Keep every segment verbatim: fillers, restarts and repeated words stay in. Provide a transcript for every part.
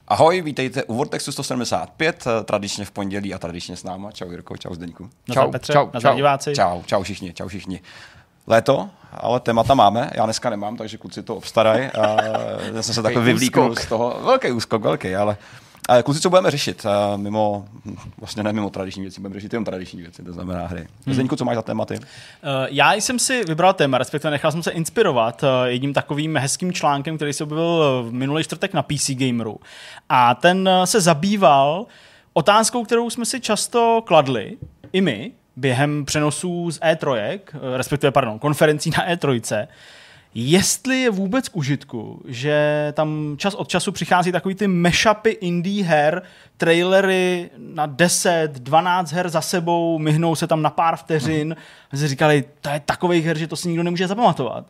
Ahoj, vítejte u Vortexu sto sedmdesát pět, tradičně v pondělí a tradičně s náma. Čau Jirko, čau Zdeňku. Čau Petře, čau, čau, diváci. Čau, čau všichni, čau všichni. Léto, ale témata máme, já dneska nemám, takže kluci to obstarají. Já jsem se takhle vyvlíknul z toho. Velký úskok, velký, ale... Ale kluci, co budeme řešit? Mimo, vlastně ne mimo tradiční věci, budeme řešit jenom tradiční věci, to znamená hry. Hmm. Zdeňku, co máš za tématy? Já jsem si vybral téma, respektive nechal jsem se inspirovat jedním takovým hezkým článkem, který se objevil v minulý čtvrtek na P C Gameru. A ten se zabýval otázkou, kterou jsme si často kladli, i my, během přenosů z E tři, respektive, pardon, konferencí na E tři, jestli je vůbec k užitku, že tam čas od času přichází takový ty mashupy indie her, trailery na deset, dvanáct her za sebou, myhnou se tam na pár vteřin, a si říkali, to je takovej her, že to si nikdo nemůže zapamatovat.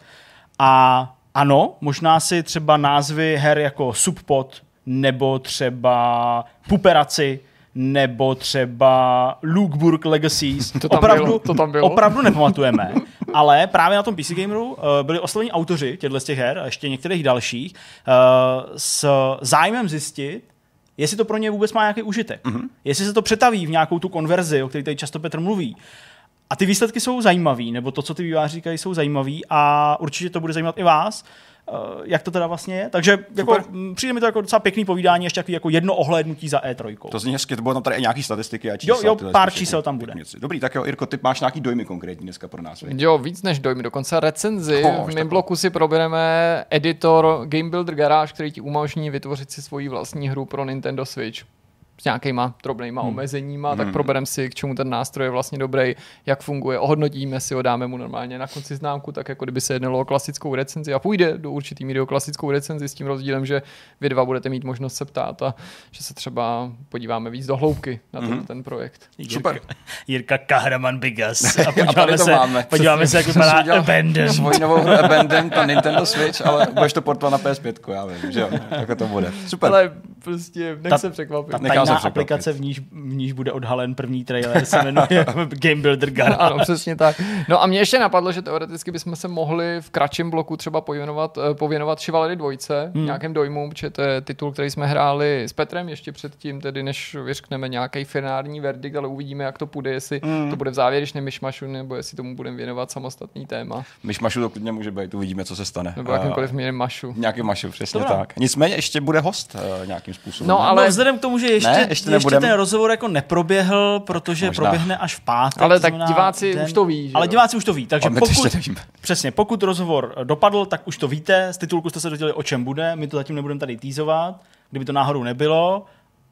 A ano, možná si třeba názvy her jako Subpod, nebo třeba Puperaci, nebo třeba Lukeburg Legacies. To tam opravdu, bylo, to tam bylo. opravdu nepamatujeme, ale právě na tom P C Gameru uh, byli oslovení autoři těchto z těch her a ještě některých dalších uh, s zájmem zjistit, jestli to pro ně vůbec má nějaký užitek. Mm-hmm. Jestli se to přetaví v nějakou tu konverzi, o které tady často Petr mluví. A ty výsledky jsou zajímavý, nebo to, co ty vývojáři říkají, jsou zajímavý a určitě to bude zajímat i vás, jak to teda vlastně je. Takže jako, přijde mi to jako docela pěkný povídání, ještě jako jedno ohlédnutí za E tři. To zní hezky, to bylo tam tady i nějaký statistiky a čísla. Jo, jo, pár čísel tam bude. Dobrý, tak jo, Jirko, ty máš nějaký dojmy konkrétní dneska pro nás. Vy? Jo, víc než dojmy, dokonce recenzi. Oh, v mém bloku si probereme editor Game Builder Garage, který ti umožní vytvořit si svoji vlastní hru pro Nintendo Switch. S nějakýma drobnýma hmm. omezeníma, hmm. tak probereme si, k čemu ten nástroj je vlastně dobrý, jak funguje, ohodnotíme si ho, dáme mu normálně na konci známku, tak jako kdyby se jednalo o klasickou recenzi a půjde do určitý míry o klasickou recenzi s tím rozdílem, že vy dva budete mít možnost se ptát a že se třeba podíváme víc do hloubky na ten, hmm. ten projekt. Super. Jirka, Jirka Kahraman Bigas. A podíváme, a se, podíváme se, jak vypadá Abandon. Svoji novou hru Abandon na Nintendo Switch, ale budeš to portovat na P S pět, já vím, že jo, tak to bude. Super. Ale prostě nech ta, se překvapit. Aplikace, v níž, v níž bude odhalen první trailer, se jmenuje Game Builder Garage. Ano, přesně tak. No a mě ještě napadlo, že teoreticky bychom se mohli v kratším bloku třeba pověnovat, pověnovat Chivalry dva, hmm. nějakým dojmům, protože to je titul, který jsme hráli s Petrem ještě předtím, tedy než vyřkneme nějaký finální verdikt, ale uvidíme, jak to půjde, jestli hmm. to bude v závěrečném myšmašu, nebo jestli tomu budeme věnovat samostatný téma. Myšmašu to klidně může být, uvidíme, co se stane. Nebo jakýmkoliv měrem mašu. Nějaký mašu, přesně Dobrá. tak. Nicméně ještě bude host uh, nějakým způsobem. No, ale no, vzhledem k tomu, že ještě, ne, ještě, ještě ten rozhovor jako neproběhl, protože Možná. proběhne až v pátek. Ale tak diváci den, už to ví. Ale diváci už to ví, takže pokud, přesně, pokud rozhovor dopadl, tak už to víte, z titulku jste se dozvěděli, o čem bude, my to zatím nebudeme tady teasovat, kdyby to náhodou nebylo,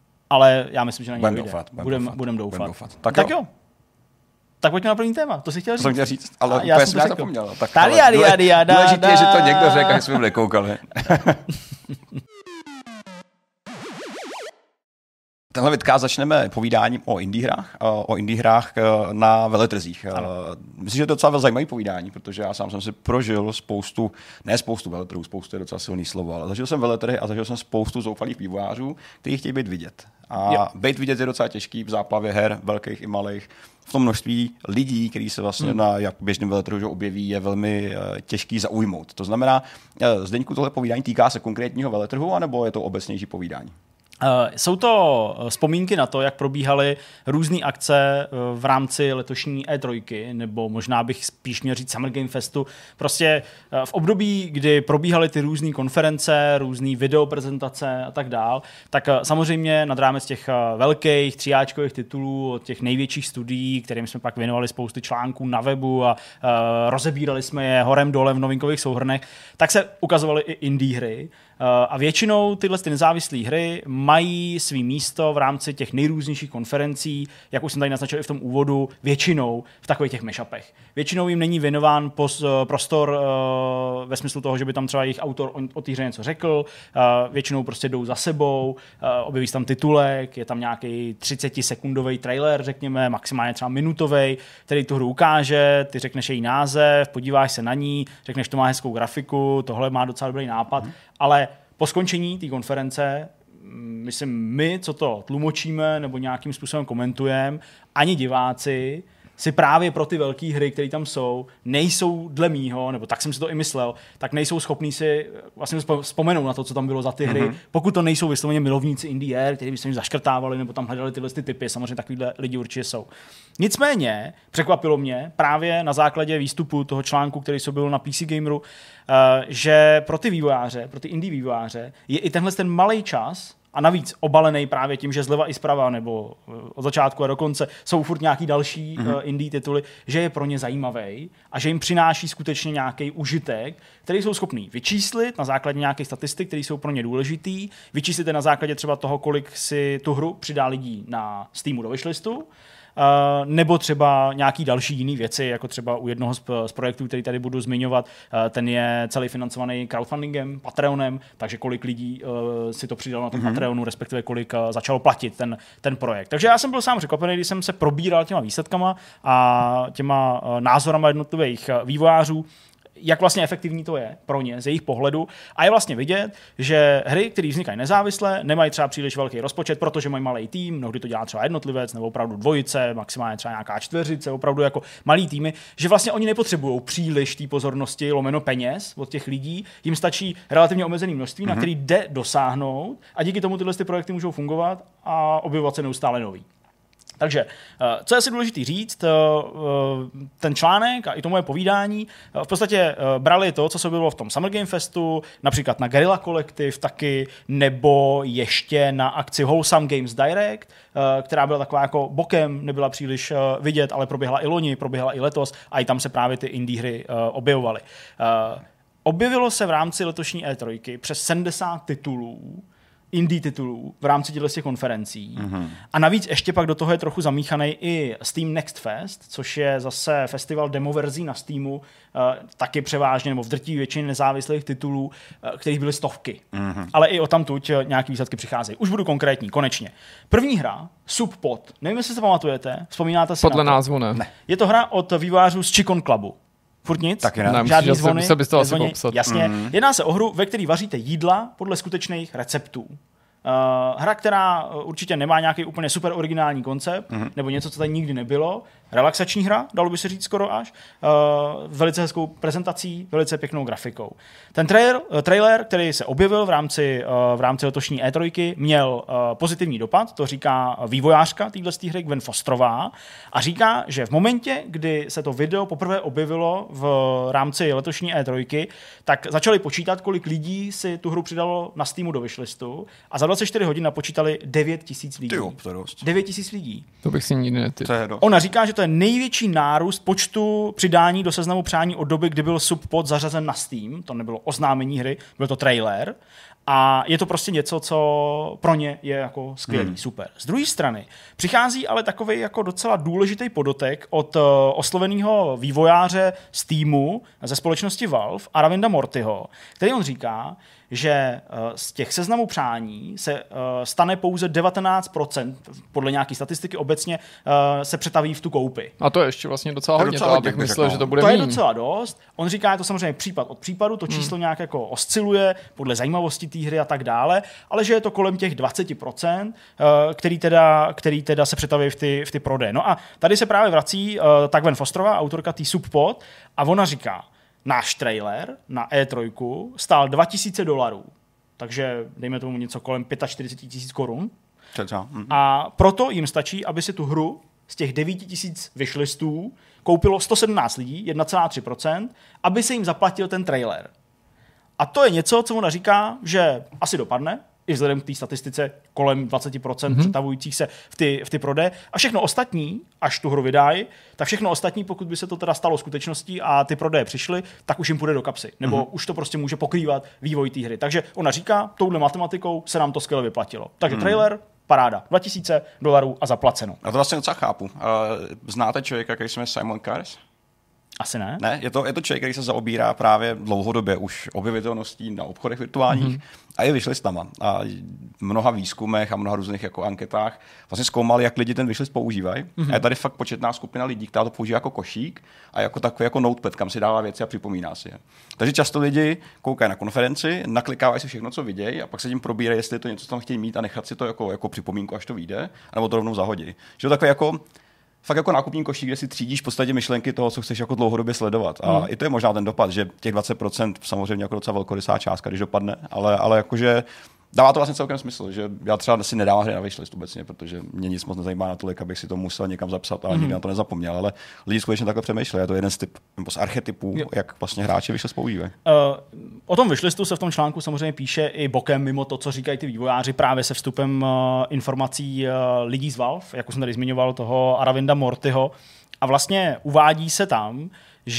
ale já myslím, že na něj budeme vyjde. doufat. Budeme budem budem doufat. Budem doufat. Tak, tak jo. jo. Tak pojďme na první téma, to si chtěl říct. To jsem chtěl říct, ale já jsem to zapomněl. Tak důležité je, že to někdo řekl, jak jsme byli koukali. Tenhle vidcast začneme povídáním o indie hrách, o indie hrách na veletrzích. Ano. Myslím, že je to docela zajímavé povídání, protože já sám jsem si prožil spoustu, ne spoustu veletrhů, spoustu je docela silný slovo, ale zažil jsem veletrhy a zažil jsem spoustu zoufalých vývojářů, kteří chtějí být vidět. A jo. být vidět je docela těžký v záplavě her, velkých i malých. V tom množství lidí, kteří se vlastně hmm. na jak běžném veletrhu objeví, je velmi těžký zaujmout. To znamená, Zdeňku, tohle povídání týká se konkrétního veletrhu, anebo je to obecnější povídání? Uh, jsou to vzpomínky na to, jak probíhaly různé akce v rámci letošní E tři, nebo možná bych spíš měl říct Summer Game Festu. Prostě v období, kdy probíhaly ty různé konference, různé videoprezentace a tak dál, tak samozřejmě nad rámec těch velkých tříáčkových titulů od těch největších studií, kterým jsme pak věnovali spousty článků na webu a uh, rozebírali jsme je horem dole v novinkových souhrnech, tak se ukazovaly i indie hry. A většinou tyhle ty nezávislé hry mají svý místo v rámci těch nejrůznějších konferencí, jak už jsem tady naznačil i v tom úvodu, většinou v takových těch mashupech. Většinou jim není věnován pos, prostor uh, ve smyslu toho, že by tam třeba jejich autor o, o té hře něco řekl, uh, většinou prostě jdou za sebou, uh, objeví se tam titulek, je tam nějaký třicetisekundový trailer, řekněme, maximálně třeba minutový, který tu hru ukáže, ty řekneš její název, podíváš se na ní, řekneš, to má hezkou grafiku, tohle má docela dobrý nápad, hmm. ale po skončení té konference, myslím my, co to tlumočíme nebo nějakým způsobem komentujeme, ani diváci si právě pro ty velké hry, které tam jsou, nejsou dle mýho, nebo tak jsem si to i myslel, tak nejsou schopní si vlastně vzpomenout na to, co tam bylo za ty hry, mm-hmm. pokud to nejsou vysloveně milovníci indie her, kteří by se jim zaškrtávali, nebo tam hledali tyhle ty typy, samozřejmě takovýhle lidi určitě jsou. Nicméně překvapilo mě právě na základě výstupu toho článku, který se byl na P C Gameru, že pro ty vývojáře, pro ty indie vývojáře je i tenhle ten malej čas, a navíc obalený právě tím, že zleva i zprava, nebo od začátku a do konce jsou furt nějaký další mm-hmm. uh, indie tituly, že je pro ně zajímavý a že jim přináší skutečně nějaký užitek, který jsou schopní vyčíslit na základě nějakých statistik, které jsou pro ně důležitý, vyčíslit na základě třeba toho, kolik si tu hru přidá lidí na Steamu do wishlistu, Uh, nebo třeba nějaký další jiný věci, jako třeba u jednoho z, z projektů, který tady budu zmiňovat, uh, ten je celý financovaný crowdfundingem, Patreonem, takže kolik lidí uh, si to přidalo na tom mm-hmm. Patreonu, respektive kolik uh, začalo platit ten, ten projekt. Takže já jsem byl sám překvapený, když jsem se probíral těma výsledkama a těma uh, názorama jednotlivých uh, vývojářů, jak vlastně efektivní to je pro ně z jejich pohledu. A je vlastně vidět, že hry, které vznikají nezávisle, nemají třeba příliš velký rozpočet, protože mají malý tým, mnohdy to dělá třeba jednotlivec, nebo opravdu dvojice, maximálně třeba nějaká čtveřice, opravdu jako malý týmy, že vlastně oni nepotřebují příliš té pozornosti, lomeno peněz od těch lidí, jim stačí relativně omezené množství, mm-hmm. na který jde dosáhnout a díky tomu tyhle ty projekty můžou fungovat a objevovat se neustále nový. Takže, co je asi důležité říct, ten článek a i to moje povídání v podstatě brali to, co se bylo v tom Summer Game Festu, například na Guerrilla Collective taky, nebo ještě na akci Wholesome Games Direct, která byla taková jako bokem, nebyla příliš vidět, ale proběhla i loni, proběhla i letos a i tam se právě ty indie hry objevovaly. Objevilo se v rámci letošní E tři přes sedmdesát titulů, indie titulů v rámci těchto těch konferencí. Mm-hmm. A navíc ještě pak do toho je trochu zamíchaný i Steam Next Fest, což je zase festival demoverzí na Steamu, uh, taky převážně, nebo v drtivé většině nezávislých titulů, uh, kterých byly stovky. Mm-hmm. Ale i odtamtud nějaký výsledky přicházejí. Už budu konkrétní, konečně. První hra, Subpod. Nevím, jestli se pamatujete, vzpomínáte si podle na to? názvu ne. ne. Je to hra od vývojářů z Chicken Clubu. Furt nic? Taky ne. Žádný zvony? Se, se asi popsat. Jasně. Mm. Jedná se o hru, ve které vaříte jídla podle skutečných receptů. Uh, hra, která určitě nemá nějaký úplně super originální koncept, mm. nebo něco, co tady nikdy nebylo. Relaxační hra, dalo by se říct skoro až. Uh, velice hezkou prezentací, velice pěknou grafikou. Ten trailer, uh, trailer který se objevil v rámci, uh, v rámci letošní E tři, měl uh, pozitivní dopad, to říká vývojářka téhle hry, Gwen Fosterová, a říká, že v momentě, kdy se to video poprvé objevilo v rámci letošní E tři, tak začali počítat, kolik lidí si tu hru přidalo na Steamu do wishlistu a za dvacet čtyři hodin napočítali devět tisíc lidí. devět tisíc lidí. To bych si nikdy netyp. Ona říká, že to je největší nárůst počtu přidání do seznamu přání od doby, kdy byl Subpod zařazen na Steam. To nebylo oznámení hry, byl to trailer. A je to prostě něco, co pro ně je jako skvělý, hmm. super. Z druhé strany přichází ale takový jako docela důležitý podotek od uh, osloveného vývojáře Steamu ze společnosti Valve, Aravinda Mortyho, který on říká, že uh, z těch seznamů přání se uh, stane pouze devatenáct procent, podle nějaké statistiky obecně uh, se přetaví v tu koupi. A to je ještě vlastně docela hodně, docela to hodně, abych myslel, že to bude To míň. je docela dost. On říká, je to samozřejmě případ od případu, to číslo hmm. nějak jako osciluje podle zajímavosti té hry a tak dále, ale že je to kolem těch dvacet procent, uh, který, teda, který teda se přetaví v ty, v ty prodeje. No a tady se právě vrací uh, ta Gwen Fosterová, autorka té Subpod, a ona říká, náš trailer na E tři stál dva tisíce dolarů, takže dejme tomu něco kolem čtyřicet pět tisíc korun. Mm-hmm. A proto jim stačí, aby si tu hru z těch devět tisíc wishlistů koupilo sto sedmnáct lidí, jedna celá tři procenta, aby se jim zaplatil ten trailer. A to je něco, co ona říká, že asi dopadne, i vzhledem k té statistice kolem dvacet procent mm-hmm. přetavujících se v ty, v ty prodeje. A všechno ostatní, až tu hru vydají, tak všechno ostatní, pokud by se to teda stalo skutečností a ty prodeje přišly, tak už jim půjde do kapsy. Nebo mm-hmm. už to prostě může pokrývat vývoj té hry. Takže ona říká, touhle matematikou se nám to skvěle vyplatilo. Takže mm-hmm. trailer, paráda. dva tisíce dolarů a zaplaceno. A to vlastně docela chápu. Znáte člověka, který se jmenuje Simon Kars? Asi ne. Ne, je to, je to člověk, který se zaobírá právě dlouhodobě už objevitelností na obchodech virtuálních mm-hmm. a je wishlistama. A v mnoha výzkumech a mnoha různých jako anketách vlastně zkoumali, jak lidi ten wishlist používají. Mm-hmm. A je tady fakt početná skupina lidí, která to používá jako košík a jako takový jako notepad, kam si dává věci a připomíná si je. Takže často lidi koukají na konferenci, naklikávají si všechno, co vidějí, a pak se tím probírají, jestli je to něco, co tam chtějí mít a nechat si to jako, jako připomínku, až to vyjde, nebo to rovnou zahodí. Že to takový jako fakt jako nákupní košík, kde si třídíš v podstatě myšlenky toho, co chceš jako dlouhodobě sledovat. A mm. i to je možná ten dopad, že těch dvacet procent samozřejmě jako docela velkorysá částka, když dopadne, ale, ale jakože dává to vlastně celkem smysl, že já třeba si nedávám hry na wishlist obecně, protože mě nic moc nezajímá natolik, abych si to musel někam zapsat a mm-hmm. nikdy na to nezapomněl, ale lidi skutečně takhle přemýšlejí. Je to jeden z typ, nebo z archetypů, jo. jak vlastně hráči wishlist používají. Uh, o tom wishlistu se v tom článku samozřejmě píše i bokem, mimo to, co říkají ty vývojáři, právě se vstupem uh, informací uh, lidí z Valve, jako jsem tady zmiňoval toho Aravinda Mortyho, a vlastně uvádí se tam,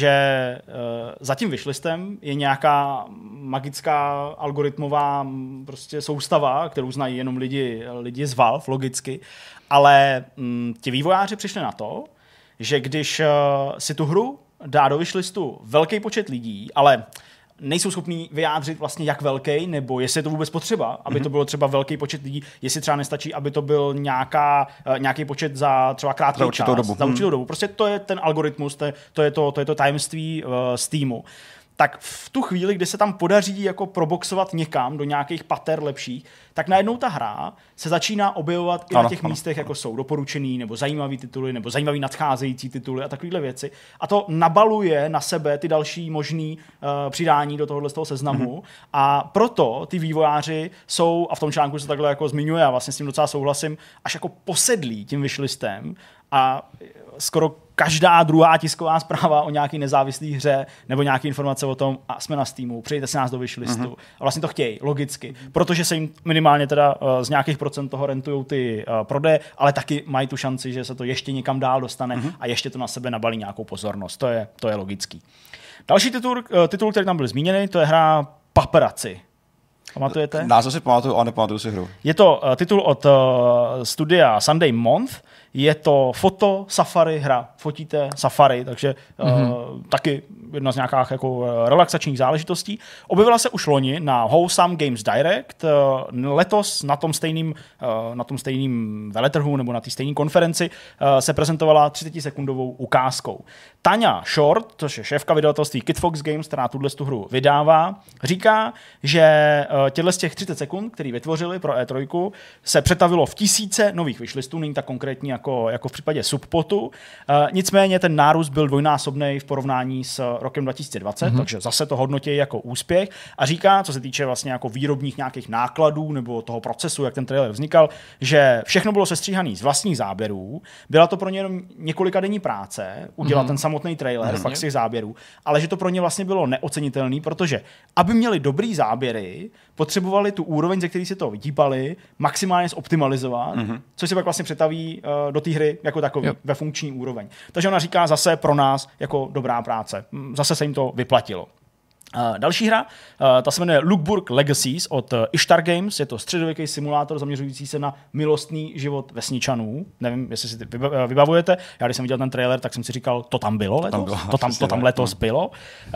že uh, za tím wishlistem je nějaká magická algoritmová prostě soustava, kterou znají jenom lidi, lidi z Valve, logicky, ale um, ti vývojáři přišli na to, že když uh, si tu hru dá do wishlistu velký počet lidí, ale nejsou schopní vyjádřit vlastně jak velký, nebo jestli je to vůbec potřeba, aby mm-hmm. to bylo třeba velký počet lidí, jestli třeba nestačí, aby to byl nějaká, uh, nějaký počet za třeba krátký za čas, dobu. za určitou hmm. dobu. Prostě to je ten algoritmus, to je to, je to, to, je to tajemství uh, Steamu. Tak v tu chvíli, kdy se tam podaří jako proboxovat někam do nějakých pater lepších, tak najednou ta hra se začíná objevovat i ano, na těch ano, místech, ano. jako jsou doporučený, nebo zajímavý tituly, nebo zajímavý nadcházející tituly a takovéhle věci. A to nabaluje na sebe ty další možný uh, přidání do tohohle z toho seznamu. Mm-hmm. A proto ty vývojáři jsou, a v tom článku se takhle jako zmiňuje, a vlastně s tím docela souhlasím, až jako posedlí tím wishlistem a skoro každá druhá tisková zpráva o nějaký nezávislý hře nebo nějaké informace o tom, a jsme na Steamu, přijďte si nás do wishlistu. Uh-huh. A vlastně to chtějí, logicky. Protože se jim minimálně teda uh, z nějakých procent toho rentujou ty uh, prodeje, ale taky mají tu šanci, že se to ještě někam dál dostane uh-huh. a ještě to na sebe nabalí nějakou pozornost. To je, to je logický. Další titul, uh, titul, který tam byl zmíněný, to je hra Paparazzi. Pamatujete? Název si pamatuju, ale nepamatuju si hru. Je to uh, titul od uh, studia Sunday Month. Je to foto safari hra. Fotíte safari, takže mm-hmm. uh, taky jedna z nějakých jako relaxačních záležitostí. Objevila se už loni na Wholesome Games Direct. Uh, letos na tom stejným uh, na tom stejným veletrhu nebo na té stejné konferenci uh, se prezentovala třicetisekundovou ukázkou. Tanya Short, což je šéfka vydavatelství Kid Fox Games, která tuhle tu hru vydává, říká, že uh, těchto z těch třicet sekund, který vytvořili pro E tři, se přetavilo v tisíce nových wishlistů, není tak konkrétní jako, jako v případě Subpotu. Uh, nicméně ten nárůst byl dvojnásobný v porovnání s rokem dva tisíce dvacet, mm-hmm. takže zase to hodnotí jako úspěch a říká, co se týče vlastně jako výrobních nějakých nákladů nebo toho procesu, jak ten trailer vznikal, že všechno bylo sestříhané z vlastních záběrů, byla to pro ně jenom několika denní práce udělat mm-hmm. ten samotný trailer, mm-hmm. fakt z těch záběrů, ale že to pro ně vlastně bylo neocenitelný, protože aby měli dobrý záběry, potřebovali tu úroveň, ze který si to vytípali, maximálně zoptimalizovat, mm-hmm. což se pak vlastně přetaví uh, do té hry jako takový, yep. ve funkční úroveň. Takže ona říká zase pro nás jako dobrá práce. Zase se jim to vyplatilo. Uh, další hra, uh, ta se jmenuje Lookburg Legacies od uh, Ishtar Games, je to středověký simulátor zaměřující se na milostný život vesničanů. Nevím, jestli si ty vybavujete. Já když jsem viděl ten trailer, tak jsem si říkal, to tam bylo letos? To tam, bylo, to tam, to tam letos hmm. bylo. Uh,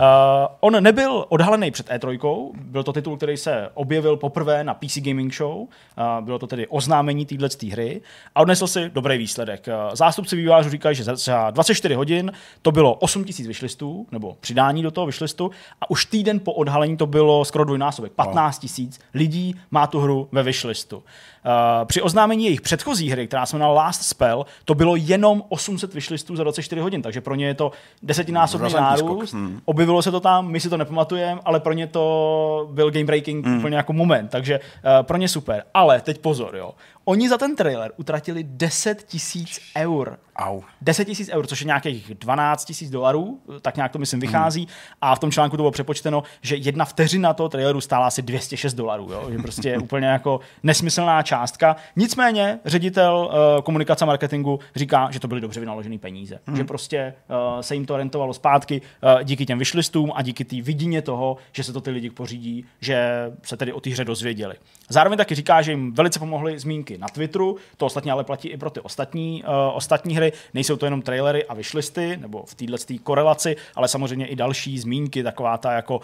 on nebyl odhalený před E tři, byl to titul, který se objevil poprvé na P C Gaming Show, uh, bylo to tedy oznámení této hry a odnesl si dobrý výsledek. Uh, zástupci vývojářů říkají, že za dvacet čtyři hodin to bylo osm tisíc wishlistů, nebo přidání do toho wishlistu a už týden po odhalení to bylo skoro dvojnásobek. patnáct tisíc lidí má tu hru ve wishlistu. Uh, při oznámení jejich předchozí hry, která se jmenovala Last Spell, to bylo jenom osm set wishlistů za dvacet čtyři hodin, takže pro ně je to desetinásobný nárůst. Hmm. Objevilo se to tam, my si to nepamatujeme, ale pro ně to byl game breaking hmm. úplně jako moment, takže uh, pro ně super. Ale teď pozor, jo. Oni za ten trailer utratili deset tisíc eur. Au. deset tisíc eur, což je nějakých dvanáct tisíc dolarů, tak nějak to myslím vychází. Hmm. A v tom článku to bylo přepočteno, že jedna vteřina toho traileru stála asi dvě stě šest dolarů. Jo? Že prostě je úplně jako nesmyslná částka. Nicméně ředitel uh, komunikace a marketingu říká, že to byly dobře vynaložené peníze. Hmm. Že prostě uh, se jim to rentovalo zpátky uh, díky těm wishlistům a díky té vidině toho, že se to ty lidi pořídí, že se tedy o té hře dozvěděli. Zároveň taky říká, že jim velice pomohly zmínky na Twitteru, to ostatně ale platí i pro ty ostatní, uh, ostatní hry. Nejsou to jenom trailery a wishlisty, nebo v této korelaci, ale samozřejmě i další zmínky, taková ta, jako,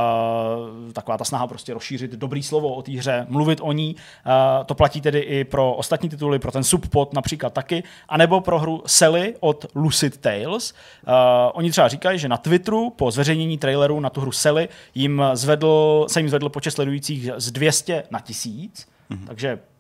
uh, taková ta snaha prostě rozšířit dobrý slovo o té hře, mluvit o ní. Uh, to platí tedy i pro ostatní tituly, pro ten Subpot například taky, anebo pro hru Sally od Lucid Tales. Uh, oni třeba říkají, že na Twitteru po zveřejnění traileru na tu hru Sally jim zvedl, se jim zvedl počet sledujících z dvě stě na tisíc, mm-hmm. takže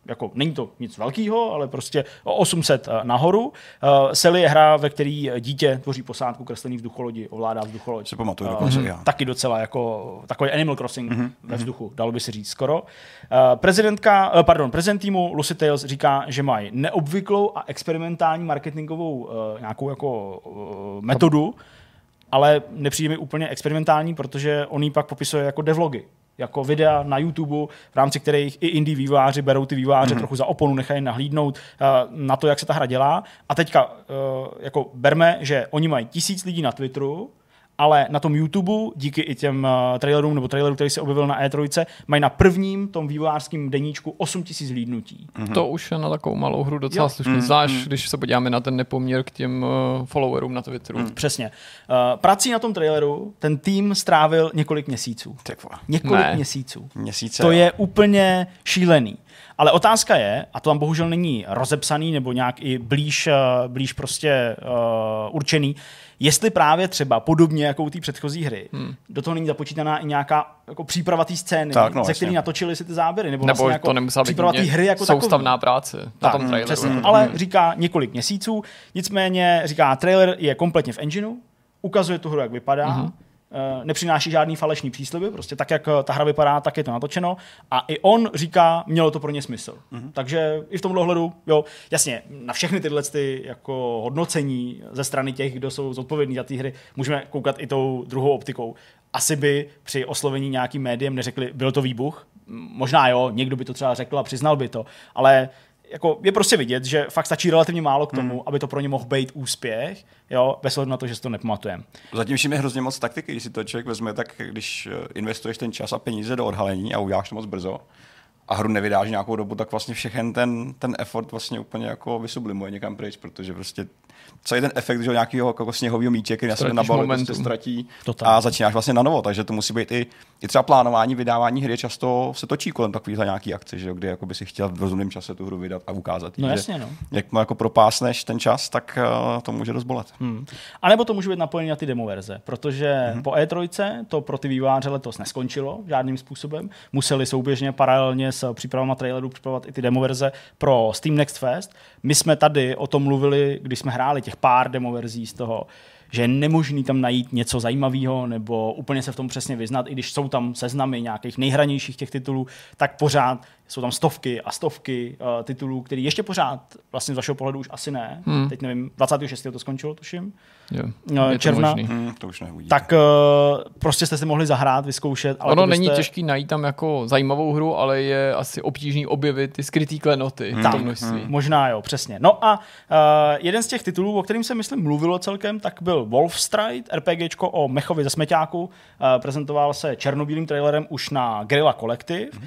jako není to nic velkého, ale prostě o osm set nahoru. Uh, Sally je hra, ve který dítě tvoří posádku kreslený vzducholodi, ovládá vzducholoď. Se pamatuju dokonce uh, já. Taky docela jako takový Animal Crossing mm-hmm. ve vzduchu, dalo by se říct skoro. Uh, prezidentka, uh, pardon, prezident týmu Lucy Tales říká, že mají neobvyklou a experimentální marketingovou uh, nějakou jako uh, metodu, ale nepřijde mi úplně experimentální, protože on ji pak popisuje jako devlogy. Jako videa na YouTube, v rámci kterých i indie vývojáři berou ty vývojáře mm-hmm. trochu za oponu, nechají nahlídnout uh, na to, jak se ta hra dělá. A teďka uh, jako berme, že oni mají tisíc lidí na Twitteru, ale na tom YouTube, díky i těm uh, trailerům nebo traileru, který se objevil na E tři, mají na prvním tom vývojářském deníčku osm tisíc zhlídnutí. Mm-hmm. To už je na takovou malou hru docela slušný. Mm-hmm. Zvlášť, když se podíváme na ten nepoměr k těm uh, followerům na Twitteru. Mm. Přesně. Uh, prací na tom traileru ten tým strávil několik měsíců. Takva. Několik ne. měsíců. Měsíce. To je úplně šílený. Ale otázka je, a to tam bohužel není rozepsaný nebo nějak i blíž, blíž prostě uh, určený, jestli právě třeba podobně jako u té předchozí hry, hmm. do toho není započítaná i nějaká jako příprava té scény, tak, no, ze které natočili si ty záběry, nebo, nebo vlastně to jako příprava té hry jako soustavná takový. práce na tak, tom traileru. Přesně, hmm. ale říká několik měsíců, nicméně říká, trailer je kompletně v engineu, ukazuje tu hru, jak vypadá, hmm. nepřináší žádný falešný přísliby, prostě tak, jak ta hra vypadá, tak je to natočeno a i on říká, mělo to pro ně smysl. Mm-hmm. Takže i v tomhle ohledu, jo, jasně, na všechny tyhle ty jako hodnocení ze strany těch, kdo jsou zodpovědní za ty hry, můžeme koukat i tou druhou optikou. Asi by při oslovení nějakým médiem neřekli, byl to výbuch, možná jo, někdo by to třeba řekl a přiznal by to, ale jako je prostě vidět, že fakt stačí relativně málo k tomu, hmm. aby to pro ně mohl být úspěch, jo, bez ohledu na to, že si to nepamatujeme. Zatím všim je hrozně moc taktiky, když si to člověk vezme, tak když investuješ ten čas a peníze do odhalení a uděláš to moc brzo a hru nevydáš nějakou dobu, tak vlastně všechen ten, ten effort vlastně úplně jako vysublimuje někam pryč, protože prostě celý ten efekt, že nějakého jako sněhového míče, který na sebe nabalí, prostě ztratí a začínáš vlastně na novo, takže to musí být i, i třeba plánování, vydávání hry často se točí kolem takovýchhle nějaký akce, že jo, kdy jako by si chtěl v rozumném čase tu hru vydat a ukázat. No že jasně, no. Jak mu jako propásneš ten čas, tak uh, to může dost bolet. Hmm. A nebo to může být napojené na ty demo verze, protože hmm. po E tři to pro ty vývojáře letos neskončilo žádným způsobem. Museli souběžně paralelně s přípravama trailerů připravovat i ty demo verze pro Steam Next Fest. My jsme tady o tom mluvili, když jsme hráli těch pár demo verzí z toho, že je nemožný tam najít něco zajímavého nebo úplně se v tom přesně vyznat, i když jsou tam seznamy nějakých nejhranějších těch titulů, tak pořád jsou tam stovky a stovky uh, titulů, který ještě pořád vlastně z vašeho pohledu už asi ne. Hmm. Teď nevím, dvacátého šestého to skončilo, tuším. Jo, uh, června. Hmm, to už neuvidíte. Tak uh, prostě jste si mohli zahrát, vyzkoušet. Ale ono byste... není těžký najít tam jako zajímavou hru, ale je asi obtížný objevit ty skrytý klenoty hmm. v tom množství. Hmm. Možná jo, přesně. No a uh, jeden z těch titulů, o kterým se myslím mluvilo celkem, tak byl Wolfstride, RPGčko o mechovi ze smeťáku. Uh, prezentoval se černobílým trailerem už na Guerrilla Collective. Hmm.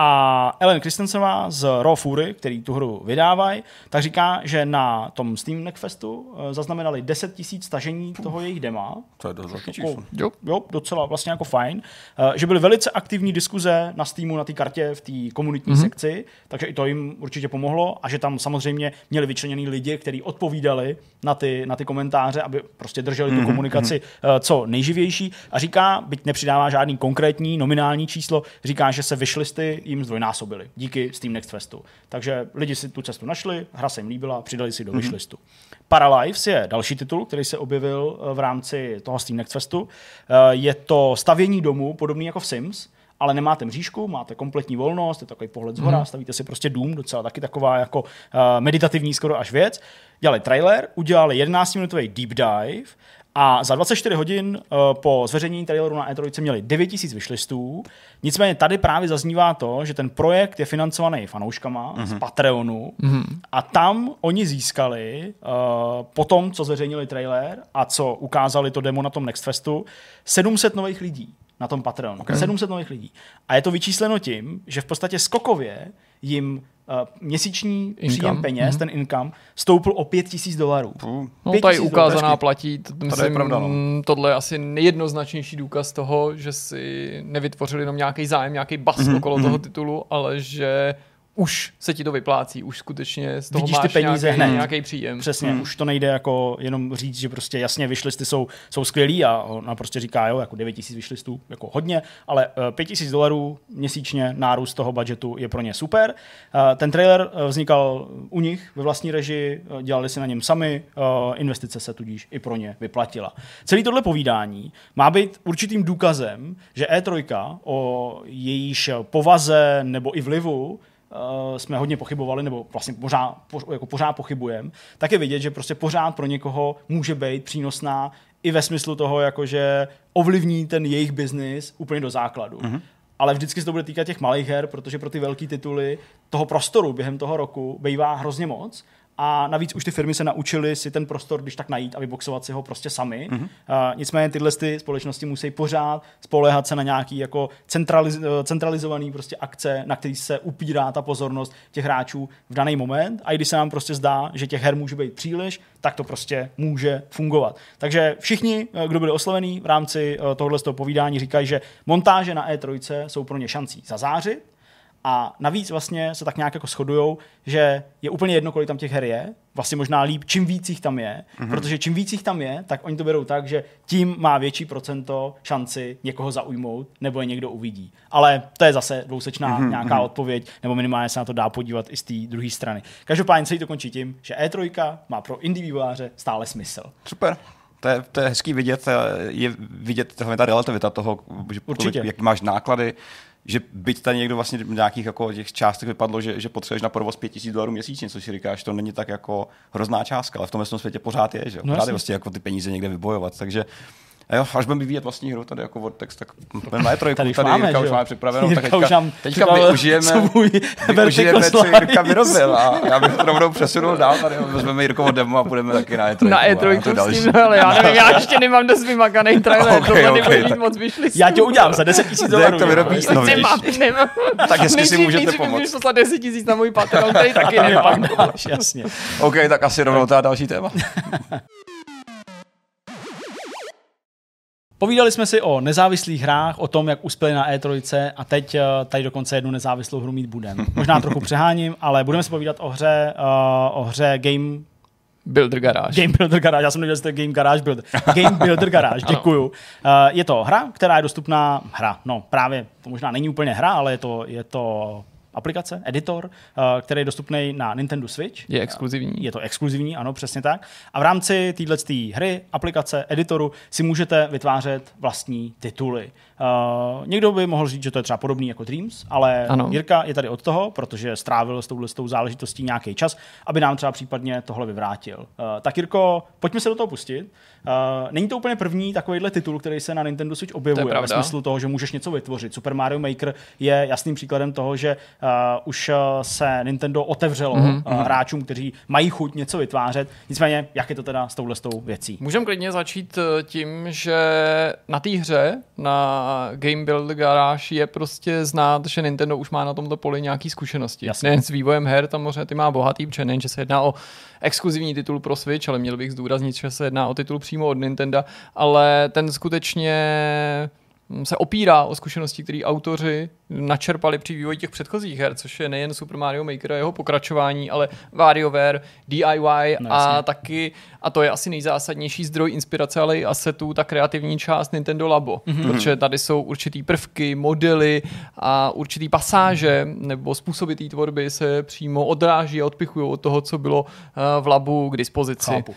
A Ellen Christensenová z Raw Fury, který tu hru vydávají, tak říká, že na tom Steam Next Festu zaznamenali deset tisíc stažení toho jejich dema. To je dost velký číslo. Jo, jo, docela vlastně jako fajn. Že byly velice aktivní diskuze na Steamu, na té kartě, v té komunitní mm-hmm. sekci, takže i to jim určitě pomohlo a že tam samozřejmě měli vyčleněný lidi, kteří odpovídali na ty, na ty komentáře, aby prostě drželi mm-hmm. tu komunikaci mm-hmm. co nejživější. A říká, byť nepřidává žádný konkrétní nominální číslo, říká, že se wishlisty jim zdvojnásobili díky Steam Next Festu. Takže lidi si tu cestu našli, hra se jim líbila, přidali si do mm-hmm. wishlistu. Paralives je další titul, který se objevil v rámci toho Steam Next Festu. Je to stavění domu, podobný jako v Sims, ale nemáte mřížku, máte kompletní volnost, je to takový pohled zhora, mm. stavíte si prostě dům, docela taky taková jako uh, meditativní skoro až věc. Dělali trailer, udělali jedenáctiminutový deep dive a za dvacet čtyři hodin uh, po zveřejnění traileru na E tři měli devět tisíc wishlistů. Nicméně tady právě zaznívá to, že ten projekt je financovaný fanouškama mm-hmm. z Patreonu mm-hmm. a tam oni získali uh, po tom, co zveřejnili trailer a co ukázali to demo na tom Next Festu, sedm set nových lidí na tom Patreonu. Okay. sedm set nových lidí. A je to vyčísleno tím, že v podstatě skokově jim uh, měsíční income. příjem peněz, mm-hmm. ten income, stoupl o pět tisíc dolarů. No tady ukázaná platí, to, myslím, je pravda, no. Tohle je asi nejjednoznačnější důkaz toho, že si nevytvořili jenom nějaký zájem, nějaký bas mm-hmm. okolo mm-hmm. toho titulu, ale že už se ti to vyplácí, už skutečně z toho vidíš máš ty peníze nějaký, hned. nějaký příjem. Přesně, hmm. už to nejde jako jenom říct, že prostě jasně wishlisty jsou, jsou skvělý a ona prostě říká, jo, jako devět tisíc wishlistů, jako hodně, ale uh, pět tisíc dolarů měsíčně nárůst toho budgetu je pro ně super. Uh, ten trailer uh, vznikal u nich ve vlastní režii, uh, dělali si na něm sami, uh, investice se tudíž i pro ně vyplatila. Celý tohle povídání má být určitým důkazem, že E tři o jejíž povaze nebo i vlivu Uh, jsme hodně pochybovali, nebo vlastně pořád, po, jako pořád pochybujeme, tak je vidět, že prostě pořád pro někoho může být přínosná i ve smyslu toho, jakože ovlivní ten jejich biznis úplně do základu. Mm-hmm. Ale vždycky se to bude týkat těch malých her, protože pro ty velké tituly toho prostoru během toho roku bývá hrozně moc. A navíc už ty firmy se naučily si ten prostor, když tak najít a vyboxovat si ho prostě sami. Mm-hmm. Uh, nicméně tyhle ty společnosti musí pořád spoléhat se na nějaký jako centraliz- centralizovaný prostě akce, na který se upírá ta pozornost těch hráčů v daný moment. A i když se nám prostě zdá, že těch her může být příliš, tak to prostě může fungovat. Takže všichni, kdo byli oslovení v rámci tohohle z toho povídání, říkají, že montáže na E tři jsou pro ně šancí zazářit. A navíc vlastně se tak nějak jako shodujou, že je úplně jedno, kolik tam těch her je, vlastně možná líp, čím víc jich tam je, mm-hmm. protože čím víc jich tam je, tak oni to berou tak, že tím má větší procento šanci někoho zaujmout, nebo je někdo uvidí. Ale to je zase dvousečná mm-hmm. nějaká odpověď, nebo minimálně se na to dá podívat i z té druhé strany. Každopádně celý to končí tím, že E tři má pro indie vývojáře stále smysl. Super. To je, to je hezký vidět, je vidět ta relativita toho, že kolik, jak máš náklady, že byť tady někdo vlastně v nějakých jako těch částech vypadlo, že, že potřebuješ na provoz pět tisíc dolarů měsíčně, což si říkáš, to není tak jako hrozná částka, ale v tom světě pořád je, že no, pořád je vlastně jako ty peníze někde vybojovat, takže jo, až budeme vyvíjet vlastní hru tady jako Vortex, tak budeme E tři, tady, tady máme, Jirka už máme připravenou, tak teďka, teďka využijeme, využijeme, co Jirka vyrobil a já bych to rovnou přesunul dál, tady vezmeme Jirkovo demo a půjdeme taky na E tři. Na E tři to s tím, ale já nevím, já ještě nemám dost vymakanej trailer, tohle nebude mít moc vyšli. Já tě udělám za deset tisíc dolarů. Jak to vyrobíš? No nemám, nemám. Tak jestli si můžete pomoct. Nejdřív poslat deset tisíc na můj Patreon, který taky nemám. Jasně. OK, tak asi rovnou ta další téma. Povídali jsme si o nezávislých hrách, o tom, jak uspěli na E tři a teď tady dokonce jednu nezávislou hru mít budeme. Možná trochu přeháním, ale budeme si povídat o hře, uh, o hře Game Builder Garage. Game Builder Garage, já jsem nevěděl, že to je Game Garage Builder. Game Builder Garage, děkuju. Uh, je to hra, která je dostupná, hra, no právě, to možná není úplně hra, ale je to, je to aplikace, editor, který je dostupný na Nintendo Switch. Je exkluzivní. Je to exkluzivní, ano, přesně tak. A v rámci této hry, aplikace, editoru si můžete vytvářet vlastní tituly. Uh, někdo by mohl říct, že to je třeba podobný jako Dreams, ale ano. Jirka je tady od toho, protože strávil s touhle s tou záležitostí nějaký čas, aby nám třeba případně tohle vyvrátil. Uh, tak Jirko, pojďme se do toho pustit. Uh, není to úplně první takovýhle titul, který se na Nintendo Switch objevuje ve smyslu toho, že můžeš něco vytvořit. Super Mario Maker je jasným příkladem toho, že uh, už se Nintendo otevřelo mm-hmm. uh, hráčům, kteří mají chuť něco vytvářet. Nicméně, jak je to teda s touhle s tou věcí? Můžeme klidně začít tím, že na té hře, na Game Builder Garage je prostě znát, že Nintendo už má na tomto poli nějaký zkušenosti. Jasně. Nejen s vývojem her, tam možná ty má bohatý, protože nejen, že se jedná o exkluzivní titul pro Switch, ale měl bych zdůraznit, že se jedná o titul přímo od Nintendo, ale ten skutečně se opírá o zkušenosti, které autoři načerpali při vývoji těch předchozích her, což je nejen Super Mario Maker a jeho pokračování, ale WarioWare, D I Y no, a taky, a to je asi nejzásadnější zdroj inspirace, ale i asetů, ta kreativní část Nintendo Labo, mm-hmm. protože tady jsou určitý prvky, modely a určitý pasáže nebo způsoby té tvorby se přímo odráží a odpichují od toho, co bylo v Labu k dispozici. Chápu.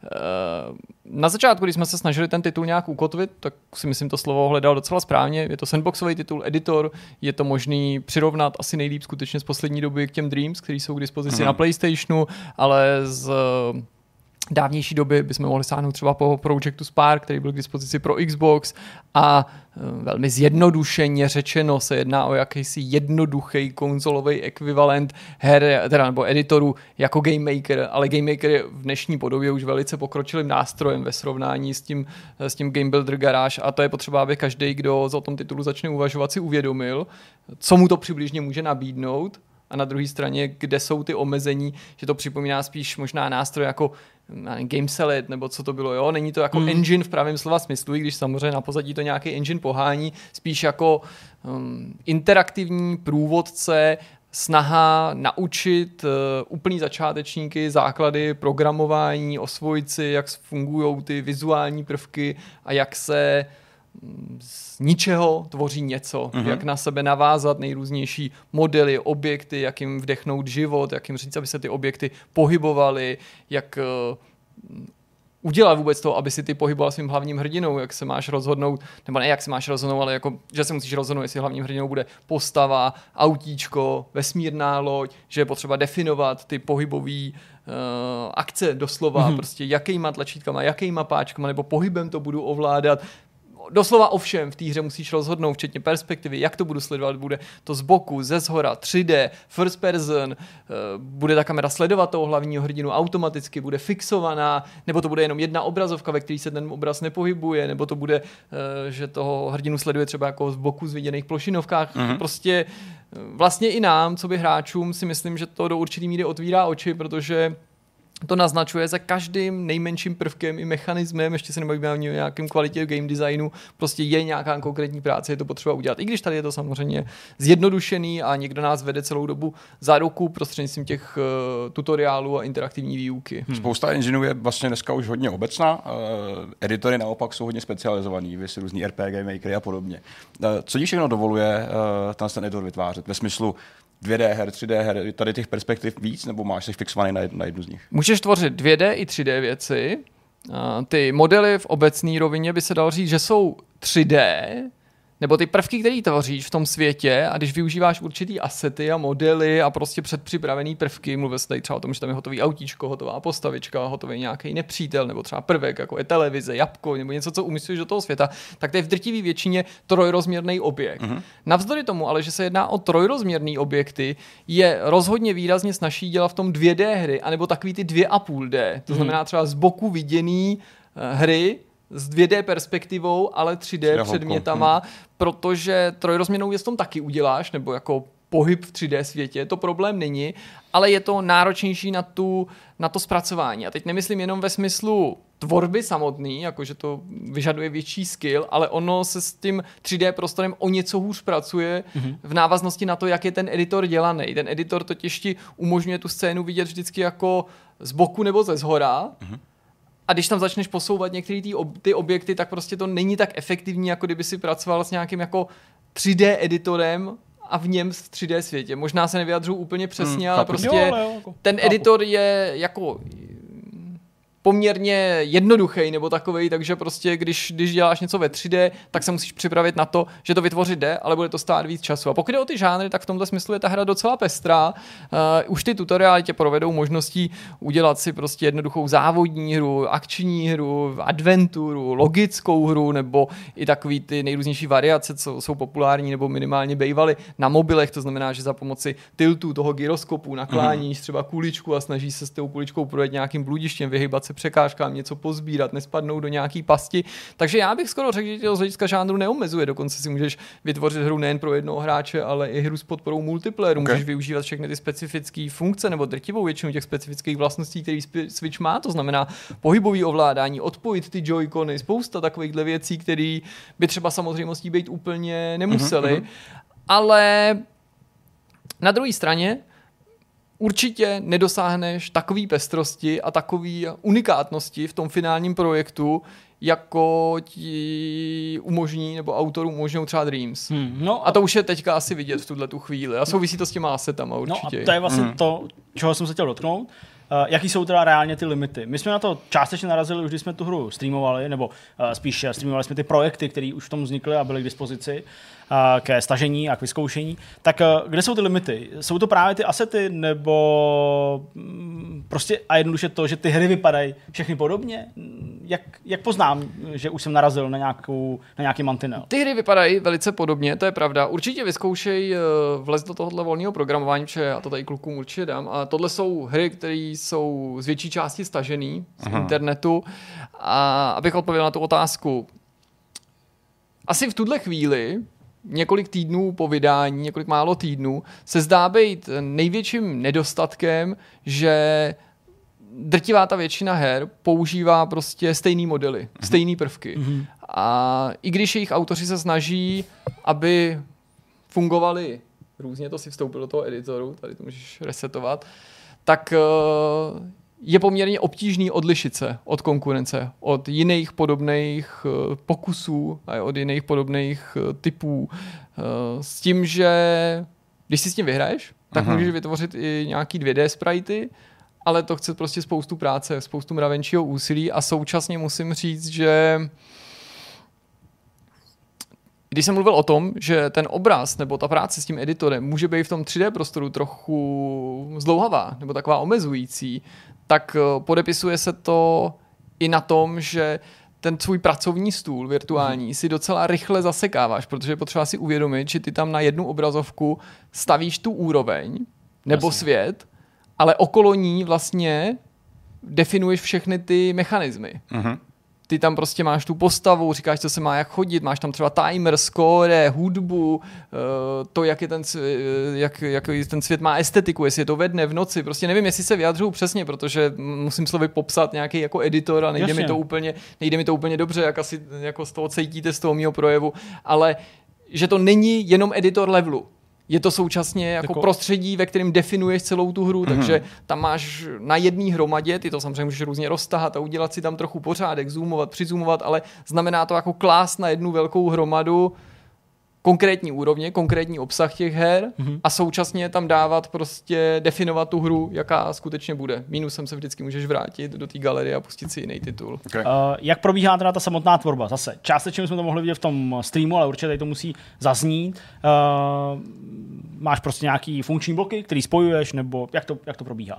Na začátku, když jsme se snažili ten titul nějak ukotvit, tak si myslím, to slovo hledal docela správně. Je to sandboxový titul, editor, je to možný přirovnat asi nejlíp skutečně z poslední doby k těm Dreams, který jsou k dispozici mm. na PlayStationu, ale z dávnější doby bychom mohli sáhnout třeba po Projectu Spark, který byl k dispozici pro Xbox a velmi zjednodušeně řečeno se jedná o jakýsi jednoduchý konzolový ekvivalent her, teda nebo editoru jako Game Maker, ale Game Maker je v dnešní podobě už velice pokročilým nástrojem ve srovnání s tím, s tím Game Builder Garage a to je potřeba, aby každý, kdo o tom titulu začne uvažovat, si uvědomil, co mu to přibližně může nabídnout. A na druhé straně, kde jsou ty omezení, že to připomíná spíš možná nástroj jako GameSelect, nebo co to bylo, jo? Není to jako mm. engine v pravém slova smyslu, i když samozřejmě na pozadí to nějaký engine pohání, spíš jako um, interaktivní průvodce snaha naučit uh, úplný začátečníky základy programování, osvojit si, jak fungují ty vizuální prvky a jak se z ničeho tvoří něco, mm-hmm. jak na sebe navázat nejrůznější modely, objekty, jak jim vdechnout život, jak jim říct, aby se ty objekty pohybovaly, jak uh, udělat vůbec to, aby si ty pohyboval svým hlavním hrdinou, jak se máš rozhodnout, nebo ne jak se máš rozhodnout, ale jako, že se musíš rozhodnout, jestli hlavním hrdinou bude postava, autíčko, vesmírná loď, že je potřeba definovat ty pohybové uh, akce doslova, mm-hmm. prostě jakýma tlačítkama, jakýma páčkama, nebo pohybem to budu ovládat. Doslova ovšem v té hře musíš rozhodnout, včetně perspektivy, jak to budu sledovat, bude to z boku, ze zhora, tři dé, first person, bude ta kamera sledovat toho hlavního hrdinu automaticky, bude fixovaná, nebo to bude jenom jedna obrazovka, ve které se ten obraz nepohybuje, nebo to bude, že toho hrdinu sleduje třeba jako z boku z viděných plošinovkách. Mm-hmm. Prostě vlastně i nám, co by hráčům, si myslím, že to do určitý míry otvírá oči, protože to naznačuje za každým nejmenším prvkem i mechanismem, ještě se nebavíme o nějakém kvalitě game designu, prostě je nějaká konkrétní práce, je to potřeba udělat. I když tady je to samozřejmě zjednodušený a někdo nás vede celou dobu za ruku prostřednictvím těch uh, tutoriálů a interaktivní výuky. Hmm. Spousta engineů je vlastně dneska už hodně obecná, uh, editory naopak jsou hodně specializovaný, vy si různý R P G makery a podobně. Uh, co ti všechno dovoluje uh, ten, ten editor vytvářet? Ve smyslu dvě dé her, tři dé her, tady těch perspektiv víc, nebo máš se fixovaný na jednu, na jednu z nich? Můžeš tvořit dvě dé i tři dé věci. Ty modely v obecné rovině by se dalo říct, že jsou tři dé, nebo ty prvky, které tvoříš v tom světě, a když využíváš určitý asety a modely a prostě předpřipravený prvky, mluvil se tady třeba o tom, že tam je hotový autíčko, hotová postavička, hotový nějaký nepřítel, nebo třeba prvek, jako je televize, jabko, nebo něco, co umístuješ do toho světa, tak to je v drtivé většině trojrozměrný objekt. Mm-hmm. Navzdory tomu, ale že se jedná o trojrozměrný objekty, je rozhodně výrazně snazší dělat v tom dvě dé hry, anebo takový ty dvě a půl dé. To znamená třeba z boku viděný uh, hry s dvě dé perspektivou, ale tři dé předmětama, hmm. protože trojrozměrnou věc tom taky uděláš, nebo jako pohyb v tři dé světě, to problém není, ale je to náročnější na, tu, na to zpracování. A teď nemyslím jenom ve smyslu tvorby samotný, jakože to vyžaduje větší skill, ale ono se s tím tři dé prostorem o něco hůř pracuje mm-hmm. v návaznosti na to, jak je ten editor dělaný. Ten editor totiž ti umožňuje tu scénu vidět vždycky jako z boku nebo ze zhora, mm-hmm. A když tam začneš posouvat některé ty, ob- ty objekty, tak prostě to není tak efektivní, jako kdyby si pracoval s nějakým jako tři dé editorem a v něm v tři dé světě. Možná se nevyjadřuju úplně přesně, hmm, ale prostě jo, ale jo, jako, ten chápu. Editor je jako poměrně jednoduchý nebo takovej, takže prostě když, když děláš něco ve tři dé, tak se musíš připravit na to, že to vytvořit jde, ale bude to stát víc času. A pokud jde o ty žánry, tak v tomto smyslu je ta hra docela pestrá. Uh, už ty tutoriály tě provedou možností udělat si prostě jednoduchou závodní hru, akční hru, adventuru, logickou hru, nebo i takový ty nejrůznější variace, co jsou populární nebo minimálně bejvaly na mobilech, to znamená, že za pomoci tiltu toho gyroskopu nakláníš mm. třeba kuličku a snažíš se s tou kuličkou projet nějakým bludištěm, vyhybat se překážkám, něco pozbírat, nespadnout do nějaký pasti. Takže já bych skoro řekl, že to z hlediska žánru neomezuje. Dokonce si můžeš vytvořit hru nejen pro jednoho hráče, ale i hru s podporou multiplayeru. Okay. Můžeš využívat všechny ty specifické funkce nebo drtivou většinu těch specifických vlastností, které Switch má. To znamená pohybový ovládání, odpojit ty joycony, spousta takovýchhle věcí, které by třeba samozřejmostí být úplně nemusely. Mm-hmm. Ale na druhé straně určitě nedosáhneš takový pestrosti a takový unikátnosti v tom finálním projektu, jako ti umožní, nebo autorům umožňují třeba Dreams. Hmm, no a to už je teďka asi vidět v tuhle tu chvíli. A souvisí to s těma asetama určitě. No a to je vlastně hmm. to, čeho jsem se chtěl dotknout. Uh, jaký jsou teda reálně ty limity? My jsme na to částečně narazili, už když jsme tu hru streamovali, nebo uh, spíš streamovali jsme ty projekty, které už v tom vznikly a byly k dispozici uh, ke stažení a k vyzkoušení. Tak uh, kde jsou ty limity? Jsou to právě ty asety, nebo um, prostě a jednoduše to, že ty hry vypadají všechny podobně? Jak, jak poznám, že už jsem narazil na, nějakou, na nějaký mantinel? Ty hry vypadají velice podobně, to je pravda. Určitě vyzkoušej uh, vlez do tohohle volného programování, protože já to tady klukům určitě dám. A tohle jsou hry, které jsou z větší části stažený z Aha. internetu. A abych odpověděl na tu otázku. Asi v tuhle chvíli, několik týdnů po vydání, několik málo týdnů, se zdá být největším nedostatkem, že drtivá ta většina her používá prostě stejný modely, Aha. stejný prvky. Aha. A i když jejich autoři se snaží, aby fungovali různě to si vstoupil do toho editoru, tady to můžeš resetovat, tak je poměrně obtížný odlišit se od konkurence, od jiných podobných pokusů a od jiných podobných typů. S tím, že když si s tím vyhraješ, tak Aha. můžeš vytvořit i nějaký dvě dé sprajty, ale to chce prostě spoustu práce, spoustu mravenčího úsilí a současně musím říct, že když jsem mluvil o tom, že ten obraz nebo ta práce s tím editorem může být v tom tři dé prostoru trochu zdlouhavá nebo taková omezující, tak podepisuje se to i na tom, že ten svůj pracovní stůl virtuální si docela rychle zasekáváš, protože je potřeba si uvědomit, že ty tam na jednu obrazovku stavíš tu úroveň nebo Jasně. svět, ale okolo ní vlastně definuješ všechny ty mechanismy. Uh-huh. Ty tam prostě máš tu postavu, říkáš, co se má jak chodit, máš tam třeba timer, score, hudbu, to, jak, je ten, jak, jak ten svět má estetiku, jestli je to ve dne, v noci, prostě nevím, jestli se vyjadřuju přesně, protože musím slovy popsat nějaký jako editor a nejde mi to úplně, nejde mi to úplně dobře, jak asi jako z toho cítíte z toho mýho projevu, ale že to není jenom editor levelu. Je to současně jako Tako... prostředí, ve kterém definuješ celou tu hru, mm-hmm. takže tam máš na jedné hromadě, ty to samozřejmě můžeš různě roztahat a udělat si tam trochu pořádek, zoomovat, přizumovat, ale znamená to jako klást na jednu velkou hromadu konkrétní úrovně, konkrétní obsah těch her mm-hmm. a současně tam dávat prostě, definovat tu hru, jaká skutečně bude. Minusem se vždycky můžeš vrátit do té galerie a pustit si jiný titul. Okay. Uh, jak probíhá teda ta samotná tvorba? Zase, částečně jsme to mohli vidět v tom streamu, ale určitě tady to musí zaznít. Uh, máš prostě nějaký funkční bloky, který spojuješ, nebo jak to, jak to probíhá?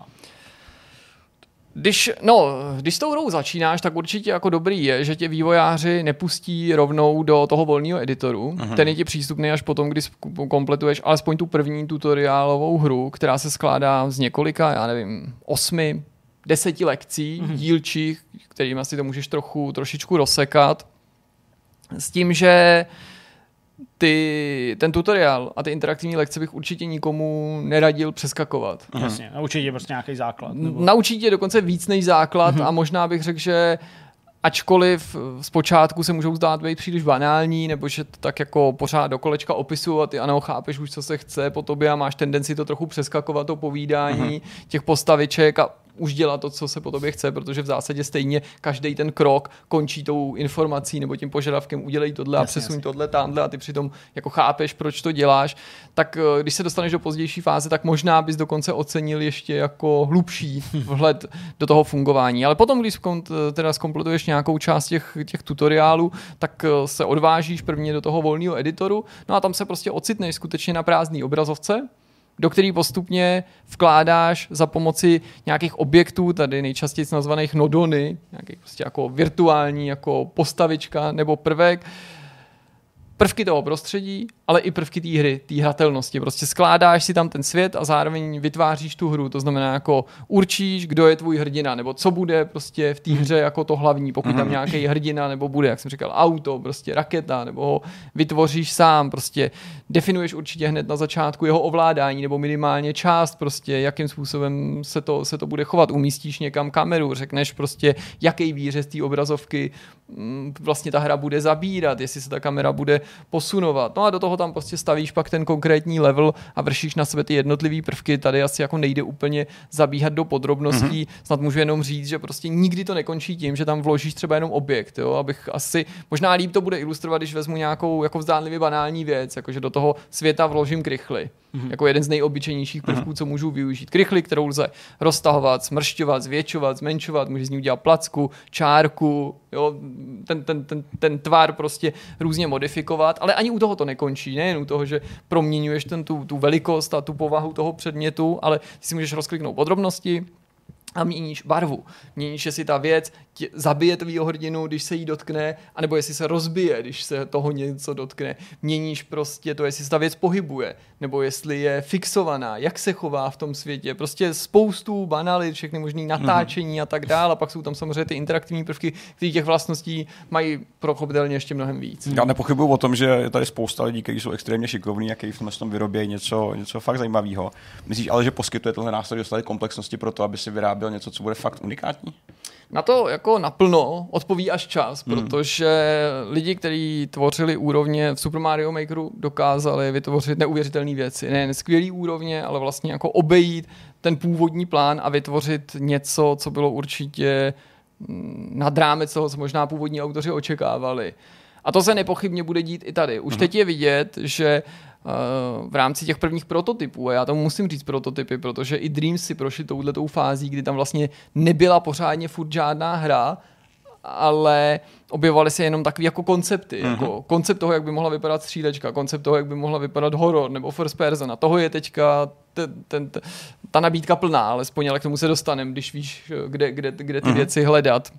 Když, no, když s tou hrou začínáš, tak určitě jako dobrý je, že tě vývojáři nepustí rovnou do toho volného editoru. Aha. Ten je ti přístupný až potom, když kompletuješ alespoň tu první tutoriálovou hru, která se skládá z několika, já nevím, osmi, deseti lekcí Aha. dílčích, kterými asi to můžeš trochu, trošičku rozsekat. S tím, že Ty, ten tutoriál a ty interaktivní lekce bych určitě nikomu neradil přeskakovat. Aha. Jasně, naučit je prostě nějaký základ. Nebo... Naučit je dokonce víc než základ uh-huh. a možná bych řekl, že ačkoliv zpočátku se můžou zdát být příliš banální, nebo že to tak jako pořád do kolečka opisuju a ty ano, chápeš už, co se chce po tobě a máš tendenci to trochu přeskakovat, to povídání uh-huh. těch postaviček a už dělat to, co se po tobě chce, protože v zásadě stejně každý ten krok končí tou informací nebo tím požadavkem udělej tohle a jasně, přesuň jasně. tohle tamhle a ty přitom jako chápeš, proč to děláš, tak když se dostaneš do pozdější fáze, tak možná bys dokonce ocenil ještě jako hlubší vhled do toho fungování. Ale potom, když teda zkompletuješ nějakou část těch, těch tutoriálů, tak se odvážíš prvně do toho volného editoru, no a tam se prostě ocitneš skutečně na prázdné obrazovce, do který postupně vkládáš za pomoci nějakých objektů, tady nejčastěji nazvaných nodony, nějaký prostě jako virtuální jako postavička nebo prvek, prvky toho prostředí, ale i prvky té hry, té hratelnosti. Prostě skládáš si tam ten svět a zároveň vytváříš tu hru. To znamená, jako určíš, kdo je tvůj hrdina, nebo co bude prostě v té hře jako to hlavní, pokud tam nějaký hrdina, nebo bude, jak jsem říkal, auto, prostě raketa, nebo ho vytvoříš sám, prostě definuješ určitě hned na začátku jeho ovládání, nebo minimálně část, prostě jakým způsobem se to, se to bude chovat. Umístíš někam kameru, řekneš prostě, jaký výřez té obrazovky vlastně ta hra bude zabírat, jestli se ta kamera bude posunovat. No a do toho tam prostě stavíš pak ten konkrétní level a vršíš na sebe ty jednotlivý prvky. Tady asi jako nejde úplně zabíhat do podrobností. Mm-hmm. Snad můžu jenom říct, že prostě nikdy to nekončí tím, že tam vložíš třeba jenom objekt, jo, abych asi možná líp to bude ilustrovat, když vezmu nějakou jako vzdánlivě banální věc, jakože do toho světa vložím krychly. Mm-hmm. Jako jeden z nejobyčejnějších prvků, mm-hmm. co můžu využít. Krychly, kterou lze roztahovat, smršťovat, zvětšovat, zmenšovat, můžeš z ní udělat placku, čárku, jo, ten, ten, ten, ten tvar prostě různě modifikovat, ale ani u toho to nekončí, nejen u toho, že proměňuješ ten, tu, tu velikost a tu povahu toho předmětu, ale ty si můžeš rozkliknout podrobnosti a měníš barvu. Měníš, jestli ta věc tě zabije tvýho hrdinu, když se jí dotkne, anebo jestli se rozbije, když se toho něco dotkne. Měníš prostě to, jestli se ta věc pohybuje, nebo jestli je fixovaná, jak se chová v tom světě. Prostě spoustu banalit, všechny možný natáčení mm-hmm. a tak dále. A pak jsou tam samozřejmě ty interaktivní prvky, které těch vlastností mají pochopitelně ještě mnohem víc. Já nepochybuju o tom, že je tady spousta lidí, kteří jsou extrémně šikovní, jaký v tom vyrobějí něco, něco fakt zajímavého. Myslíš ale, že poskytuje tenhle nástroj dostatek komplexnosti pro to, aby si vyráběl vyráběl něco, co bude fakt unikátní? Na to jako naplno odpoví až čas, hmm. protože lidi, kteří tvořili úrovně v Super Mario Makeru, dokázali vytvořit neuvěřitelné věci. Ne skvělý úrovně, ale vlastně jako obejít ten původní plán a vytvořit něco, co bylo určitě nad rámec toho, co možná původní autoři očekávali. A to se nepochybně bude dít i tady. Už hmm. teď je vidět, že v rámci těch prvních prototypů, a já tomu musím říct prototypy, protože i Dreams si prošli touhletou fází, kdy tam vlastně nebyla pořádně furt žádná hra, ale objevovaly se jenom takový jako koncepty. Mm-hmm. Jako koncept toho, jak by mohla vypadat střílečka, koncept toho, jak by mohla vypadat horor nebo first person. A toho je teďka ten, ten, ten, ta nabídka plná, alespoň, ale k tomu se dostaneme, když víš, kde, kde, kde ty mm-hmm. věci hledat.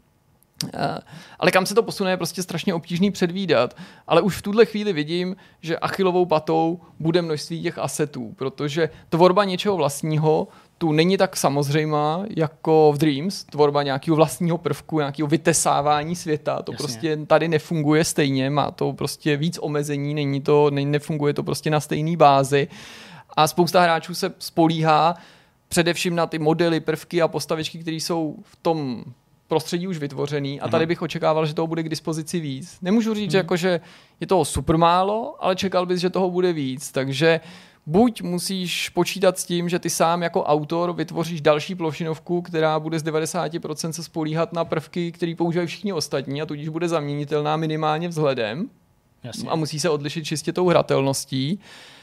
Ale kam se to posune, je prostě strašně obtížný předvídat. Ale už v tuhle chvíli vidím, že Achillovou patou bude množství těch asetů, protože tvorba něčeho vlastního tu není tak samozřejmá jako v Dreams, tvorba nějakého vlastního prvku, nějakého vytesávání světa, to Jasně. prostě tady nefunguje stejně, má to prostě víc omezení, není to, ne, nefunguje to prostě na stejné bázi a spousta hráčů se spolíhá především na ty modely, prvky a postavičky, které jsou v tom prostředí už vytvořený a tady bych očekával, že toho bude k dispozici víc. Nemůžu říct, hmm. že, jako, že je toho super málo, ale čekal bys, že toho bude víc, takže buď musíš počítat s tím, že ty sám jako autor vytvoříš další plošinovku, která bude z devadesát procent se spolíhat na prvky, které používají všichni ostatní a tudíž bude zaměnitelná minimálně vzhledem. Jasně. A musí se odlišit čistě tou hratelností.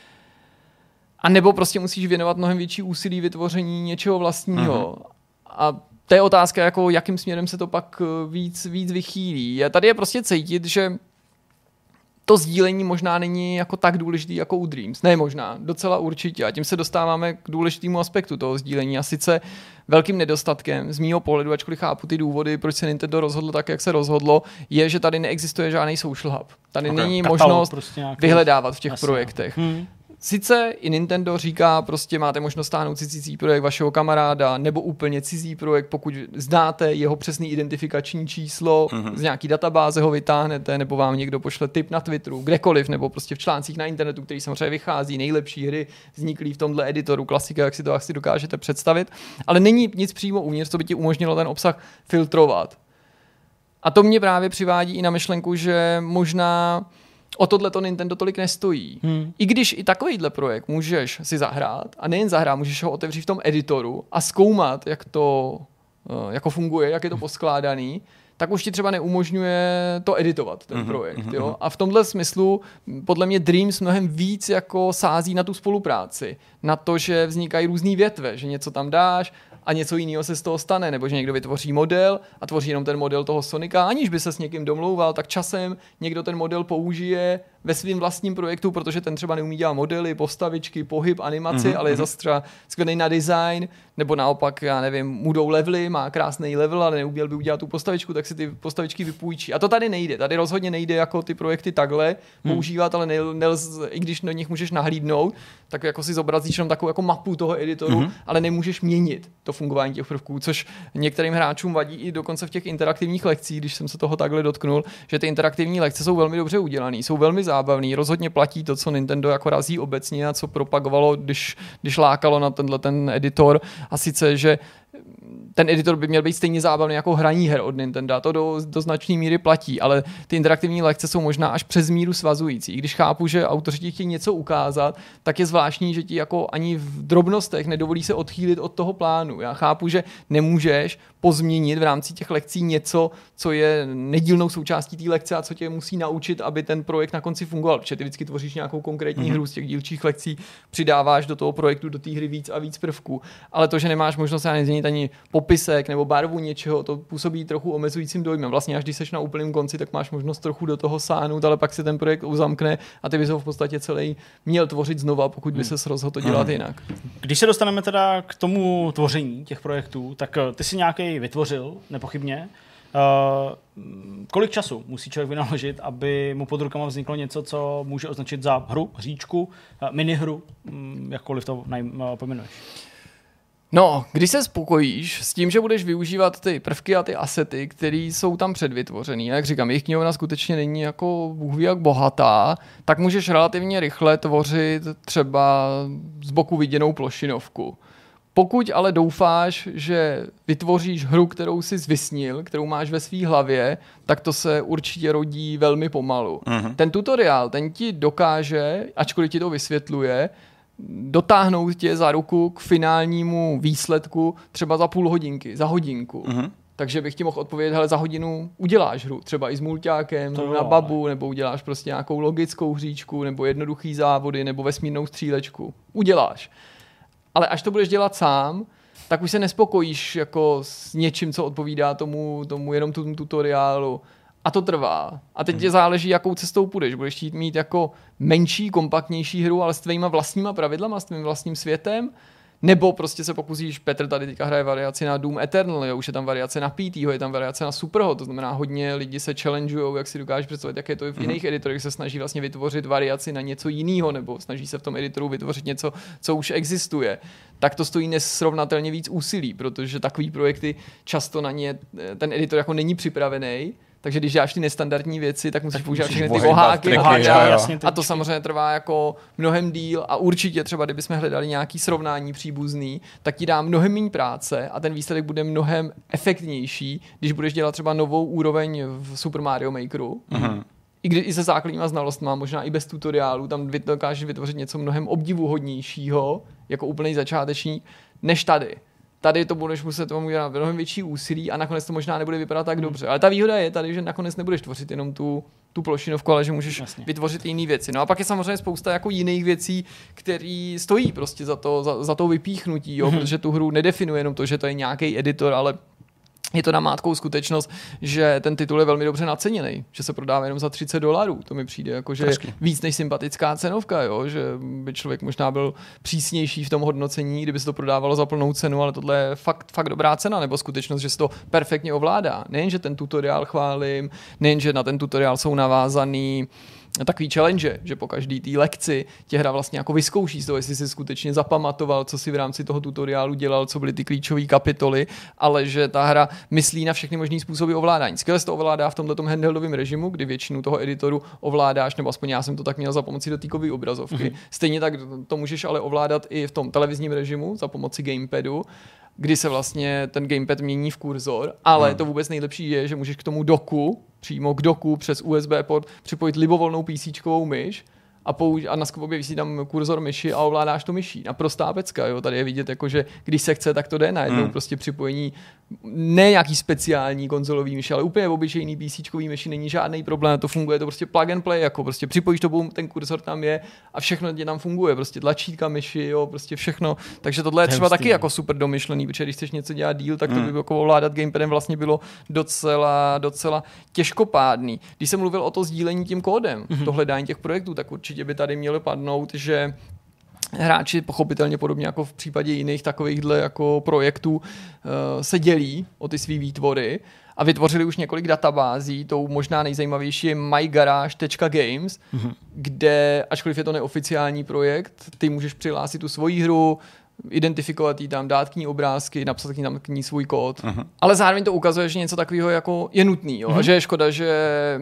A nebo prostě musíš věnovat mnohem větší úsilí vytvoření něčeho vlastního. Mm-hmm. A to je otázka, jako jakým směrem se to pak víc, víc vychýlí. A tady je prostě cítit, že to sdílení možná není jako tak důležitý jako u Dreams. Ne možná, docela určitě. A tím se dostáváme k důležitému aspektu toho sdílení. A sice velkým nedostatkem z mýho pohledu, ačkoliv chápu ty důvody, proč se Nintendo rozhodlo tak, jak se rozhodlo, je, že tady neexistuje žádný social hub. Tady okay. není Katalog možnost prostě nějaký vyhledávat v těch Asi, projektech. Hmm. Sice i Nintendo říká, prostě máte možnost stáhnout si cizí projekt vašeho kamaráda nebo úplně cizí projekt, pokud znáte jeho přesný identifikační číslo, mm-hmm. z nějaký databáze ho vytáhnete, nebo vám někdo pošle tip na Twitteru, kdekoliv, nebo prostě v článcích na internetu, který samozřejmě vychází, nejlepší hry vzniklý v tomhle editoru, klasika, jak si to asi dokážete představit, ale není nic přímo uvnitř, co by ti umožnilo ten obsah filtrovat. A to mě právě přivádí i na myšlenku, že možná o tohle to Nintendo tolik nestojí. Hmm. I když i takovýhle projekt můžeš si zahrát a nejen zahrát, můžeš ho otevřít v tom editoru a zkoumat, jak to jako funguje, jak je to poskládaný, tak už ti třeba neumožňuje to editovat, ten mm-hmm, projekt. Mm-hmm. Jo? A v tomhle smyslu podle mě Dreams mnohem víc jako sází na tu spolupráci. Na to, že vznikají různý větve, že něco tam dáš a něco jiného se z toho stane, nebo že někdo vytvoří model a tvoří jenom ten model toho Sonika, aniž by se s někým domlouval, tak časem někdo ten model použije ve svým vlastním projektu, protože ten třeba neumí dělat modely, postavičky, pohyb, animaci, mm-hmm. ale je zase třeba skvělý na design, nebo naopak, já nevím, mu jdou levely, má krásný level, ale neuměl by udělat tu postavičku, tak si ty postavičky vypůjčí. A to tady nejde. Tady rozhodně nejde jako ty projekty takhle hmm. používat, ale nelze, i když do nich můžeš nahlídnout, tak jako si zobrazíš jenom takovou jako mapu toho editoru, hmm. ale nemůžeš měnit to fungování těch prvků, což některým hráčům vadí i dokonce v těch interaktivních lekcích, když jsem se toho takhle dotknul, že ty interaktivní lekce jsou velmi dobře udělané, jsou velmi zábavný, rozhodně platí to, co Nintendo jako razí obecně a co propagovalo, když, když lákalo na tenhle ten editor, a sice, že ten editor by měl být stejně zábavný jako hraní her od Nintendo, to do, do značné míry platí, ale ty interaktivní lekce jsou možná až přes míru svazující. Když chápu, že autoři ti chtějí něco ukázat, tak je zvláštní, že ti jako ani v drobnostech nedovolí se odchýlit od toho plánu. Já chápu, že nemůžeš pozměnit v rámci těch lekcí něco, co je nedílnou součástí té lekce a co tě musí naučit, aby ten projekt na konci fungoval. Protože ty vždycky tvoříš nějakou konkrétní mm-hmm. hru z těch dílčích lekcí, přidáváš do toho projektu, do té hry víc a víc prvků. Ale to, že nemáš možnost změnit ani popisek nebo barvu něčeho, to působí trochu omezujícím dojmem. Vlastně až když seš na úplném konci, tak máš možnost trochu do toho sáhnout, ale pak se ten projekt uzamkne a ty bys ho v podstatě celý měl tvořit znova, pokud by se rozhodl to dělat jinak. Když se dostaneme teda k tomu tvoření těch projektů, tak ty si nějaký vytvořil, nepochybně. Uh, kolik času musí člověk vynaložit, aby mu pod rukama vzniklo něco, co může označit za hru, hříčku, uh, minihru, um, jakkoliv to najm, uh, pojmenuješ? No, když se spokojíš s tím, že budeš využívat ty prvky a ty asety, které jsou tam předvytvořený, a jak říkám, jejich knihovna skutečně není jako bůh ví jak bohatá, tak můžeš relativně rychle tvořit třeba z boku viděnou plošinovku. Pokud ale doufáš, že vytvoříš hru, kterou jsi zvysnil, kterou máš ve své hlavě, tak to se určitě rodí velmi pomalu. Mm-hmm. Ten tutoriál, ten ti dokáže, ačkoliv ti to vysvětluje, dotáhnout tě za ruku k finálnímu výsledku třeba za půl hodinky, za hodinku. Mm-hmm. Takže bych ti mohl odpovědět, hele, za hodinu uděláš hru, třeba i s mulťákem, to na babu, nebo uděláš prostě nějakou logickou hříčku, nebo jednoduchý závody, nebo vesmírnou střílečku. Uděláš. Ale až to budeš dělat sám, tak už se nespokojíš jako s něčím, co odpovídá tomu, tomu jenom tomu tutoriálu. A to trvá. A teď tě záleží, jakou cestou půjdeš. Budeš chtít mít jako menší, kompaktnější hru, ale s tvýma vlastníma pravidlama, s tvým vlastním světem, nebo prostě se pokusíš, Petr tady teďka hraje variaci na Doom Eternal, jo, už je tam variace na P T, je tam variace na Superhot, to znamená hodně lidi se challengeujou, jak si dokážeš představit, jak je to i v mm. jiných editorech, se snaží vlastně vytvořit variaci na něco jiného, nebo snaží se v tom editoru vytvořit něco, co už existuje. Tak to stojí nesrovnatelně víc úsilí, protože takový projekty často na ně ten editor jako není připravený. Takže když děláš ty nestandardní věci, tak musíš tak používat všechny ty oháky. A to samozřejmě trvá jako mnohem díl a určitě třeba, kdybychom hledali nějaký srovnání příbuzný, tak ti dá mnohem méně práce a ten výsledek bude mnohem efektnější, když budeš dělat třeba novou úroveň v Super Mario Makeru. Mm-hmm. I, kdy, i se základníma znalostma, možná i bez tutoriálu, tam dokážeš vytvořit něco mnohem obdivuhodnějšího, jako úplný začátečník, než tady. Tady to budeš muset tomu dělat mnohem větší úsilí a nakonec to možná nebude vypadat tak dobře. Ale ta výhoda je tady, že nakonec nebudeš tvořit jenom tu, tu plošinovku, ale že můžeš Jasně. vytvořit jiné věci. No a pak je samozřejmě spousta jako jiných věcí, které stojí prostě za to, za, za to vypíchnutí, jo? Mm-hmm. Protože tu hru nedefinuje jenom to, že to je nějaký editor, ale je to namátkou skutečnost, že ten titul je velmi dobře naceněný, že se prodává jenom za třicet dolarů. To mi přijde jako, že Trošky. víc než sympatická cenovka, jo? Že by člověk možná byl přísnější v tom hodnocení, kdyby se to prodávalo za plnou cenu, ale tohle je fakt, fakt dobrá cena, nebo skutečnost, že se to perfektně ovládá. Nejen, že ten tutoriál chválím, nejen, že na ten tutoriál jsou navázaný takový challenge, že po každý té lekci tě hra vlastně jako vyzkouší z toho, jestli jsi skutečně zapamatoval, co si v rámci toho tutoriálu dělal, co byly ty klíčové kapitoly, ale že ta hra myslí na všechny možné způsoby ovládání. Skvěle se to ovládá v tomto handheldovém režimu, kdy většinu toho editoru ovládáš, nebo aspoň já jsem to tak měl za pomocí dotykové obrazovky. Mm-hmm. Stejně tak to můžeš ale ovládat i v tom televizním režimu za pomocí gamepadu, kdy se vlastně ten gamepad mění v kurzor, ale hmm. to vůbec nejlepší je, že můžeš k tomu doku, přímo k doku přes U S B port připojit libovolnou PCčkovou myš a, použ- a na skvobě visí tam kurzor myši a ovládáš to myší. Naprostá pecka, jo. Tady je vidět, jako, že když se chce, tak to jde najednou. Hmm. Prostě připojení ne nějaký speciální konzolový myši, ale úplně obyčejný PCčkový myši, není žádný problém, to funguje, to prostě plug and play, jako prostě připojíš to, boom, ten kurzor tam je a všechno tě tam funguje, prostě tlačítka myši, jo, prostě všechno. Takže tohle je třeba taky jako super domyšlený, protože když chceš něco dělat díl, tak to by jako ovládat gamepadem vlastně bylo docela, docela těžkopádný. Když jsem mluvil o to sdílení tím kódem, mm-hmm. to hledání těch projektů, tak určitě by tady mělo padnout, že hráči pochopitelně podobně jako v případě jiných takovýchhle jako projektů uh, se dělí o ty svý výtvory a vytvořili už několik databází, tou možná nejzajímavější je my garage tečka games, mm-hmm. kde, ačkoliv je to neoficiální projekt, ty můžeš přihlásit tu svoji hru, identifikovat jí tam, dát k ní obrázky, napsat k ní tam k ní svůj kód, mm-hmm. ale zároveň to ukazuje, že něco takového jako je nutný, jo? Mm-hmm. A že je škoda, že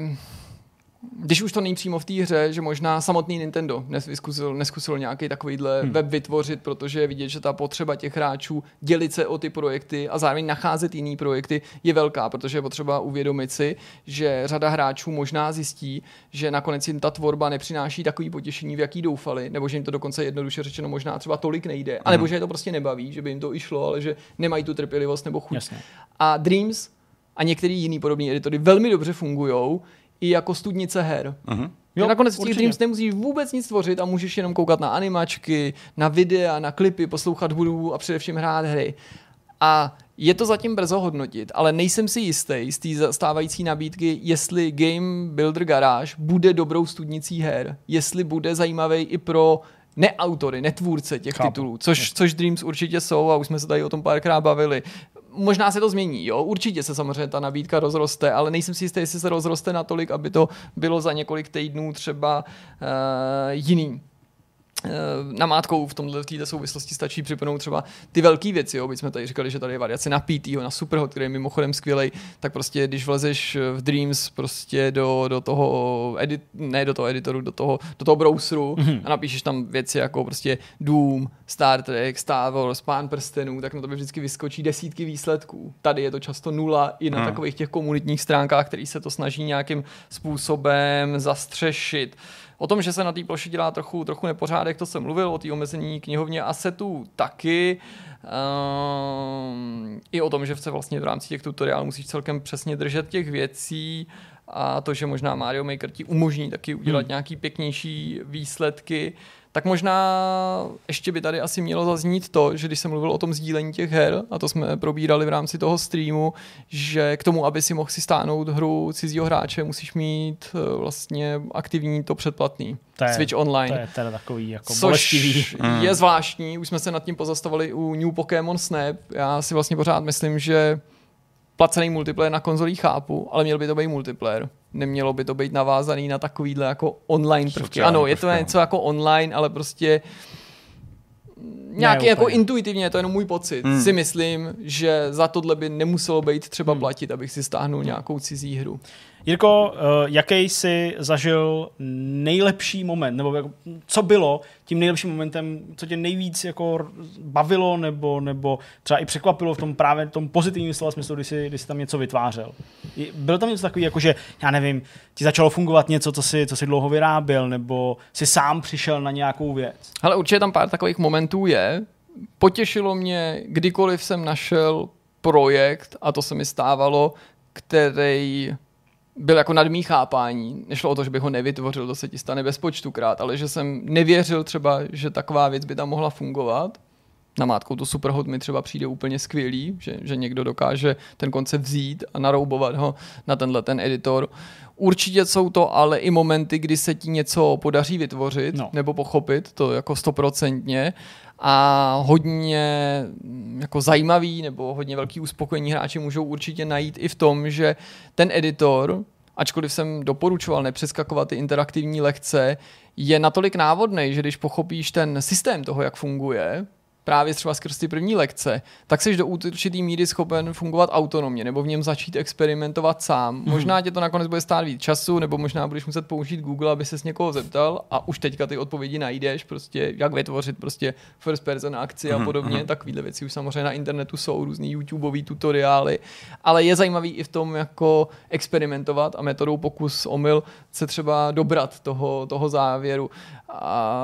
když už to není přímo v té hře, že možná samotný Nintendo neskusil, neskusil nějaký takovýhle hmm. web vytvořit, protože je vidět, že ta potřeba těch hráčů dělit se o ty projekty a zároveň nacházet jiný projekty je velká, protože je potřeba uvědomit si, že řada hráčů možná zjistí, že nakonec jim ta tvorba nepřináší takový potěšení, v jaký doufali, nebo že jim to dokonce jednoduše řečeno možná třeba tolik nejde, hmm. anebo že je to prostě nebaví, že by jim to i šlo, ale že nemají tu trpělivost nebo chuť. Jasně. A Dreams a některý jiný podobný editory velmi dobře fungujou i jako studnice her. Uh-huh. Jo, nakonec v těch Dreams nemusíš vůbec nic tvořit a můžeš jenom koukat na animačky, na videa, na klipy, poslouchat hudbu a především hrát hry. A je to zatím brzo hodnotit, ale nejsem si jistý z té stávající nabídky, jestli Game Builder Garage bude dobrou studnicí her, jestli bude zajímavý i pro neautory, netvůrce těch Chápu. titulů, což, což Dreams určitě jsou a už jsme se tady o tom párkrát bavili. Možná se to změní, jo, určitě se samozřejmě ta nabídka rozroste, ale nejsem si jistý, jestli se rozroste natolik, aby to bylo za několik týdnů třeba uh, jiný. namátkou v tomhle v této souvislosti stačí připomenout třeba ty velké věci, jo, byť jsme tady říkali, že tady je variace na P T, na Superhot, který je mimochodem skvělej, tak prostě když vlezeš v Dreams prostě do, do toho edit, ne do toho editoru, do toho, do toho browseru mm-hmm. a napíšeš tam věci jako prostě Doom, Star Trek, Star Wars, Pán prstenů, tak na tobě vždycky vyskočí desítky výsledků. Tady je to často nula i na mm. takových těch komunitních stránkách, který se to snaží nějakým způsobem zastřešit. O tom, že se na té ploše dělá trochu, trochu nepořádek, to jsem mluvil, o té omezení knihovně asetů taky. Um, I o tom, že se vlastně v rámci těch tutoriálů musíš celkem přesně držet těch věcí a to, že možná Mario Maker ti umožní taky udělat hmm. nějaký pěknější výsledky. Tak možná ještě by tady asi mělo zaznít to, že když jsem mluvil o tom sdílení těch her, a to jsme probírali v rámci toho streamu, že k tomu, aby si mohl si stáhnout hru cizího hráče, musíš mít vlastně aktivní to předplatný. To je, Switch Online. To je teda takový jako bolestivý. Mm. Je zvláštní, už jsme se nad tím pozastavili u New Pokémon Snap. Já si vlastně pořád myslím, že placený multiplayer na konzolích chápu, ale měl by to být multiplayer. Nemělo by to být navázaný na takovýhle jako online prvky. Ano, je to něco jako online, ale prostě nějaký ne, jako intuitivně, je to jenom můj pocit. Hmm. Si myslím, že za tohle by nemuselo být třeba hmm. platit, abych si stáhnul nějakou cizí hru. Jirko, jaký jsi zažil nejlepší moment, nebo co bylo tím nejlepším momentem, co tě nejvíc jako bavilo, nebo, nebo třeba i překvapilo v tom právě tom pozitivním slova smyslu, když jsi, když jsi tam něco vytvářel? Byl tam něco takový, jako že, já nevím, ti začalo fungovat něco, co jsi, co jsi dlouho vyráběl, nebo jsi sám přišel na nějakou věc? Ale určitě tam pár takových momentů je. Potěšilo mě, kdykoliv jsem našel projekt, a to se mi stávalo, který byl jako nad mý chápání. Nešlo o to, že bych ho nevytvořil, to se ti stane bezpočtukrát, ale že jsem nevěřil třeba, že taková věc by tam mohla fungovat. Namátkou to Superhot mi třeba přijde úplně skvělý, že, že někdo dokáže ten koncept vzít a naroubovat ho na tenhle ten editor. Určitě jsou to ale i momenty, kdy se ti něco podaří vytvořit no. nebo pochopit, to jako stoprocentně. A hodně jako zajímavý nebo hodně velký uspokojení hráči můžou určitě najít i v tom, že ten editor, ačkoliv jsem doporučoval nepřeskakovat ty interaktivní lekce, je natolik návodnej, že když pochopíš ten systém toho, jak funguje, právě třeba skrz ty první lekce, tak jsi do určitý míry schopen fungovat autonomně nebo v něm začít experimentovat sám. Hmm. Možná tě to nakonec bude stát víc času, nebo možná budeš muset použít Google, aby ses někoho zeptal a už teďka ty odpovědi najdeš, prostě jak vytvořit prostě first person akci a podobně. Hmm. Takovýhle věci už samozřejmě na internetu jsou, různý YouTubeový tutoriály, ale je zajímavý i v tom jako experimentovat a metodou pokus omyl se třeba dobrat toho, toho závěru. A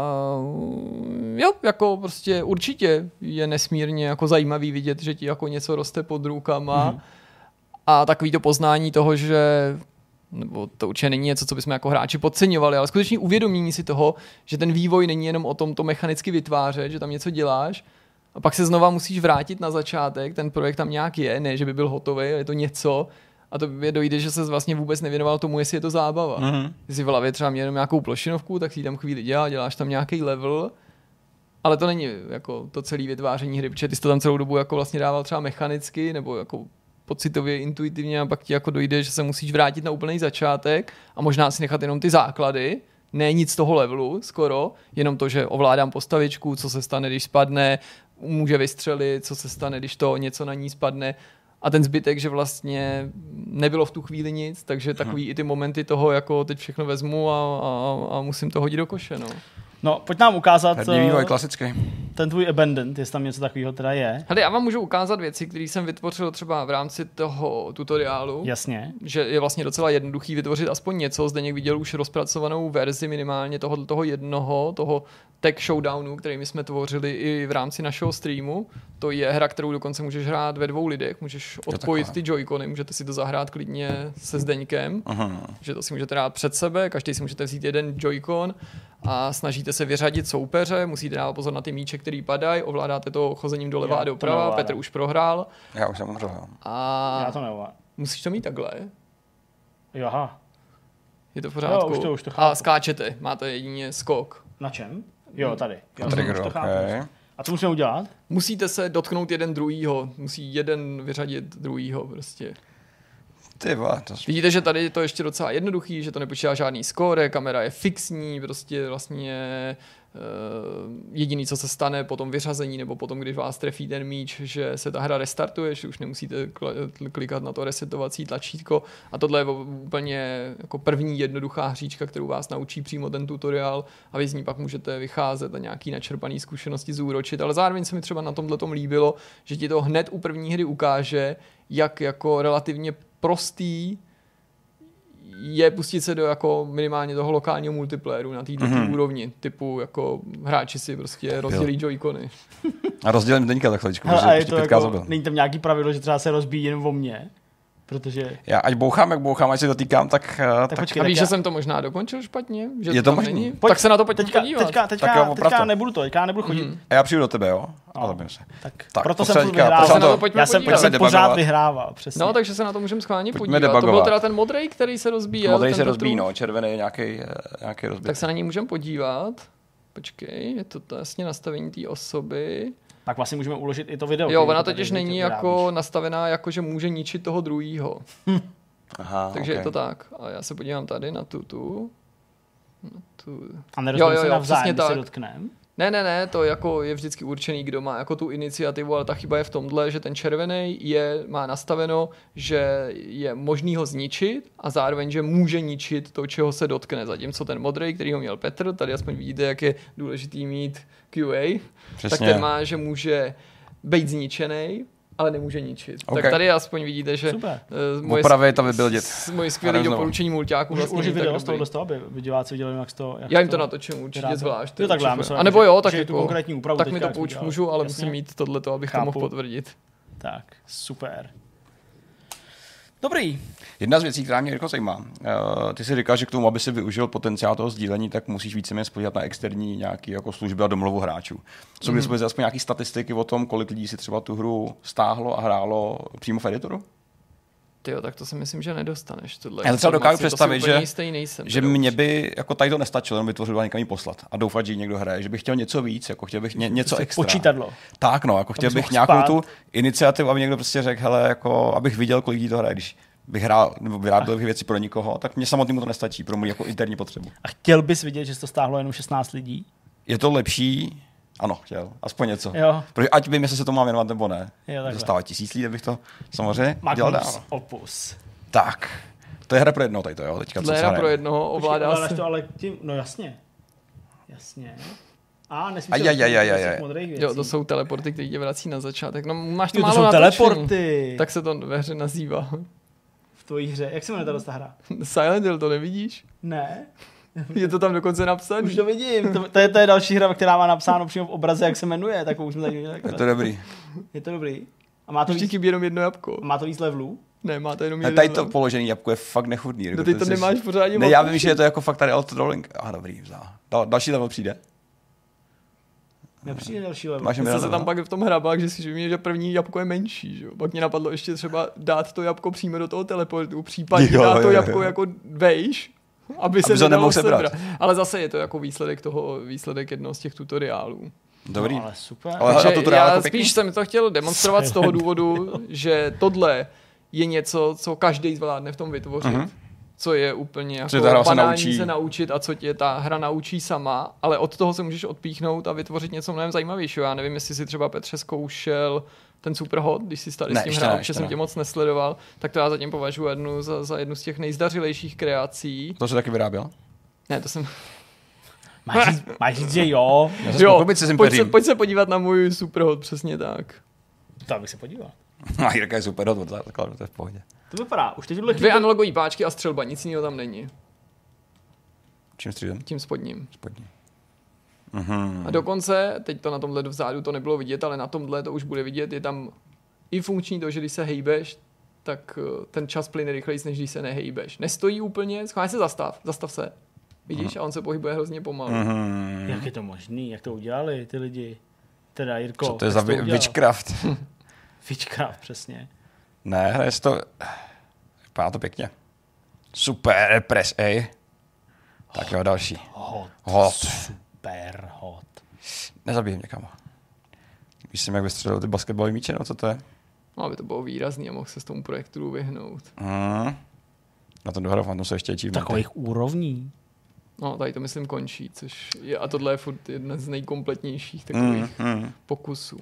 jo, jako prostě určitě je nesmírně jako zajímavý vidět, že ti jako něco roste pod rukama mm. a takový to poznání toho, že nebo to určitě není něco, co bychom jako hráči podceňovali, ale skutečně uvědomění si toho, že ten vývoj není jenom o tom to mechanicky vytvářet, že tam něco děláš a pak se znova musíš vrátit na začátek, ten projekt tam nějak je, ne, že by byl hotový, ale je to něco a to by dojde, že se vlastně vůbec nevěnoval tomu, jestli je to zábava. Mm-hmm. Když si v hlavě třeba měl jenom nějakou plošinovku, tak si tam chvíli dělá, děláš tam nějaký level, ale to není jako to celé vytváření hry, protože ty jsi to tam celou dobu jako vlastně dával třeba mechanicky nebo jako pocitově, intuitivně a pak ti jako dojde, že se musíš vrátit na úplný začátek a možná si nechat jenom ty základy, ne nic z toho levelu skoro, jenom to, že ovládám postavičku, co se stane, když spadne, může vystřelit, co se stane, když to něco na ní spadne. A ten zbytek, že vlastně nebylo v tu chvíli nic, takže takový hmm. i ty momenty toho, jako teď všechno vezmu a, a, a musím to hodit do koše. No, no pojď nám ukázat herní vývoj klasický. Ten tvůj Abandoned, jestli tam něco takového teda je. Hele, já vám můžu ukázat věci, které jsem vytvořil třeba v rámci toho tutoriálu. Jasně. Že je vlastně docela jednoduchý vytvořit aspoň něco. Zdeněk viděl už rozpracovanou verzi minimálně toho, toho jednoho, toho Tech Showdownu, který my jsme tvořili i v rámci našeho streamu. To je hra, kterou dokonce můžeš hrát ve dvou lidech, můžeš odpojit ty joycony, můžete si to zahrát klidně se Zdeňkem, aha. že to si můžete dát před sebe, každý si můžete vzít jeden joycon a snažíte se vyřadit soupeře, musíte dát pozor na ty míče, který padají, ovládáte to chozením doleva a doprava, Petr už prohrál. Já už jsem prohrál. A já to neovládám. Musíš to mít takhle. Jo, aha. Je to v pořádku. Jo, už to, už to a skáčete, máte jedině skok. Na čem? Jo, tady. Jo, Trigger, to okay. A co musíme udělat? Musíte se dotknout jeden druhýho. Musí jeden vyřadit druhýho prostě. Ty va, to... Vidíte, že tady je to ještě docela jednoduchý, že to nepočítá žádný skóre, kamera je fixní, prostě vlastně jediný, co se stane po tom vyřazení nebo potom, když vás trefí ten míč, že se ta hra restartuje, že už nemusíte klikat na to resetovací tlačítko a tohle je úplně jako první jednoduchá hříčka, kterou vás naučí přímo ten tutoriál a vy z ní pak můžete vycházet a nějaký načerpaný zkušenosti zúročit, ale zároveň se mi třeba na tomhletom líbilo, že ti to hned u první hry ukáže, jak jako relativně prostý je pustit se do jako minimálně toho lokálního multiplayeru na té mm-hmm. úrovni, typu jako hráči si prostě rozdělí joycony. A rozdělím teďka za chviličku, protože je to jako, není tam nějaký pravidlo, že třeba se rozbíjí jen o mně? Protože... Já ať bouchám, jak bouchám, ať se dotýkám, tak... tak, tak... Počkej, a víš, já... že jsem to možná dokončil špatně? Že je to, to tam možný? Není? Pojď, tak se na to pojďme teďka, podívat. Teďka, teďka, tak jo, teďka nebudu to, teďka nebudu chodit. Mm. A já přijdu do tebe, jo? No. Se. Tak, tak proto jsem teďka, vyhrával. Se na to já jsem, já jsem pořád vyhrával, přesně. No, takže se na to můžeme schválně Pojďme podívat. debugovat. To byl teda ten modrej, který se rozbíjel. Modrej se rozbíjí, no, červený je nějaký, nějaký rozbíj. Tak se na něj můžeme podívat. Počkej, je to vlastně nastavení té osoby. Tak vlastně můžeme uložit i to video. Jo, ona totiž není jako nastavená, jako že může ničit toho druhýho. Aha, takže okay. je to tak. A já se podívám tady na tu tu. Na tu. A nerozumím se navzájem, když se dotknem? Ne, ne, ne, to jako je vždycky určený, kdo má jako tu iniciativu, ale ta chyba je v tomhle, že ten červený je, má nastaveno, že je možný ho zničit a zároveň, že může ničit to, čeho se dotkne. Zatímco ten modrý, který ho měl Petr, tady aspoň vidíte, jak je důležitý mít Q A, přesně. Tak ten má, že může být zničený, ale nemůže ničit. Okay. Tak tady aspoň vidíte, že Super. moje, Opravě to vybuildit. Moje skvělé doporučení mulťáků vlastně už video z toho dostal, aby diváci viděli, jak to... Jak já jim to natočím určitě zvlášť. Jo, takhle, a nebo jo, tak, jako, konkrétní úpravu tak mi to pouč můžu, ale jasně? Musím mít tohleto, abych Chápu. to mohl potvrdit. Tak, super. Dobrý. Jedna z věcí, která mě jako zajímá. Uh, ty si říkal, že k tomu, aby si využil potenciál toho sdílení, tak musíš víceméně spodívat na externí nějaké jako služby a domluvu hráčů. Jsou mm. k aspoň nějaké statistiky o tom, kolik lidí si třeba tu hru stáhlo a hrálo přímo v editoru? Tyjo, tak to si myslím, že nedostaneš. Tohle já třeba dokážu představit, že, jistý nejsem, že mě by jako tady to nestačilo, jenom vytvořit a někam jí poslat a doufat, že jí někdo hraje, že bych chtěl něco víc, jako chtěl bych ně, něco extra. Počítadlo. Tak no, jako chtěl bych nějakou spát. tu iniciativu, aby někdo prostě řekl, hele, jako, abych viděl, kolik lidí to hraje, když bych hrál, nebo vyráběl bych věci pro nikoho, tak mě samotnému to nestačí, pro můj jako interní potřebu. A chtěl bys vidět, že to stáhlo jenom šestnáct lidí? Je to lepší? Ano, chtěl. Aspoň něco. Jo. Protože ať vím, jestli se to má věnovat nebo ne. Zastává tisíc lidí, abych to samozřejmě Magnus dělal dál. Opus. Tak. To je hra pro jednoho tady to, jo? Teďka, to je hra pro jednoho, ovládá se. To, ale tím, no jasně. Jasně. A nesmíš to modrých věcí. Jo, to jsou teleporty, které tě vrací na začátek. No máš to jo, málo to jsou natočený. teleporty. Tak se to ve hře nazývá. V tvojí hře. Jak se jmenuje ta hra? Silent Hill, to nevidíš? Ne. Je to tam dokonce napsané. Už to vidím. To, to, je, to je další hra, která má napsáno přímo v obraze, jak se jmenuje. Tak už jsme tady je to dobrý. Je to dobrý. A má to víc... chybí jenom jedno jabko. Má to víc levelů? Ne, má to jenom jedno. Tady to položený jabko je fakt nechutný. No ty to, to nemáš pořádně. Ne, já vím, že je to jako fakt tady alt-rolling. Aha, dobrý, vzal. Dal, další level přijde. Nepřijde další level. Máš se tam pak v tom hrabách, že si všimni, že první jabko je menší. Že? Pak mě napadlo ještě třeba dát to jabko přímo do toho teleportu, případně jo, dát to jo, jo. jabko jako vejš, aby se to nemohl sebrat. Ale zase je to jako výsledek toho, výsledek jednoho z těch tutoriálů. Dobrý. No, ale super. Ale Takže já jako spíš jsem to chtěl demonstrovat z toho důvodu, že tohle je něco, co každý zvládne v tom vytvořit. Uh-huh. Co je úplně jako banální se, se naučit a co tě ta hra naučí sama, ale od toho se můžeš odpíchnout a vytvořit něco mnohem zajímavějšího. Já nevím, jestli si třeba Petře zkoušel ten Superhot, když jsi tady ne, s tím hrál, že jsem tě moc nesledoval, tak to já zatím považuji jednu za, za jednu z těch nejzdařilejších kreací. To jsi taky vyráběl? Ne, to jsem... Máš říct, máš říct, že jo. jo se pojď, se, pojď se podívat na můj Superhot, přesně tak. To bych se podíval. A Jirka je Superhot, to je v pohodě. To vypadá, už teď Dvě analogové páčky a střelba, nic jiného tam není. Čím střídem? Tím spodním. Spodním. Mm-hmm. A dokonce, teď to na tomhle vzadu to nebylo vidět, ale na tomhle to už bude vidět, je tam i funkční to, že když se hejbeš, tak ten čas plyne rychleji, než když se nehejbeš. Nestojí úplně, schválně se zastav, zastav se. Vidíš, mm-hmm. a on se pohybuje hrozně pomalu. Mm-hmm. Jak je to možný? Jak to udělali ty lidi? Teda Jirko. Co to je za witchcraft? Witchcraft, přesně. Ne, hraje to... Vypadá to pěkně. Super, press A. Tak jo, další. Hot. Hot. Super hot. Nezabijím někam. Víš si, jak vystřelil ty basketbalové míče, no co to je? No, aby to bylo výrazný a mohl se s tomu projektu vyhnout. Mm. Na tom dohrávám, tam se ještě achievement. Takových úrovní. No, tady to myslím končí, což je, a tohle je furt jedna z nejkompletnějších takových mm, mm. pokusů.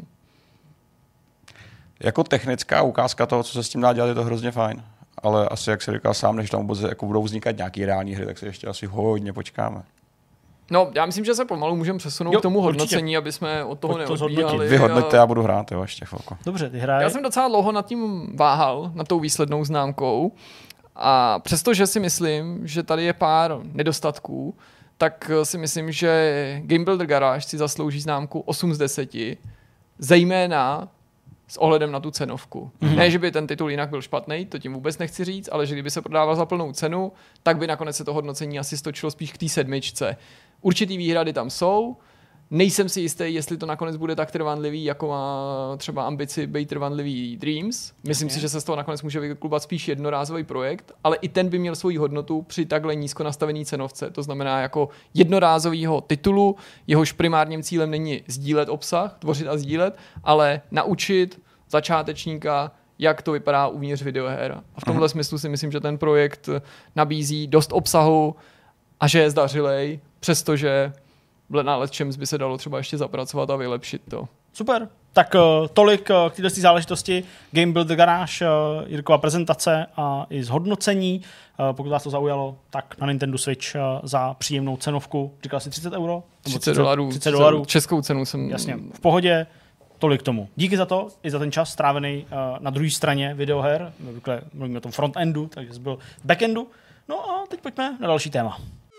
Jako technická ukázka toho, co se s tím dá dělat, je to hrozně fajn. Ale asi, jak se říkal sám, než tam vůbec jako budou vznikat nějaký reální hry, tak se ještě asi hodně počkáme. No, já myslím, že se pomalu můžeme přesunout jo, k tomu hodnocení, určitě. Aby jsme od toho neodbíhali. Vy hodnoťte, já budu hrát, jo, ještě chvilku. Dobře, ty hraj. Já jsem docela dlouho nad tím váhal, nad tou výslednou známkou. A přestože si myslím, že tady je pár nedostatků, tak si myslím, že Game Builder Garage si zaslouží známku osm z deseti, zejména s ohledem na tu cenovku. Mm-hmm. Ne, že by ten titul jinak byl špatný, to tím vůbec nechci říct, ale že kdyby se prodával za plnou cenu, tak by nakonec se to hodnocení asi stočilo spíš k té sedmičce. Určitý výhrady tam jsou, nejsem si jistý, jestli to nakonec bude tak trvanlivý, jako má třeba ambici být trvanlivý Dreams. Myslím si, že se z toho nakonec může vyklubat spíš jednorázový projekt, ale i ten by měl svoji hodnotu při takhle nízko nastavený cenovce. To znamená jako jednorázovýho titulu, jehož primárním cílem není sdílet obsah, tvořit a sdílet, ale naučit začátečníka, jak to vypadá uvnitř videoher. A v tomhle smyslu si myslím, že ten projekt nabízí dost obsahu a že je zdařilej, přestože na lecčems by se dalo třeba ještě zapracovat a vylepšit to. Super. Tak uh, tolik uh, k této záležitosti. Game Builder Garage, uh, Jirkova prezentace a i zhodnocení. Uh, pokud vás to zaujalo, tak na Nintendo Switch uh, za příjemnou cenovku. Říkal jsi třicet euro? třicet dolarů. třicet dolarů. Českou cenu jsem... Jasně, v pohodě. Tolik k tomu. Díky za to, i za ten čas strávený uh, na druhé straně videoher. Mluvíme o tom frontendu, takže jsi byl backendu. No a teď pojďme na další téma.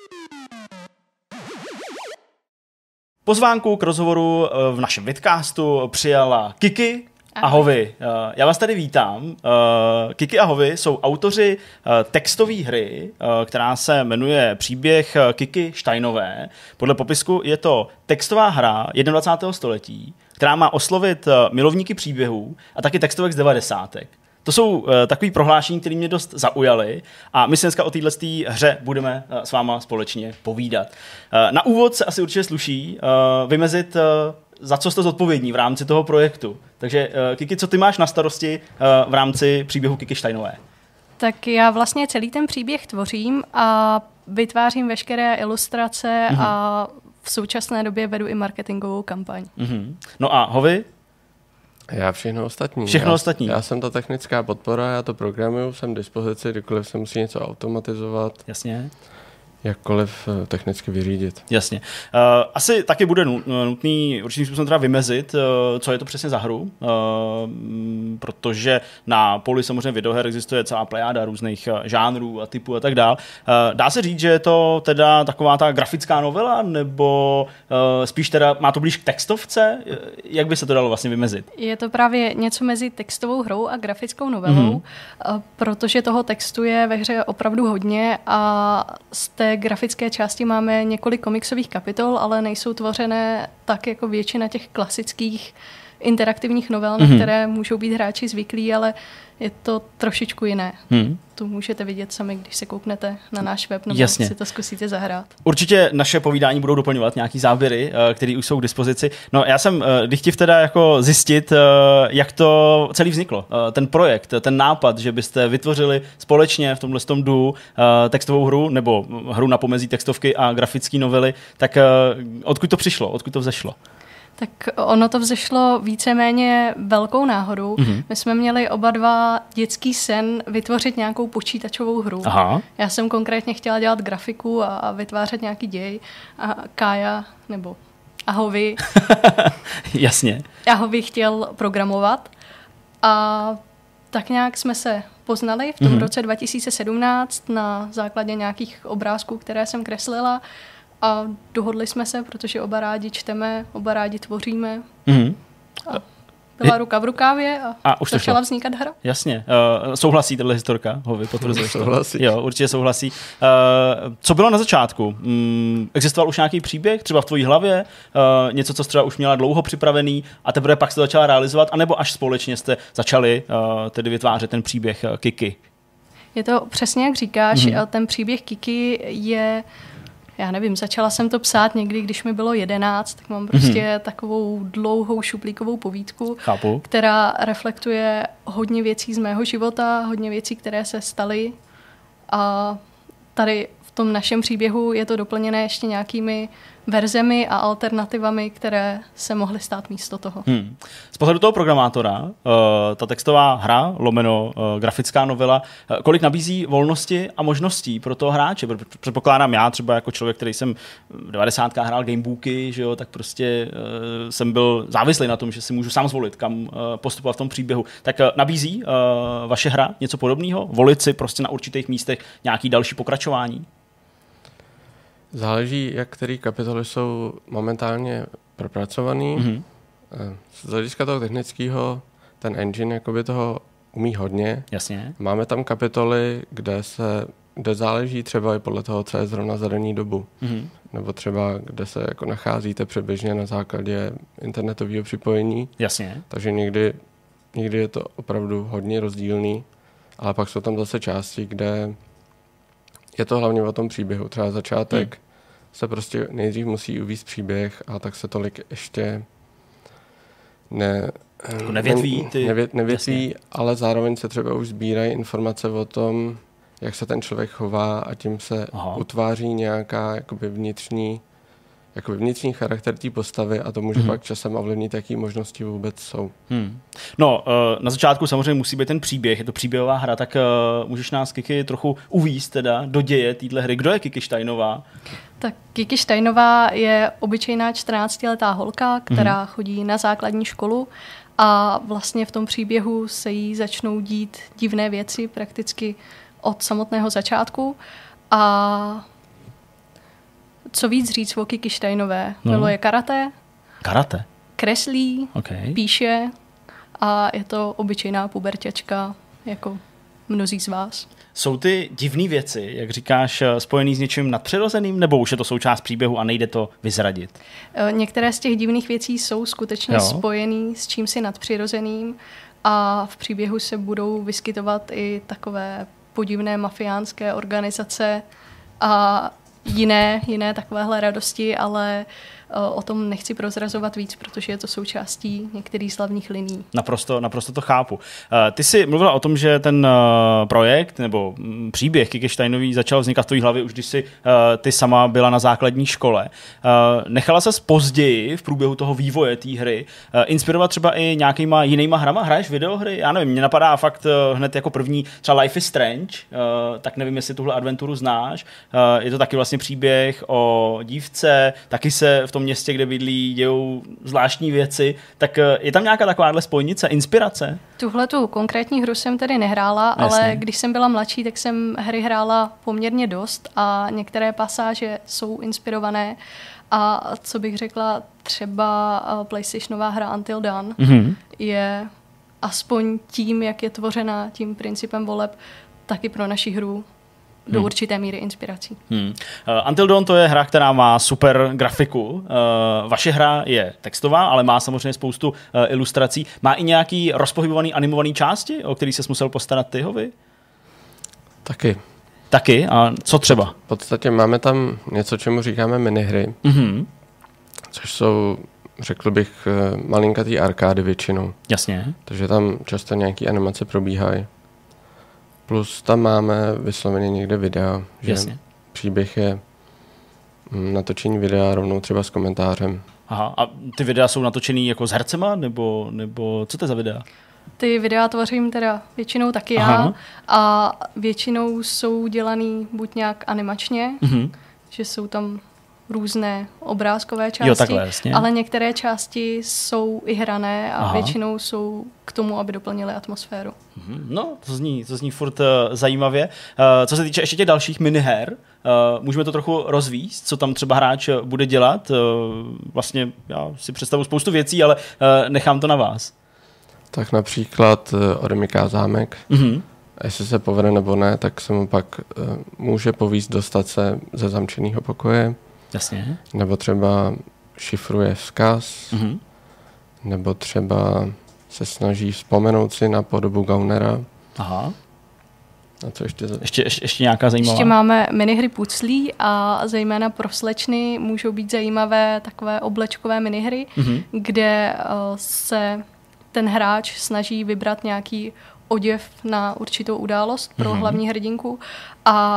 Pozvánku k rozhovoru v našem vidcastu přijala Kiki a Hovy. Já vás tady vítám. Kiki a Hovy jsou autoři textové hry, která se jmenuje Příběh Kiki Steinové. Podle popisku je to textová hra jednadvacátého století, která má oslovit milovníky příběhů a taky textovek z devadesátek. To jsou uh, takové prohlášení, které mě dost zaujaly a my se dneska o této hře budeme uh, s váma společně povídat. Uh, na úvod se asi určitě sluší uh, vymezit, uh, za co jste zodpovědní v rámci toho projektu. Takže uh, Kiki, co ty máš na starosti uh, v rámci příběhu Kiki Steinové? Tak já vlastně celý ten příběh tvořím a vytvářím veškeré ilustrace mm-hmm. a v současné době vedu i marketingovou kampaň. Mm-hmm. No a Hovy? Já všechno ostatní. Všechno já, ostatní. Já jsem ta technická podpora, já to programuju, jsem k dispozici, kdykoliv se musí něco automatizovat. Jasně. Jakkoliv technicky vyřídit. Jasně. Uh, asi taky bude nutný určitým způsobem teda vymezit, uh, co je to přesně za hru, uh, protože na poli samozřejmě videoher existuje celá plejáda různých žánrů a typů a tak dál. Uh, dá se říct, že je to teda taková ta grafická novela, nebo uh, spíš teda má to blíž k textovce? Jak by se to dalo vlastně vymezit? Je to právě něco mezi textovou hrou a grafickou novelou, mm-hmm. protože toho textu je ve hře opravdu hodně a z té grafické části máme několik komiksových kapitol, ale nejsou tvořené tak jako většina těch klasických interaktivních novel, mm-hmm. na které můžou být hráči zvyklí, ale je to trošičku jiné. Hmm. To můžete vidět sami, když se kouknete na náš web, nebo Jasně. si to zkusíte zahrát. Určitě naše povídání budou doplňovat nějaký záběry, které už jsou k dispozici. No já jsem když chtěl teda jako zjistit, jak to celý vzniklo. Ten projekt, ten nápad, že byste vytvořili společně v tomhle tom duu textovou hru, nebo hru na pomezí textovky a grafické novely, tak odkud to přišlo, odkud to vzešlo? Tak ono to vzešlo víceméně velkou náhodou. Mm-hmm. My jsme měli oba dva dětský sen vytvořit nějakou počítačovou hru. Aha. Já jsem konkrétně chtěla dělat grafiku a vytvářet nějaký děj. A Kája, nebo Hovy. Jasně. Hovy chtěl programovat. A tak nějak jsme se poznali v tom mm-hmm. roce dva tisíce sedmnáct na základě nějakých obrázků, které jsem kreslila. A dohodli jsme se, protože oba rádi čteme, oba rádi tvoříme. Mm-hmm. A byla ruka v rukávě a, a už začala vznikat hra. Jasně. Uh, souhlasí tato historka? Hovi, potvrzuješ to? Souhlasí. Jo, určitě souhlasí. Uh, co bylo na začátku? Um, existoval už nějaký příběh, třeba v tvojí hlavě? Uh, něco, co jsi třeba už měla dlouho připravený a teprve pak jste začala realizovat? Anebo až společně jste začali uh, tedy vytvářet ten příběh uh, Kiki? Je to přesně, jak říkáš. Mm-hmm. Ten příběh Kiki je... Já nevím, začala jsem to psát někdy, když mi bylo jedenáct, tak mám prostě mm-hmm. takovou dlouhou šuplíkovou povídku, Chápu. která reflektuje hodně věcí z mého života, hodně věcí, které se staly. A tady v tom našem příběhu je to doplněné ještě nějakými verzemi a alternativami, které se mohly stát místo toho. Hmm. Z pohledu toho programátora, uh, ta textová hra, lomeno uh, grafická novela, uh, kolik nabízí volnosti a možností pro toho hráče? Předpokládám já třeba jako člověk, který jsem v devadesátkách hrál gamebooky, že jo, tak prostě uh, jsem byl závislý na tom, že si můžu sám zvolit, kam uh, postupovat v tom příběhu. Tak uh, nabízí uh, vaše hra něco podobného? Volit si prostě na určitých místech nějaký další pokračování? Záleží, jak který kapitoly jsou momentálně propracovaný. Mm-hmm. Z hlediska toho technického ten engine jakoby toho umí hodně. Jasně. Máme tam kapitoly, kde se kde záleží třeba i podle toho, co je zrovna za daný dobu. Mm-hmm. Nebo třeba, kde se jako nacházíte přeběžně na základě internetového připojení. Jasně. Takže někdy, někdy je to opravdu hodně rozdílný, ale pak jsou tam zase části, kde je to hlavně o tom příběhu. Třeba začátek hmm. se prostě nejdřív musí uvést příběh a tak se tolik ještě ne, jako nevětví, ty... nevě, nevětví, ale zároveň se třeba už sbírají informace o tom, jak se ten člověk chová a tím se Aha. utváří nějaká jakoby vnitřní, jakoby vnitřní charakter té postavy a to může hmm. pak časem ovlivnit, jaký možnosti vůbec jsou. Hmm. No, na začátku samozřejmě musí být ten příběh, je to příběhová hra, tak můžeš nás, Kiki, trochu uvízt teda do děje téhle hry. Kdo je Kiki Steinová? Tak Kiki Steinová je obyčejná čtrnáctiletá holka, která hmm. chodí na základní školu a vlastně v tom příběhu se jí začnou dít divné věci prakticky od samotného začátku. A co víc říct o Kiki Steinové? No. Miluje karate. Karate? Kreslí, okay. píše a je to obyčejná puberťačka, jako mnozí z vás. Jsou ty divné věci, jak říkáš, spojený s něčím nadpřirozeným, nebo už je to součást příběhu a nejde to vyzradit? Některé z těch divných věcí jsou skutečně jo. spojený s čímsi nadpřirozeným a v příběhu se budou vyskytovat i takové podivné mafiánské organizace a jiné, jiné takovéhle radosti, ale o tom nechci prozrazovat víc, protože je to součástí některých slavných liní. Naprosto, naprosto to chápu. Ty jsi mluvila o tom, že ten projekt nebo příběh Kiki Steinový začal vznikat v tvé hlavě už když jsi ty sama byla na základní škole. Nechala ses později v průběhu toho vývoje té hry inspirovat třeba i nějakýma jinýma hrama? Hraješ videohry? Já nevím, mě napadá fakt hned jako první třeba Life is Strange, tak nevím, jestli tuhle adventuru znáš. Je to taky vlastně příběh o dívce, taky se v tom městě, kde bydlí, dějou zvláštní věci, tak je tam nějaká takováhle spojnice, inspirace? Tuhle tu konkrétní hru jsem tedy nehrála, Jasně. ale když jsem byla mladší, tak jsem hry hrála poměrně dost a některé pasáže jsou inspirované a co bych řekla, třeba PlayStationová hra Until Dawn mm-hmm. je aspoň tím, jak je tvořena tím principem voleb, taky pro naši hru do hmm. určité míry inspirací. Hmm. Uh, Until Dawn to je hra, která má super grafiku. Uh, vaše hra je textová, ale má samozřejmě spoustu uh, ilustrací. Má i nějaký rozpohybovaný animovaný části, o který ses musel postarat ty, Hovi? Taky. Taky? A co třeba? V podstatě máme tam něco, čemu říkáme minihry, mm-hmm. což jsou, řekl bych, malinkatý arkády většinou. Jasně. Takže tam často nějaký animace probíhají. Plus tam máme vysloveně někde videa, že Jasně. příběh je natočení videa rovnou třeba s komentářem. Aha, a ty videa jsou natočený jako s hercema, nebo, nebo co to je za videa? Ty videa tvořím teda většinou taky Aha. já a většinou jsou dělaný buď nějak animačně, mm-hmm. že jsou tam různé obrázkové části, jo, takhle, jasně. ale některé části jsou i hrané a Aha. většinou jsou k tomu, aby doplnily atmosféru. No, to zní, to zní furt uh, zajímavě. Uh, co se týče ještě těch dalších miniher, uh, můžeme to trochu rozvíct, co tam třeba hráč bude dělat. Uh, vlastně já si představuji spoustu věcí, ale uh, nechám to na vás. Tak například uh, odemyká zámek. Mm-hmm. Jestli se povede nebo ne, tak se mu pak uh, může povízt dostat se ze zamčeného pokoje. Jasně. Nebo třeba šifruje vzkaz, mm-hmm. nebo třeba se snaží vzpomenout si na podobu Gaunera. Aha. A co ještě? Za... Ještě, ještě, ještě nějaká zajímavá? Ještě máme minihry puclí a zejména pro slečny můžou být zajímavé takové oblečkové minihry, mm-hmm. kde uh, se ten hráč snaží vybrat nějaký oděv na určitou událost pro mm-hmm. hlavní hrdinku a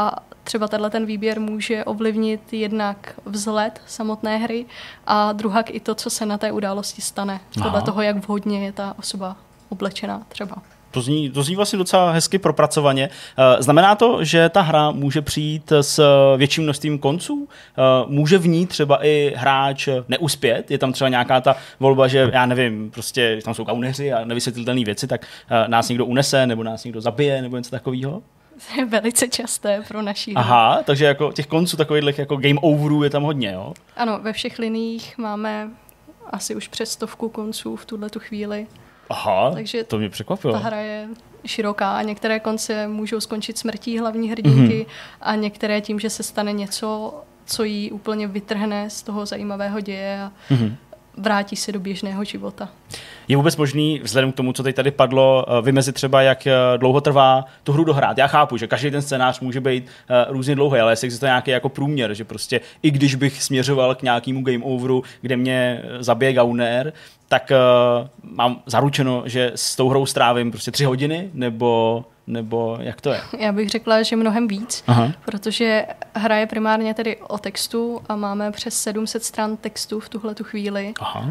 třeba tenhle ten výběr může ovlivnit jednak vzhled samotné hry a druhak i to, co se na té události stane. Aha. Podle toho, jak vhodně je ta osoba oblečená třeba. To zní, to zní vlastně docela hezky propracovaně. Znamená to, že ta hra může přijít s větším množstvím konců? Může v ní třeba i hráč neuspět? Je tam třeba nějaká ta volba, že já nevím, prostě tam jsou gauneři a nevysvětlitelné věci, tak nás někdo unese, nebo nás někdo zabije, nebo něco takového? To je velice časté pro naší hru. Aha, takže jako těch konců takových jako game overů je tam hodně, jo? Ano, ve všech liniích máme asi už přes stovku konců v tuhletu chvíli. Aha, takže to mě překvapilo. Ta hra je široká a některé konce můžou skončit smrtí hlavní hrdinky mm-hmm. a některé tím, že se stane něco, co jí úplně vytrhne z toho zajímavého děje a mm-hmm. vrátí se do běžného života. Je vůbec možný, vzhledem k tomu, co teď tady padlo, vymezit třeba, jak dlouho trvá tu hru dohrát? Já chápu, že každý ten scénář může být různě dlouhý, ale jestli existuje nějaký jako průměr, že prostě i když bych směřoval k nějakému game overu, kde mě zabije gauner, tak uh, mám zaručeno, že s tou hrou strávím prostě tři hodiny, nebo, nebo jak to je? Já bych řekla, že mnohem víc, Aha. protože hra je primárně tedy o textu a máme přes sedm set stran textu v tuhletu chvíli. Aha.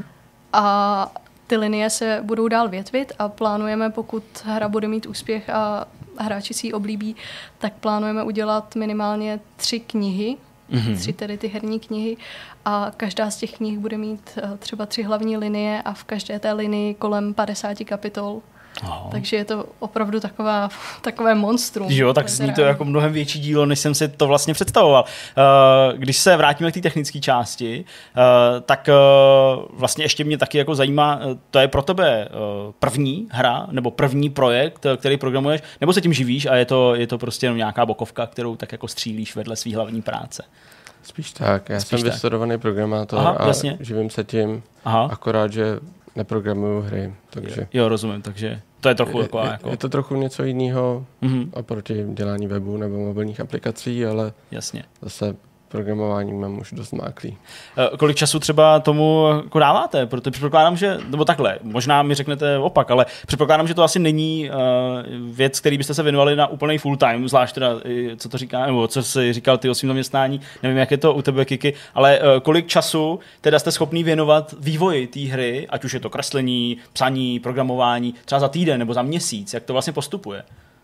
A ty linie se budou dál větvit a plánujeme, pokud hra bude mít úspěch a hráči si ji oblíbí, tak plánujeme udělat minimálně tři knihy, mm-hmm. tři tedy ty herní knihy a každá z těch knih bude mít uh, třeba tři hlavní linie a v každé té linii kolem padesáti kapitol. Aha. Takže je to opravdu taková, takové monstrum. Jo, tak zní to jako mnohem větší dílo, než jsem si to vlastně představoval. Když se vrátíme k té technické části, tak vlastně ještě mě taky jako zajímá, to je pro tebe první hra nebo první projekt, který programuješ, nebo se tím živíš a je to, je to prostě jenom nějaká bokovka, kterou tak jako střílíš vedle svý hlavní práce? Spíš tak, já Spíš jsem tak. vystudovaný programátor Aha, a jasně. živím se tím, Aha. akorát, že neprogramuju hry, takže... Jo, rozumím, takže to je trochu je, taková je, jako... Je to trochu něco jiného mm-hmm. oproti dělání webu nebo mobilních aplikací, ale Jasně. zase programování mám už dost máklý. Kolik času třeba tomu jako dáváte? Protože předpokládám, že, nebo takhle, možná mi řeknete opak, ale předpokládám, že to asi není uh, věc, který byste se věnovali na úplný full time, zvlášť teda, co to říká, nebo co jsi říkal ty o svým zaměstnání, nevím, jak je to u tebe, Kiki, ale uh, kolik času teda jste schopný věnovat vývoji té hry, ať už je to kreslení, psaní, programování, třeba za týden nebo za měsíc, jak to vlastně postupuje?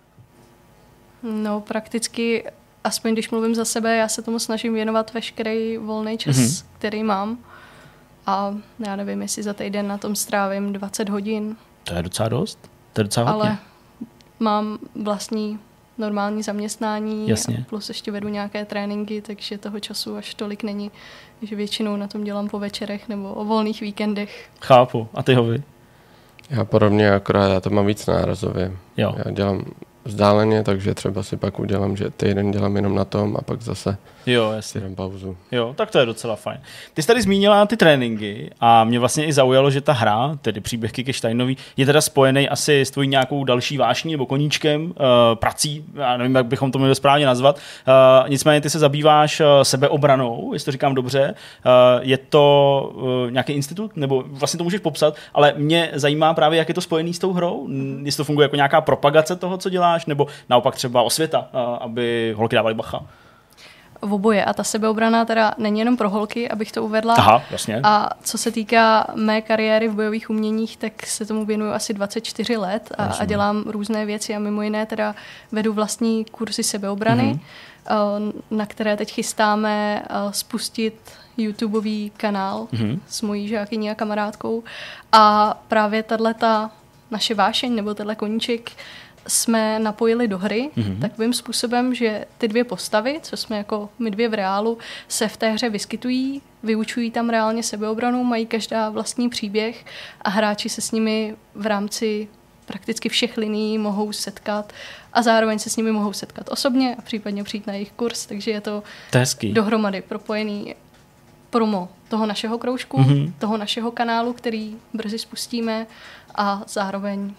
No, prakticky aspoň když mluvím za sebe, já se tomu snažím věnovat veškerý volný čas, mm-hmm. který mám. A já nevím, jestli za týden na tom strávím dvacet hodin. To je docela dost. To je docela hodně. Ale mám vlastní normální zaměstnání. Jasně. Plus ještě vedu nějaké tréninky, takže toho času až tolik není. Že většinou na tom dělám po večerech nebo o volných víkendech. Chápu. A ty, Hovi? Já podobně, akorát já to mám víc nárazově. Jo. Já dělám vzdáleně, takže třeba si pak udělám, že týden dělám jenom na tom a pak zase jo, jasně. si dám pauzu. Jo, tak to je docela fajn. Ty jsi tady zmínila ty tréninky a mě vlastně i zaujalo, že ta hra, tedy příběh Kiki Steinový, je teda spojený asi s tvojí nějakou další vášní nebo koníčkem, uh, prací, já nevím, jak bychom to měli správně nazvat. Uh, nicméně ty se zabýváš uh, sebeobranou, jestli to říkám dobře. Uh, je to uh, nějaký institut, nebo vlastně to můžeš popsat, ale mě zajímá právě, jak je to spojený s tou hrou, jestli to funguje jako nějaká propagace toho, co děláš, nebo naopak třeba osvěta, uh, aby holky dávaly bacha. V oboje. A ta sebeobrana teda není jenom pro holky, abych to uvedla. Aha, jasně. A co se týká mé kariéry v bojových uměních, tak se tomu věnuju asi dvacet čtyři let a, a dělám různé věci a mimo jiné teda vedu vlastní kurzy sebeobrany, mm-hmm. na které teď chystáme spustit YouTubeový kanál mm-hmm. s mojí žákyní a kamarádkou. A právě tato naše vášeň nebo tenhle koníček jsme napojili do hry mm-hmm. takovým způsobem, že ty dvě postavy, co jsme jako my dvě v reálu, se v té hře vyskytují, vyučují tam reálně sebeobranu, mají každá vlastní příběh a hráči se s nimi v rámci prakticky všech linií mohou setkat a zároveň se s nimi mohou setkat osobně a případně přijít na jejich kurz, takže je to, to hezký. Dohromady propojený promo toho našeho kroužku, mm-hmm. toho našeho kanálu, který brzy spustíme a zároveň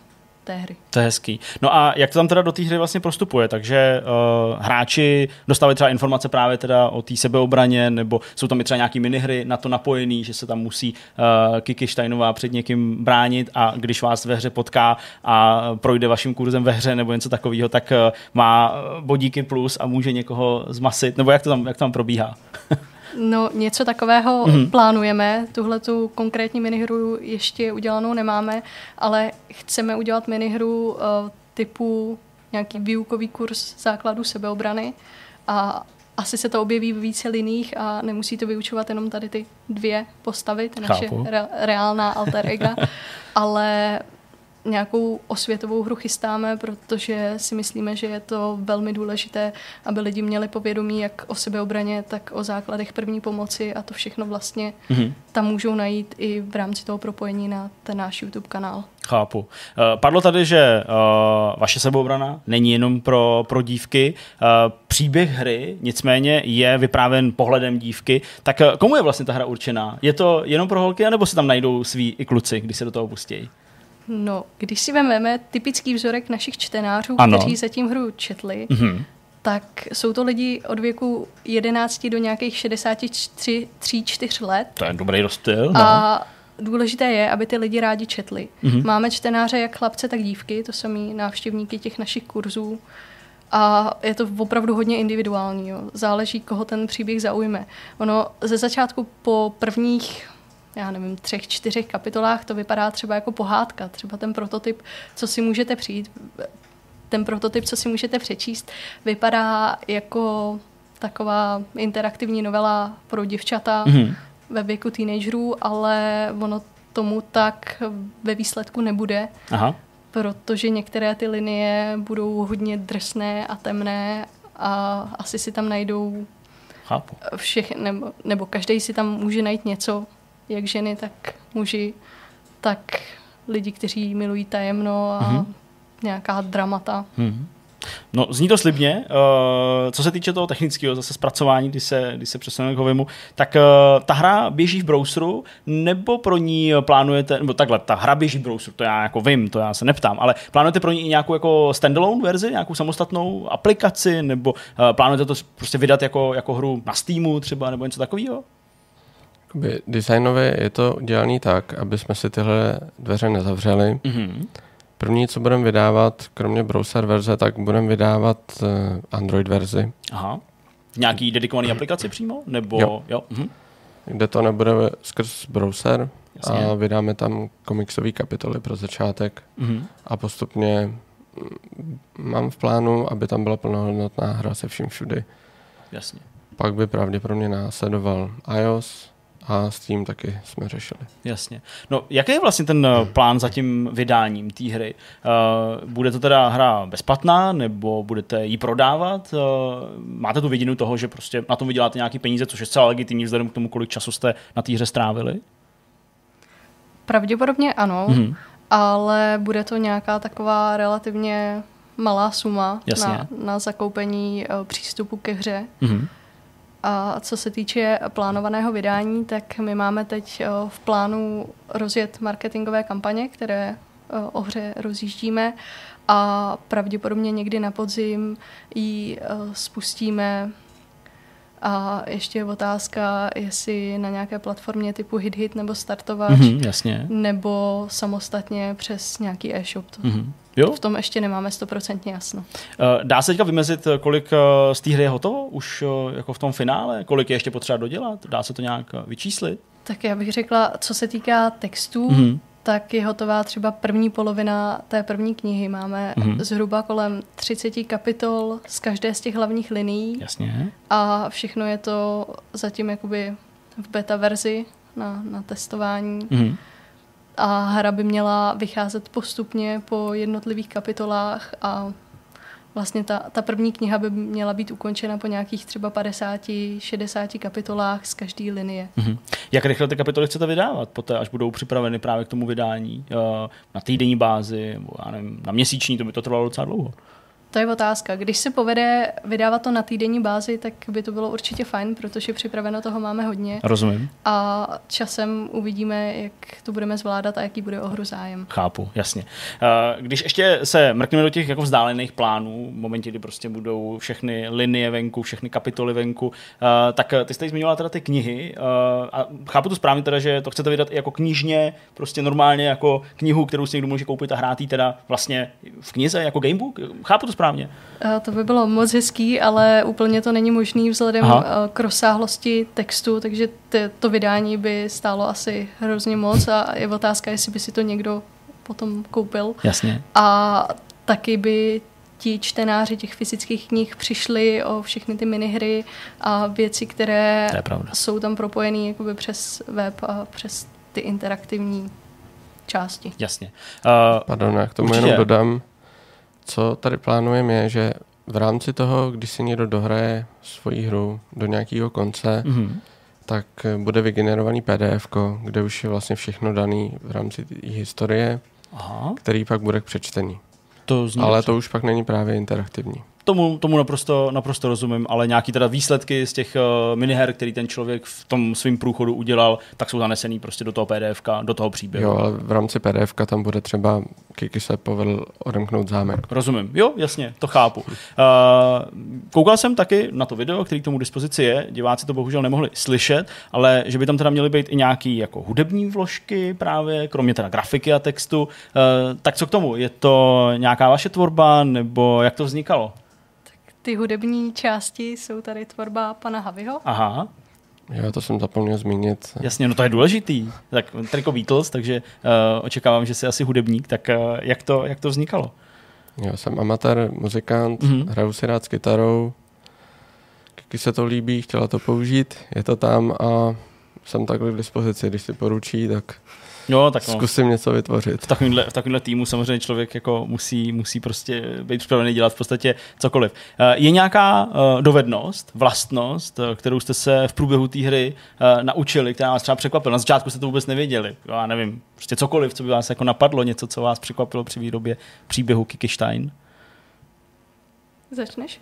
té hry. To je hezký. No a jak to tam teda do té hry vlastně prostupuje? Takže uh, hráči dostávají třeba informace právě teda o té sebeobraně, nebo jsou tam i třeba nějaký minihry na to napojený, že se tam musí uh, Kiki Steinová před někým bránit a když vás ve hře potká a projde vaším kurzem ve hře nebo něco takového, tak uh, má bodíky plus a může někoho zmasit, nebo jak to tam, jak to tam probíhá? No, něco takového Mhm. plánujeme. Tuhle tu konkrétní minihru ještě udělanou nemáme, ale chceme udělat minihru uh, typu nějaký výukový kurz základů sebeobrany a asi se to objeví v více liních a nemusí to vyučovat jenom tady ty dvě postavy, ty naše re- reálná alter ega, ale nějakou osvětovou hru chystáme, protože si myslíme, že je to velmi důležité, aby lidi měli povědomí jak o sebeobraně, tak o základech první pomoci a to všechno vlastně mm-hmm. tam můžou najít i v rámci toho propojení na ten náš YouTube kanál. Chápu. Uh, padlo tady, že uh, vaše sebeobrana není jenom pro, pro dívky. Uh, příběh hry nicméně je vyprávěn pohledem dívky. Tak uh, komu je vlastně ta hra určená? Je to jenom pro holky, anebo se tam najdou sví i kluci, když se do toho pustějí? No, když si vezmeme typický vzorek našich čtenářů, ano. kteří zatím hru četli, mm-hmm. tak jsou to lidi od věku jedenácti do nějakých šedesát tři čtyři let. To je dobrý rozptyl. No. A důležité je, aby ty lidi rádi četli. Mm-hmm. Máme čtenáře jak chlapce, tak dívky, to samý návštěvníky těch našich kurzů. A je to opravdu hodně individuální. Jo. Záleží, koho ten příběh zaujme. Ono ze začátku po prvních já nevím, třech, čtyřech kapitolách to vypadá třeba jako pohádka. Třeba ten prototyp, co si můžete přijít, ten prototyp, co si můžete přečíst, vypadá jako taková interaktivní novela pro děvčata mm-hmm. ve věku teenagerů, ale ono tomu tak ve výsledku nebude, Aha. protože některé ty linie budou hodně drsné a temné a asi si tam najdou Chápu. všech, nebo, nebo každý si tam může najít něco, jak ženy, tak muži, tak lidi, kteří milují tajemno a mm-hmm. nějaká dramata. Mm-hmm. No, zní to slibně. Uh, co se týče toho technického zase zpracování, když se, když se přesuneme k Hovimu, tak uh, ta hra běží v browseru, nebo pro ní plánujete, nebo takhle, ta hra běží v browseru, to já jako vím, to já se neptám, ale plánujete pro ní i nějakou jako standalone verzi, nějakou samostatnou aplikaci, nebo uh, plánujete to prostě vydat jako, jako hru na Steamu třeba, nebo něco takového? Designově je to udělané tak, aby jsme si tyhle dveře nezavřeli. Mm-hmm. První, co budeme vydávat, kromě browser verze, tak budeme vydávat uh, Android verzi. Aha. V nějaký dedikovaný aplikaci přímo? Nebo, jo. jo. Mhm. Kde to nebude skrz browser. Jasně. A vydáme tam komiksové kapitoly pro začátek. Mm-hmm. A postupně mám v plánu, aby tam byla plnohodnotná hra se vším všudy. Jasně. Pak by pravděpodobně následoval iOS, a s tím taky jsme řešili. Jasně. No, jaký je vlastně ten plán za tím vydáním té hry? Uh, bude to teda hra bezplatná, nebo budete ji prodávat? Uh, máte tu vidinu toho, že prostě na tom vyděláte nějaký peníze, což je zcela legitimní vzhledem k tomu, kolik času jste na té hře strávili? Pravděpodobně ano, mm-hmm. ale bude to nějaká taková relativně malá suma na, na zakoupení uh, přístupu ke hře. Mm-hmm. A co se týče plánovaného vydání, tak my máme teď v plánu rozjet marketingové kampaně, které o hře rozjíždíme a pravděpodobně někdy na podzim ji spustíme. A ještě je otázka, jestli na nějaké platformě typu HitHit nebo Startovač, mm-hmm, jasně. nebo samostatně přes nějaký e-shop. Mm-hmm. Jo? V tom ještě nemáme stoprocentně jasno. Dá se teďka vymezit, kolik z té hry je hotovo už jako v tom finále? Kolik je ještě potřeba dodělat? Dá se to nějak vyčíslit? Tak já bych řekla, co se týká textů, mm-hmm. tak je hotová třeba první polovina té první knihy. Máme mm-hmm. zhruba kolem třicet kapitol z každé z těch hlavních linií. Jasně. A všechno je to zatím jakoby v beta verzi na, na testování. Mm-hmm. A hra by měla vycházet postupně po jednotlivých kapitolách a vlastně ta, ta první kniha by měla být ukončena po nějakých třeba padesát šedesát kapitolách z každé linie. Mm-hmm. Jak rychle ty kapitoly chcete vydávat poté, až budou připraveny právě k tomu vydání? Na týdenní bázi, nebo já nevím, na měsíční, to by to trvalo docela dlouho. To je otázka. Když se povede vydávat to na týdenní bázi, tak by to bylo určitě fajn, protože připraveno toho máme hodně. Rozumím. A časem uvidíme, jak to budeme zvládat a jaký bude o hru zájem. Chápu, jasně. Když ještě se mrkneme do těch jako vzdálených plánů, v momentě, kdy prostě budou všechny linie venku, všechny kapitoly venku, tak ty jste zmiňovala teda ty knihy a chápu to správně teda, že to chcete vydat i jako knižně, prostě normálně jako knihu, kterou si někdo může koupit a hrát jí teda vlastně v knize jako gamebook? Chápu to správně? To by bylo moc hezký, ale úplně to není možný vzhledem Aha. k rozsáhlosti textu, takže t- to vydání by stálo asi hrozně moc a je otázka, jestli by si to někdo potom koupil. Jasně. A taky by ti čtenáři těch fyzických knih přišli o všechny ty minihry a věci, které jsou tam propojené jakoby přes web a přes ty interaktivní části. Jasně. Uh, Pardon, já k tomu určitě. jenom dodám. Co tady plánujeme je, že v rámci toho, když si někdo dohraje svoji hru do nějakého konce, mm-hmm. tak bude vygenerovaný P D F ko, kde už je vlastně všechno daný v rámci té historie, Aha. který pak bude k přečtení. To Ale dobře. To už pak není právě interaktivní. Tomu, tomu naprosto, naprosto rozumím, ale nějaký teda výsledky z těch uh, miniher, který ten člověk v tom svým průchodu udělal, tak jsou zanesený prostě do toho P D F ka, do toho příběhu. Jo, ale v rámci P D F ka tam bude třeba Kiki se povedl odemknout zámek. Rozumím. Jo, jasně, to chápu. Uh, koukal jsem taky na to video, který k tomu dispozici je, diváci to bohužel nemohli slyšet, ale že by tam teda měly být i nějaký jako hudební vložky právě, kromě teda grafiky a textu. Uh, tak co k tomu? Je to nějaká vaše tvorba, nebo jak to vznikalo? Ty hudební části jsou tady tvorba pana Haviho. Aha. Jo, to jsem zapomněl zmínit. Jasně, no to je důležitý. Tak triko Beatles, takže uh, očekávám, že jsi asi hudebník. Tak uh, jak, to, jak to vznikalo? Jo, jsem amatér, muzikant, mm-hmm. hraju si rád s kytarou. Kiki se to líbí, chtěla to použít, je to tam a jsem takhle k dispozici, když si poručí, tak... Jo, tak no. Zkusím něco vytvořit. V takovémhle, v takovémhle týmu samozřejmě člověk jako musí, musí prostě být připravený dělat v podstatě cokoliv. Je nějaká dovednost, vlastnost, kterou jste se v průběhu té hry naučili, která vás třeba překvapila? Na začátku jste to vůbec nevěděli. Já nevím, prostě cokoliv, co by vás jako napadlo, něco, co vás překvapilo při výrobě příběhu Kiki Stein? Začneš?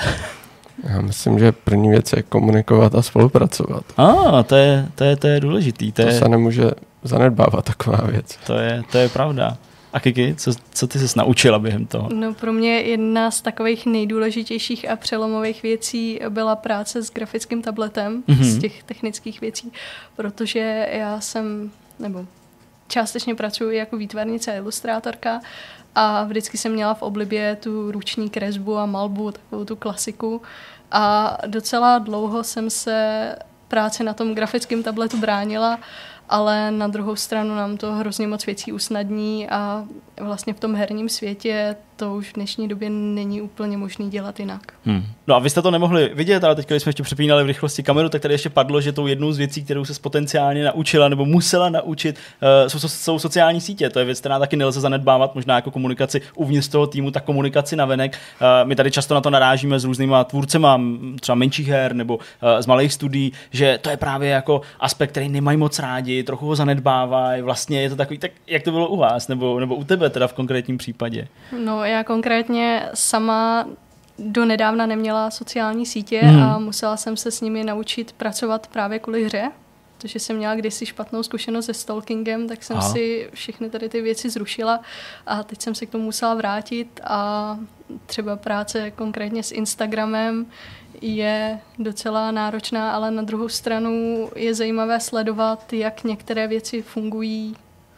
Já myslím, že první věc je komunikovat a spolupracovat. A, ah, to je, to je, to je důležitý. To, to je... se nemůže zanedbávat taková věc. To je, to je pravda. A Kiki, co, co ty jsi naučila během toho? No pro mě jedna z takových nejdůležitějších a přelomových věcí byla práce s grafickým tabletem, mm-hmm. z těch technických věcí, protože já jsem, nebo částečně pracuji jako výtvarnice a ilustrátorka a vždycky jsem měla v oblibě tu ruční kresbu a malbu, takovou tu klasiku a docela dlouho jsem se práci na tom grafickém tabletu bránila, ale na druhou stranu nám to hrozně moc věcí usnadní a vlastně v tom herním světě to už v dnešní době není úplně možný dělat jinak. Hmm. No a vy jste to nemohli vidět, ale teď, když jsme ještě přepínali v rychlosti kameru, tak tady ještě padlo, že tou jednou z věcí, kterou se potenciálně naučila nebo musela naučit, uh, jsou, jsou sociální sítě. To je věc, která taky nelze zanedbávat, možná jako komunikaci uvnitř toho týmu, tak komunikaci navenek. Uh, my tady často na to narážíme s různýma tvůrcema, třeba menších her nebo uh, z malých studií, že to je právě jako aspekt, který nemají moc rádi, trochu ho zanedbávají. Vlastně je to takový, tak jak to bylo u vás nebo, nebo u tebe teda v konkrétním případě? No, já konkrétně sama do nedávna neměla sociální sítě hmm. a musela jsem se s nimi naučit pracovat právě kvůli hře, protože jsem měla kdysi špatnou zkušenost se stalkingem, tak jsem Aha. si všechny tady ty věci zrušila a teď jsem se k tomu musela vrátit a třeba práce konkrétně s Instagramem je docela náročná, ale na druhou stranu je zajímavé sledovat, jak některé věci fungují.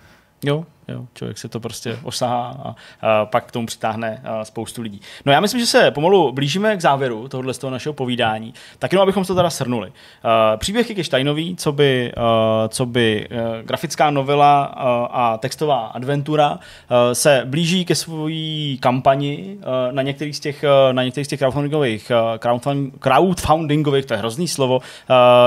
Jo, jo, člověk si to prostě osahá a, a pak k tomu přitáhne a, spoustu lidí. No já myslím, že se pomalu blížíme k závěru tohohle z toho našeho povídání, tak jenom abychom to teda shrnuli. Uh, příběh Kiki Steinový, co by, uh, co by uh, grafická novela uh, a textová adventura uh, se blíží ke svojí kampani uh, na některých z těch, uh, na některých z těch crowdfundingových, uh, crowdfund, crowdfundingových, to je hrozný slovo, uh,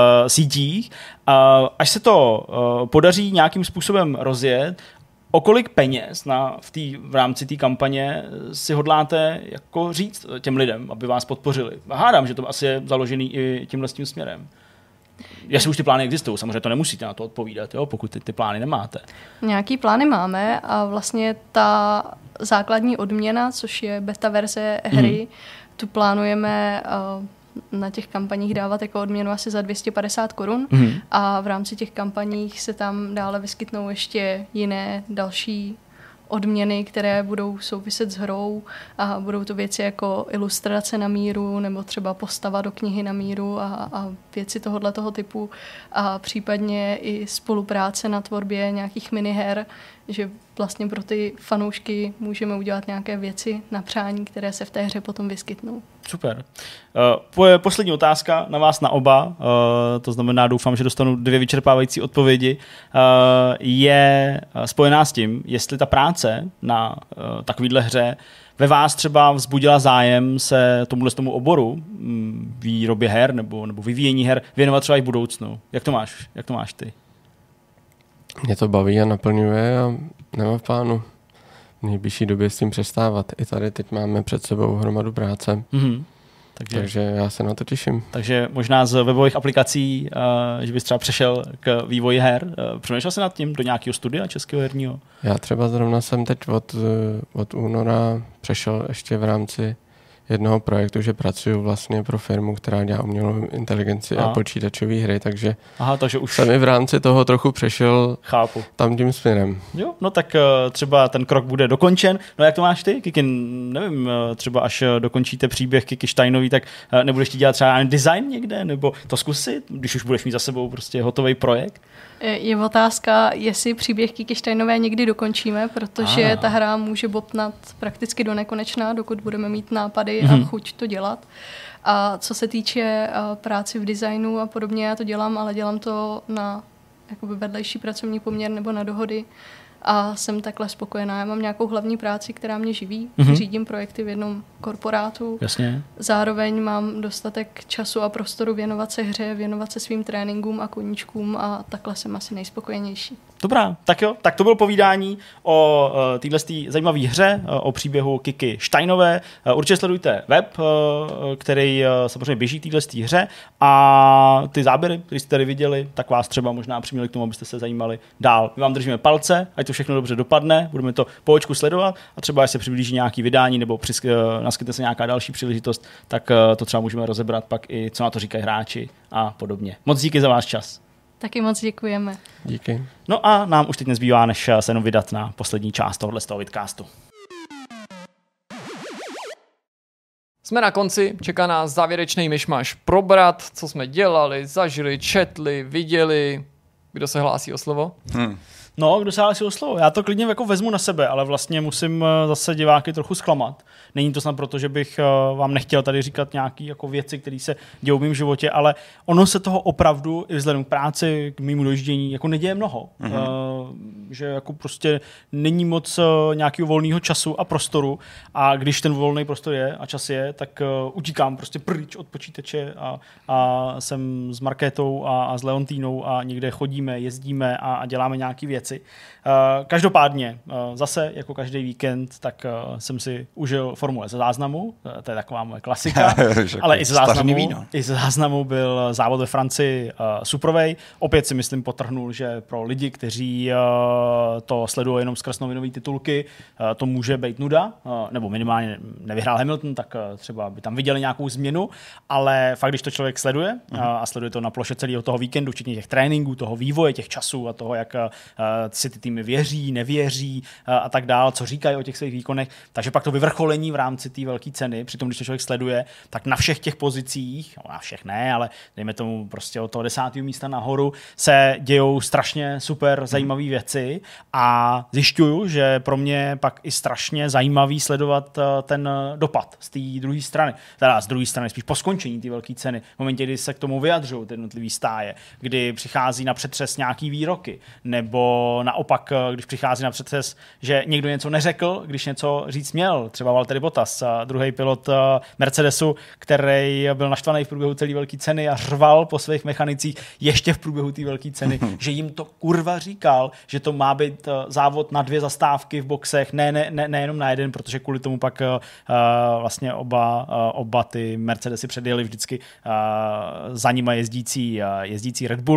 sítích. Uh, až se to uh, podaří nějakým způsobem rozjet, o kolik peněz na, v, tý, v rámci té kampaně si hodláte jako říct těm lidem, aby vás podpořili? Hádám, že to asi je založený i tímhle s tím směrem. Jestli už ty plány existují, samozřejmě to nemusíte na to odpovídat, jo, pokud ty, ty plány nemáte. Nějaký plány máme a vlastně ta základní odměna, což je beta verze hry. Mm-hmm. Tu plánujeme uh, na těch kampaních dávat jako odměnu asi za dvě stě padesát korun mm-hmm. a v rámci těch kampaních se tam dále vyskytnou ještě jiné další odměny, které budou souviset s hrou a budou to věci jako ilustrace na míru nebo třeba postava do knihy na míru a, a věci tohoto typu a případně i spolupráce na tvorbě nějakých miniher, že vlastně pro ty fanoušky můžeme udělat nějaké věci na přání, které se v té hře potom vyskytnou. Super. Uh, poslední otázka na vás na oba, uh, to znamená, doufám, že dostanu dvě vyčerpávající odpovědi, uh, je spojená s tím, jestli ta práce na uh, takovýhle hře ve vás třeba vzbudila zájem se tomuhle tomu oboru, výrobě her nebo, nebo vyvíjení her, věnovat třeba i v budoucnu. Jak to máš? Jak to máš ty? Mě to baví a naplňuje a nemám v plánu v nejbližší době s tím přestávat. I tady teď máme před sebou hromadu práce. Mm-hmm. Takže, takže já se na to těším. Takže možná z webových aplikací, uh, že bys třeba přešel k vývoji her. Uh, přemýšlel jsi nad tím do nějakého studia českého herního? Já třeba zrovna jsem teď od, od února přešel ještě v rámci jednoho projektu, že pracuji vlastně pro firmu, která dělá umělou inteligenci Aha. a počítačové hry, takže, Aha, takže už jsem i v rámci toho trochu přešel Chápu. tam tím směrem. Jo, no tak uh, třeba ten krok bude dokončen. No jak to máš ty, Kiki? Nevím, uh, třeba až uh, dokončíte příběh Kiki Steinový, tak uh, nebudeš ti dělat třeba design někde, nebo to zkusit, když už budeš mít za sebou prostě hotový projekt? Je otázka, jestli příběh Kiki Steinové někdy dokončíme, protože ah. ta hra může bobtnat prakticky do nekonečna, dokud budeme mít nápady mm-hmm. a chuť to dělat. A co se týče uh, práci v designu a podobně, já to dělám, ale dělám to na jakoby vedlejší pracovní poměr nebo na dohody. A jsem takhle spokojená. Já mám nějakou hlavní práci, která mě živí. Mm-hmm. Řídím projekty v jednom korporátu. Jasně. Zároveň mám dostatek času a prostoru věnovat se hře, věnovat se svým tréninkům a koníčkům a takhle jsem asi nejspokojenější. Dobrá, tak jo, tak to bylo povídání o uh, téhle zajímavé hře, uh, o příběhu Kiki Steinové. Uh, určitě sledujte web, uh, který uh, samozřejmě běží téhle hře a ty záběry, které jste tady viděli, tak vás třeba možná přiměli k tomu, abyste se zajímali dál. My vám držíme palce, ať to všechno dobře dopadne, budeme to po očku sledovat a třeba až se přiblíží nějaký vydání nebo přis, uh, naskytne se nějaká další příležitost, tak uh, to třeba můžeme rozebrat pak i co na to říkají hráči a podobně. Moc díky za váš čas. Taky moc děkujeme. Díky. No a nám už teď nezbývá, než se jenom vydat na poslední část tohohle z toho vidcastu. Jsme na konci, čeká nás závěrečný myšmaš probrat, co jsme dělali, zažili, četli, viděli. Kdo se hlásí o slovo? Hmm. No, kdo se hlásí o slovo? Já to klidně jako vezmu na sebe, ale vlastně musím zase diváky trochu zklamat. Není to snad proto, že bych vám nechtěl tady říkat nějaké jako věci, které se dějou v mém životě, ale ono se toho opravdu i vzhledem k práci, k mému dojíždění, jako neděje mnoho. Mm-hmm. Uh, že jako prostě není moc uh, nějakého volného času a prostoru a když ten volný prostor je a čas je, tak uh, utíkám prostě pryč od počítače a, a jsem s Markétou a, a s Leontínou a někde chodíme, jezdíme a, a děláme nějaké věci. Uh, každopádně, uh, zase jako každý víkend, tak uh, jsem si užil formule ze záznamu, uh, to je taková moje klasika, ale i ze záznamu, i ze záznamu byl závod ve Francii uh, suprovej. Opět si myslím potrhnul, že pro lidi, kteří uh, to sledují jenom skrz novinové titulky, uh, to může být nuda, uh, nebo minimálně nevyhrál Hamilton, tak uh, třeba by tam viděli nějakou změnu, ale fakt, když to člověk sleduje uh, a sleduje to na ploše celého toho víkendu, včetně těch tréninků, toho vývoje, těch časů a toho, jak uh, si ty týmy věří, nevěří uh, a tak dál, co říkají o těch svých výkonech, takže pak to vyvrcholení v rámci té velké ceny, přitom když to člověk sleduje, tak na všech těch pozicích, no na všech ne, ale dejme tomu prostě od toho desátého místa nahoru se dějou strašně super zajímavé věci a zjišťuju, že pro mě pak i strašně zajímavý sledovat uh, ten dopad z té druhé strany. Teda z druhé strany, spíš po skončení té velké ceny, v momentě, kdy se k tomu vyjadřují ty jednotlivý stáje, kdy přichází na přetřes nějaký výroky, nebo naopak, když přichází na přetřes, že někdo něco neřekl, když něco říct měl, třeba Valtteri Bottas, druhý pilot Mercedesu, který byl naštvaný v průběhu celé velké ceny a řval po svých mechanicích ještě v průběhu té velké ceny, že jim to kurva říkal, že to má být závod na dvě zastávky v boxech, ne, ne, ne, ne jenom na jeden, protože kvůli tomu pak uh, vlastně oba, uh, oba ty Mercedesy předjeli vždycky uh, za nima jezdící, uh, jezdící Red Bully.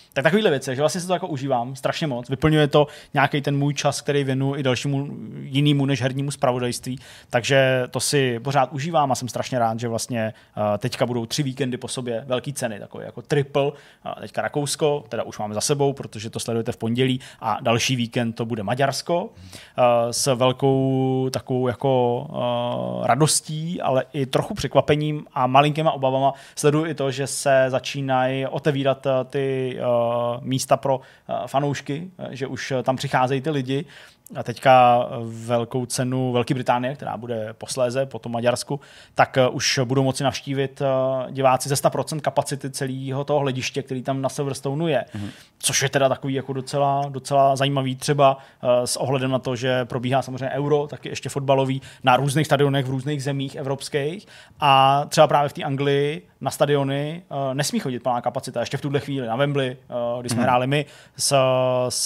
Tak takovýhle věci, že vlastně si to jako užívám strašně moc. Vyplňuje to nějaký ten můj čas, který věnuju i dalšímu jinému než hernímu zpravodajství. Takže to si pořád užívám a jsem strašně rád, že vlastně uh, teďka budou tři víkendy po sobě velký ceny, takové jako triple. Uh, teďka Rakousko, teda už máme za sebou, protože to sledujete v pondělí a další víkend to bude Maďarsko uh, s velkou takovou jako uh, radostí, ale i trochu překvapením a malinkýma obavama sleduju i to, že se začínají otevírat uh, ty uh, místa pro uh, fanoušky, uh, že už uh, tam přicházejí ty lidi. A teďka velkou cenu Velké Británie, která bude posléze po tom Maďarsku, tak uh, už budou moci navštívit uh, diváci ze sto procent kapacity celého toho hlediště, který tam na Silverstoneu je. Mm-hmm. Což je teda takový jako docela, docela zajímavý třeba uh, s ohledem na to, že probíhá samozřejmě Euro, taky ještě fotbalový, na různých stadionech v různých zemích evropských a třeba právě v té Anglii na stadiony uh, nesmí chodit plná kapacita. Ještě v tuhle chvíli na Wembley, uh, když jsme mm-hmm. hráli my s, s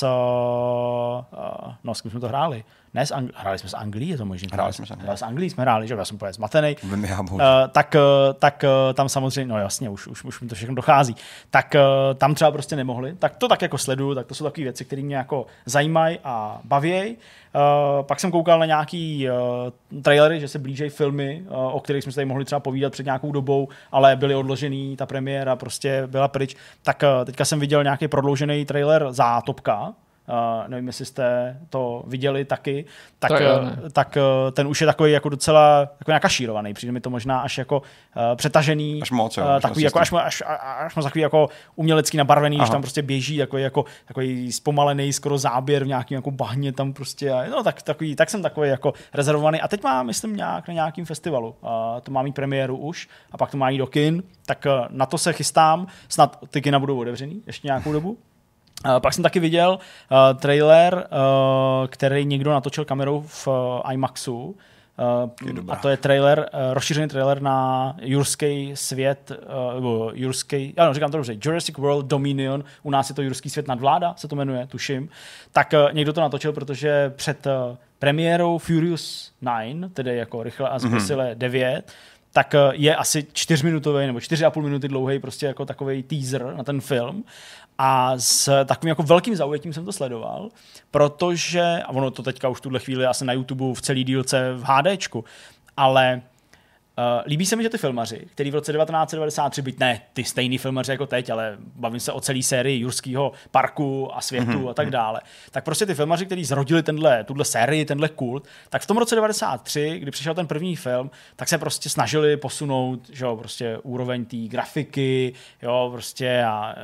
uh, no, s kým jsme to hráli? Ne, s Ang- hráli jsme s Anglií, je to možná. Hráli jsme s Anglií. S Anglií jsme hráli, že já jsem úplně zmatený. Uh, tak, tak tam samozřejmě, no jasně, už, už, už mi to všechno dochází. Tak uh, tam třeba prostě nemohli. Tak to tak jako sleduju, tak to jsou takové věci, které mě jako zajímají a bavějí. Uh, pak jsem koukal na nějaký uh, trailery, že se blížejí filmy, uh, o kterých jsme se tady mohli třeba povídat před nějakou dobou, ale byly odložený, ta premiéra prostě byla pryč. Tak uh, teďka jsem viděl nějaký prodloužený trailer Zátopka. Uh, nevím, jestli jste to viděli taky, tak, to uh, tak uh, ten už je takový jako docela takový nakašírovaný, přijde mi to možná až jako uh, přetažený, až moc, jo, uh, takový jako až, až, až, až moc takový jako umělecký nabarvený, Aha. Když tam prostě běží takový jako takový zpomalený skoro záběr v nějakém jako bahně tam prostě, no tak, takový, tak jsem takový jako rezervovaný a teď mám, myslím, nějak na nějakým festivalu, uh, to má mít premiéru už a pak to má jít do kin, tak uh, na to se chystám, snad ty kina budou otevřený ještě nějakou dobu. Uh, pak jsem taky viděl uh, trailer, uh, který někdo natočil kamerou v uh, IMAXu. Uh, a to je trailer, uh, rozšířený trailer na jurský svět, uh, jurský, já no, říkám to dobře, Jurassic World Dominion, u nás je to jurský svět nadvláda, se to jmenuje, tuším. Tak uh, někdo to natočil, protože před uh, premiérou Furious devět, tedy jako rychle a zbysile mm-hmm. devět, tak uh, je asi čtyřminutový nebo čtyři a půl minuty dlouhý prostě jako takovej teaser na ten film. A s takovým jako velkým zaujetím jsem to sledoval, protože, a ono to teďka už v tuhle chvíli asi na YouTube v celý dílce v HDčku, ale uh, líbí se mi, že ty filmaři, který v roce devatenáct set devadesát tři, byť ne ty stejný filmaři jako teď, ale bavím se o celé sérii Jurského parku a světu mm-hmm. a tak dále, tak prostě ty filmaři, kteří zrodili tenhle, tuhle sérii, tenhle kult, tak v tom roce devadesát tři, kdy přišel ten první film, tak se prostě snažili posunout, že jo, prostě úroveň té grafiky, jo, prostě a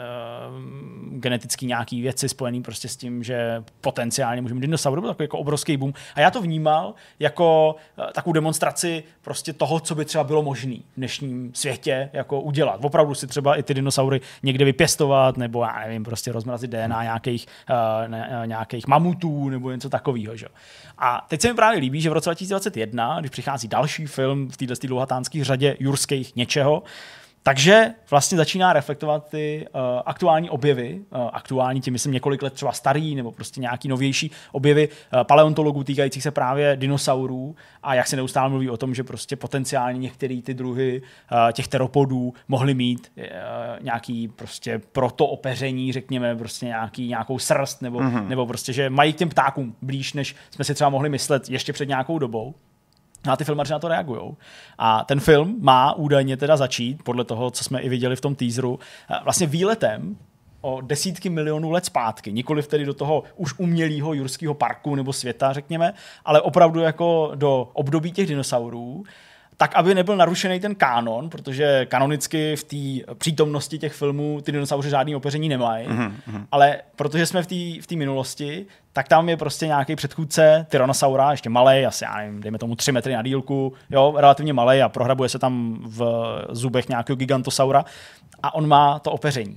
uh, genetický nějaký věci spojený prostě s tím, že potenciálně můžeme dinosaur, byl takový jako obrovský boom. A já to vnímal jako uh, takovou demonstraci prostě toho, co by třeba bylo možné v dnešním světě jako udělat. Opravdu si třeba i ty dinosaury někde vypěstovat, nebo já nevím, prostě rozmrazit D N A nějakých, uh, ne, nějakých mamutů nebo něco takového. Že? A teď se mi právě líbí, že v roce dva tisíce dvacet jedna, když přichází další film v této dlouhatánské řadě jurských něčeho, takže vlastně začíná reflektovat ty uh, aktuální objevy, uh, aktuální tím myslím několik let třeba starý nebo prostě nějaký novější objevy uh, paleontologů týkajících se právě dinosaurů a jak se neustále mluví o tom, že prostě potenciálně některé ty druhy uh, těch teropodů mohly mít uh, nějaký prostě protoopeření, řekněme, prostě nějaký, nějakou srst nebo, mm-hmm. nebo prostě, že mají k těm ptákům blíž, než jsme si třeba mohli myslet ještě před nějakou dobou. A ty filmaři na to reagujou. A ten film má údajně teda začít, podle toho, co jsme i viděli v tom teaseru, vlastně výletem o desítky milionů let zpátky. Nikoliv tedy do toho už umělého jurského parku nebo světa, řekněme, ale opravdu jako do období těch dinosaurů, tak aby nebyl narušený ten kánon, protože kanonicky v té přítomnosti těch filmů ty dinosauři žádný opeření nemají, mm-hmm. ale protože jsme v té v té minulosti, tak tam je prostě nějaký předchůdce Tyrannosaura, ještě malej, asi já nevím, dejme tomu tři metry na dílku, jo, relativně malej a prohrabuje se tam v zubech nějakého gigantosaura a on má to opeření.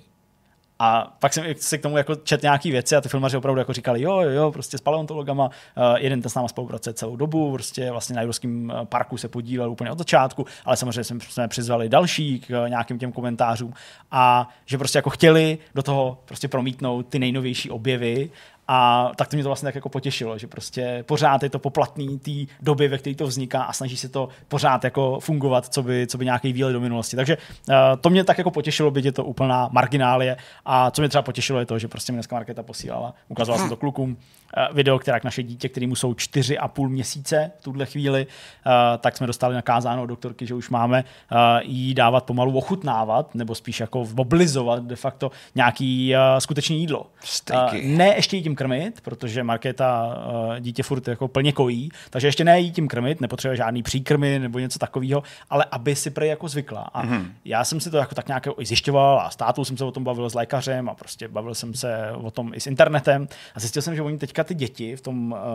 A pak jsem si k tomu jako čet nějaký věci a ty filmaři opravdu jako říkali, jo, jo, jo, prostě s paleontologama, uh, jeden ten s náma spolupracuje celou dobu, prostě vlastně na Jurském parku se podílel úplně od začátku, ale samozřejmě jsme přizvali další k nějakým těm komentářům a že prostě jako chtěli do toho prostě promítnout ty nejnovější objevy A tak to mě to vlastně tak jako potěšilo, že prostě pořád je to poplatný té doby, ve které to vzniká a snaží se to pořád jako fungovat, co by, co by nějaký výlet do minulosti. Takže uh, to mě tak jako potěšilo, byť je to úplná marginálie. A co mě třeba potěšilo je to, že prostě mě dneska Markéta posílala, ukazovala jsem to klukům, uh, video, která k naše dítě, kterému jsou čtyři a půl měsíce v tuhle chvíli, uh, tak jsme dostali nakázáno od doktorky, že už máme uh, jí dávat pomalu ochutnávat, nebo spíš jako mobilizovat de facto nějaký uh, skutečný jídlo. Uh, ne ještě jí tím krmit, protože Markéta uh, dítě furt jako plně kojí, takže ještě ne jí tím krmit, nepotřebuje žádný příkrmy nebo něco takového, ale aby si prej jako zvykla. A mm-hmm. já jsem si to jako tak nějak zjišťoval a s tátou jsem se o tom bavil s lékařem a prostě bavil jsem se o tom i s internetem a zjistil jsem, že oni teďka ty děti v tom uh,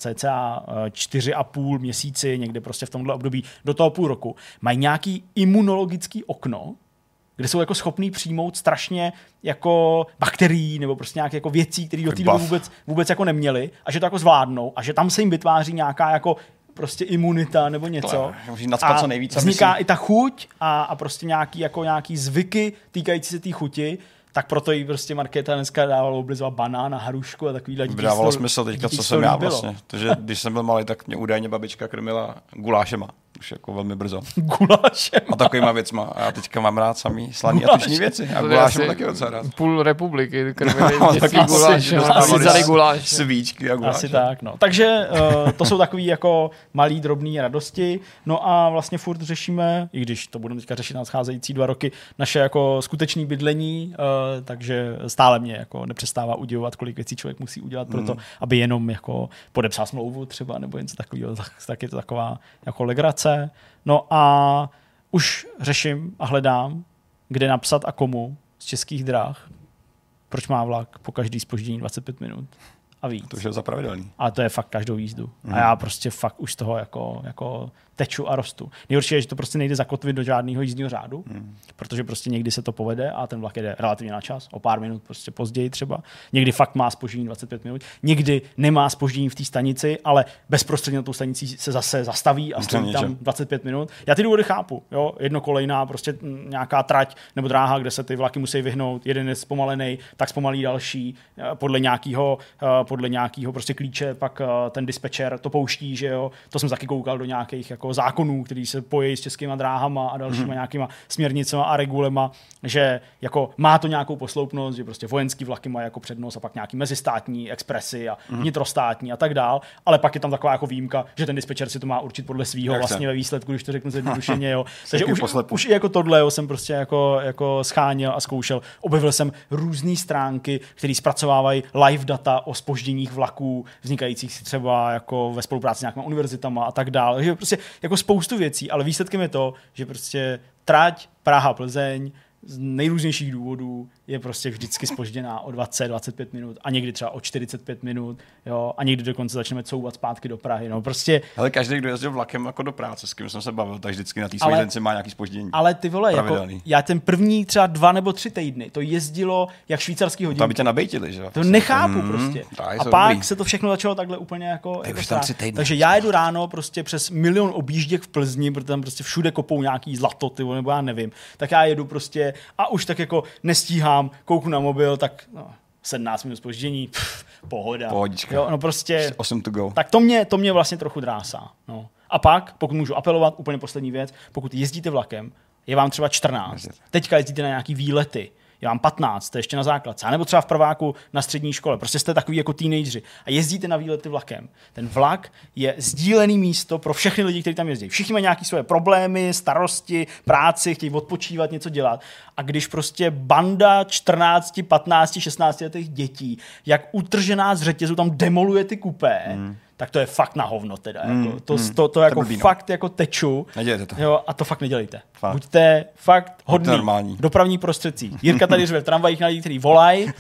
cca čtyři a půl měsíci, někde prostě v tomhle období do toho půl roku, mají nějaký imunologický okno, kde jsou jako schopný přijmout strašně jako bakterií nebo prostě nějaké jako věcí, které do té doby vůbec, vůbec jako neměli a že to jako zvládnou a že tam se jim vytváří nějaká jako prostě imunita nebo něco. A co nejvíc, vzniká i ta chuť a, a prostě nějaký, jako nějaký zvyky týkající se té chuti. Tak proto jí prostě Markéta dneska dávala oblizovat banán a hrušku a takovýhle díky. Dávalo smysl teďka, co jsem já vlastně. Takže když jsem byl malý, tak mě údajně babička krmila gulášema. Už jako velmi brzo. Gulášema. A takovýma věcma. A já teďka mám rád samý slaný a tučný věci. A gulášem taky docela rád. Půl republiky krmili taky guláš. Asi guláš. Svíčky a guláš. Asi tak, no. Takže uh, to jsou takový jako malý, drobný radosti. No a vlastně furt řešíme, i když to budeme teďka řešit na scházející dva roky, naše jako skutečné bydlení, uh, takže stále mě jako nepřestává udivovat, kolik věcí člověk musí udělat pro to, mm. aby jenom jako podepsal smlouvu třeba nebo něco takového. Tak, tak je to taková jako legrace. No a už řeším a hledám, kde napsat a komu z Českých drah, proč má vlak po každý zpoždění dvacet pět minut a víc. To už je za pravidelný. A to je fakt každou jízdu. Mm. A já prostě fakt už z toho jako, jako teču a rostu. Nejhorší je, že to prostě nejde zakotvit do žádného jízdního řádu, mm. protože prostě někdy se to povede a ten vlak jede relativně na čas, o pár minut prostě později třeba. Někdy fakt má zpoždění dvacet pět minut, někdy nemá zpoždění v té stanici, ale bezprostředně na tou stanici se zase zastaví a stojí tam dvacet pět minut. Já ty důvody chápu, jo, jednokolejná prostě nějaká trať nebo dráha, kde se ty vlaky musí vyhnout, jeden je zpomalený, tak zpomalí další, podle nějakého podle nějakého prostě klíče, pak ten dispečer to pouští, že jo. To jsem taky koukal do nějakých jako zákonů, který se pojí s českýma dráhama a dalšíma mm. nějakýma směrnicema a regulema, že jako má to nějakou posloupnost, že prostě vojenský vlaky mají jako přednost a pak nějaký mezistátní expresy a mm. vnitrostátní a tak dál, ale pak je tam taková jako výjimka, že ten dispečer si to má určit podle svýho Jak vlastně se? Ve výsledku, když to řeknu zjednodušeně, jo. Takže už, už i jako tohle jo, jsem prostě jako, jako scháněl a zkoušel. Objevil jsem různé stránky, které zpracovávají live data o zpožděních vlaků, vznikajících si třeba jako ve spolupráci s nějakými univerzitama a tak dále. Takže prostě jako spoustu věcí, ale výsledkem je to, že prostě trať Praha-Plzeň z nejrůznějších důvodů je prostě vždycky zpožděná o dvacet dvacet pět minut a někdy třeba o čtyřicet pět minut, jo, a někdy dokonce začneme couvat zpátky do Prahy, no prostě. Ale každý, kdo jezdil vlakem jako do práce, s kým jsem se bavil, tak vždycky na té své jízdenci má nějaký zpoždění. Ale ty vole, jako, já ten první třeba dva nebo tři týdny, to jezdilo jak švýcarský hodinky. To aby tě nabejtili, že jo? To nechápu mm, prostě. A pak dobrý. Se to všechno začalo takhle úplně jako, jako tam tři týdny, takže já jedu ráno prostě přes milion objížděk v Plzni, protože tam prostě všude kopou nějaký zlato, ty, nebo já nevím. Tak já jedu prostě a už tak jako nestíhám, kouknu na mobil, tak no, sedmnáct minut zpoždění, pff, pohoda. Pohodička. Jo, no prostě, osm to go. Tak to mě, to mě vlastně trochu drásá. No. A pak, pokud můžu apelovat, úplně poslední věc, pokud jezdíte vlakem, je vám třeba čtrnáct, teďka jezdíte na nějaký výlety, je vám patnáct, jste ještě na základce, nebo třeba v prváku na střední škole, prostě jste takový jako teenageři a jezdíte na výlety vlakem. Ten vlak je sdílený místo pro všechny lidi, kteří tam jezdí. Všichni mají nějaké své problémy, starosti, práci, chtějí odpočívat, něco dělat. A když prostě banda čtrnáct, patnáct, šestnáct letých dětí, jak utržená z řetězu tam demoluje ty kupé, hmm. tak to je fakt na hovno teda. Mm, jako, to, mm, to, to jako blbý, fakt no. jako teču. Nedělejte to. Jo, a to fakt nedělejte. Fakt. Buďte fakt hodný. Normální. Dopravní prostředcí. Jirka tady řve v tramvajích na lidi, který volají.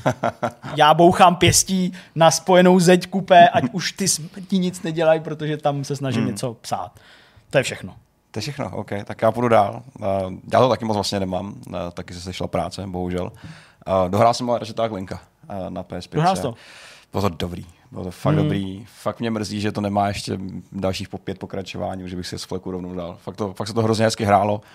Já bouchám pěstí na spojenou zeď kupé, ať už ty smrti nic nedělají, protože tam se snažím mm. něco psát. To je všechno. To je všechno, OK. Tak já půjdu dál. Já to taky moc vlastně nemám. Taky se sešla práce, bohužel. Dohrál jsem ale Ratchet and Clanka na P S pět. Dohrál to? Bylo to dobrý. Bylo to fakt hmm. dobrý. Fakt mě mrzí, že to nemá ještě dalších po pět pokračování, že bych si z fleku rovnou dal. Fakt, to, fakt se to hrozně hezky hrálo.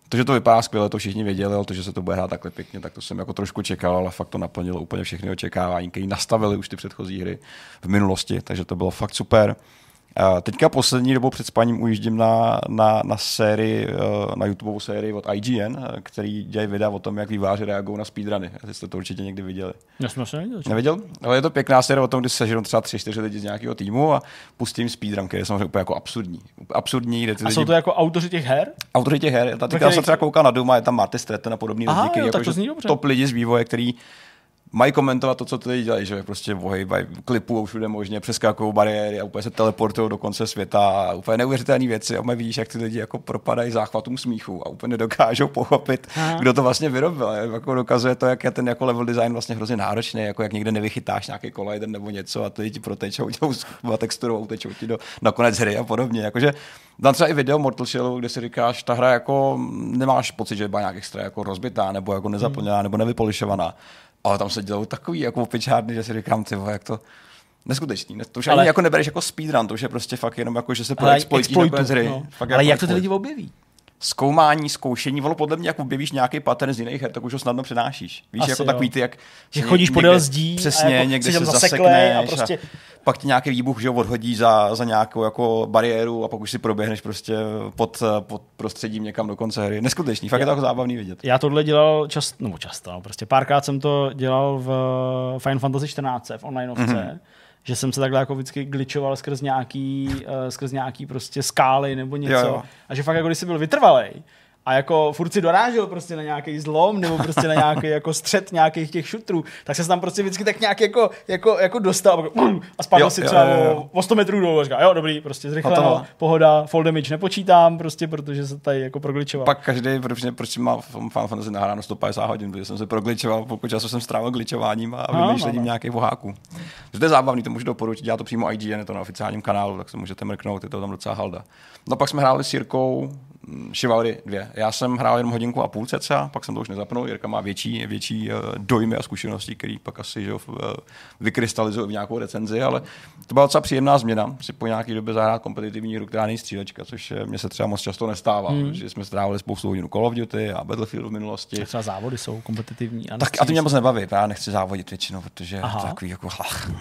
To, že to vypadá skvěle, to všichni věděli, ale to, že se to bude hrát takhle pěkně, tak to jsem jako trošku čekal, ale fakt to naplnilo úplně všechny očekávání, které nastavili už ty předchozí hry v minulosti, takže to bylo fakt super. Teďka poslední dobou před spaním ujíždím na, na, na sérii, na YouTubeovou sérii od I G N, který dělají videa o tom, jak vývojáři reagují na speedruny. Jestli jste to určitě někdy viděli. Já jsem asi neviděl. Neviděl? Ale je to pěkná série o tom, kdy seženou třeba tři čtyři lidi z nějakého týmu a pustím speedrun, který je samozřejmě úplně jako absurdní. Absurdní, kde ty a lidi... jsou to jako autoři těch her? Autoři těch her. Já teďka jsem třeba koukal na Doom a je tam Marty Stratton a podobný Aha, lidi, který jo, jako, tak to zní že top lidi z vývoje, který mají komentovat to, co ty lidi dělají, že prostě vohejbají, klipují všude možně, přeskakují bariéry a úplně se teleportují do konce světa a úplně neuvěřitelné věci a úplně vidíš, jak ty lidi jako propadají záchvatům smíchu a úplně nedokážou pochopit, Aha. kdo to vlastně vyrobil. Jako dokazuje to, jak je ten jako level design vlastně hrozně náročný, jako jak někde nevychytáš nějaký collider nebo něco a ty lidi protečou, dělají texturou, utečou ti do nakonec hry a podobně. Jakože dám třeba i video Mortal Shellu, kde si říkáš, ta hra jako nemáš pocit, že byla nějak extra jako rozbitá nebo jako nezaplněná hmm. nebo nevypolišovaná. Ale tam se dělou takový jako opičárny, že si říkám, ty vole, jak to neskutečný. To už ale... ani jako nebereš jako speedrun, to už je prostě fakt jenom jako, že se proexploitíš na konec hry. No. Fakt ale jako jak to ty lidi objeví? Zkoumání, zkoušení, volo podle mě, jak objevíš nějaký pattern z jiných her, tak už ho snadno přenášíš. Víš, Asi jako jo. takový ty, jak... Že chodíš podél zdí přesně, a jako někde se se zasekneš a, prostě... a pak ti nějaký výbuch, že ho odhodí za, za nějakou jako bariéru a pak už si proběhneš prostě pod, pod prostředím někam do konce hry. Neskutečný, fakt já, je to jako zábavný vidět. Já tohle dělal často, nebo často, no, prostě párkrát jsem to dělal v Final Fantasy čtrnáct v onlineovce. Mm-hmm. Že jsem se takhle jako vždycky glitchoval skrz nějaký, uh, skrz nějaký prostě skály nebo něco. Jo, jo. A že fakt jako když jsi byl vytrvalej a jako furt si dorážel prostě na nějaký zlom nebo prostě na nějaký jako střed nějakých těch šutrů, tak se tam prostě vždycky tak nějak jako, jako, jako dostal a spadl jo, si třeba jo, jo, jo. o sto metrů dolů a říkal, jo dobrý, prostě zrychleno, pohoda, fall damage nepočítám prostě, protože se tady jako progličoval. Pak každý, protože prostě má Final Fantasy nahráno sto padesát hodin, protože jsem se progličoval, pokud času jsem strávil glitchováním a vymýšlením no, no. nějakých voháků. To je zábavný, to můžu doporučit, dělá to přímo I G N, je to na oficiálním kanálu, tak se můžete mrknout, je to tam docela halda. No pak jsme hráli s Jirkou Chivalry dva. Já jsem hrál jenom hodinku a půl cca, pak jsem to už nezapnul. Jirka má větší, větší dojmy a zkušenosti, který pak asi že, vykrystalizují v nějakou recenzi, ale to byla docela příjemná změna. Si po nějaké době zahrát kompetitivní hru, která není střílečka, což mě se třeba moc často nestává. Hmm. Že jsme strávili spoustu hodin Call of Duty a Battlefield v minulosti. Třeba závody jsou kompetitivní. A tak a to mě moc nebaví, já nechci závodit většinou, protože Aha. to takový jako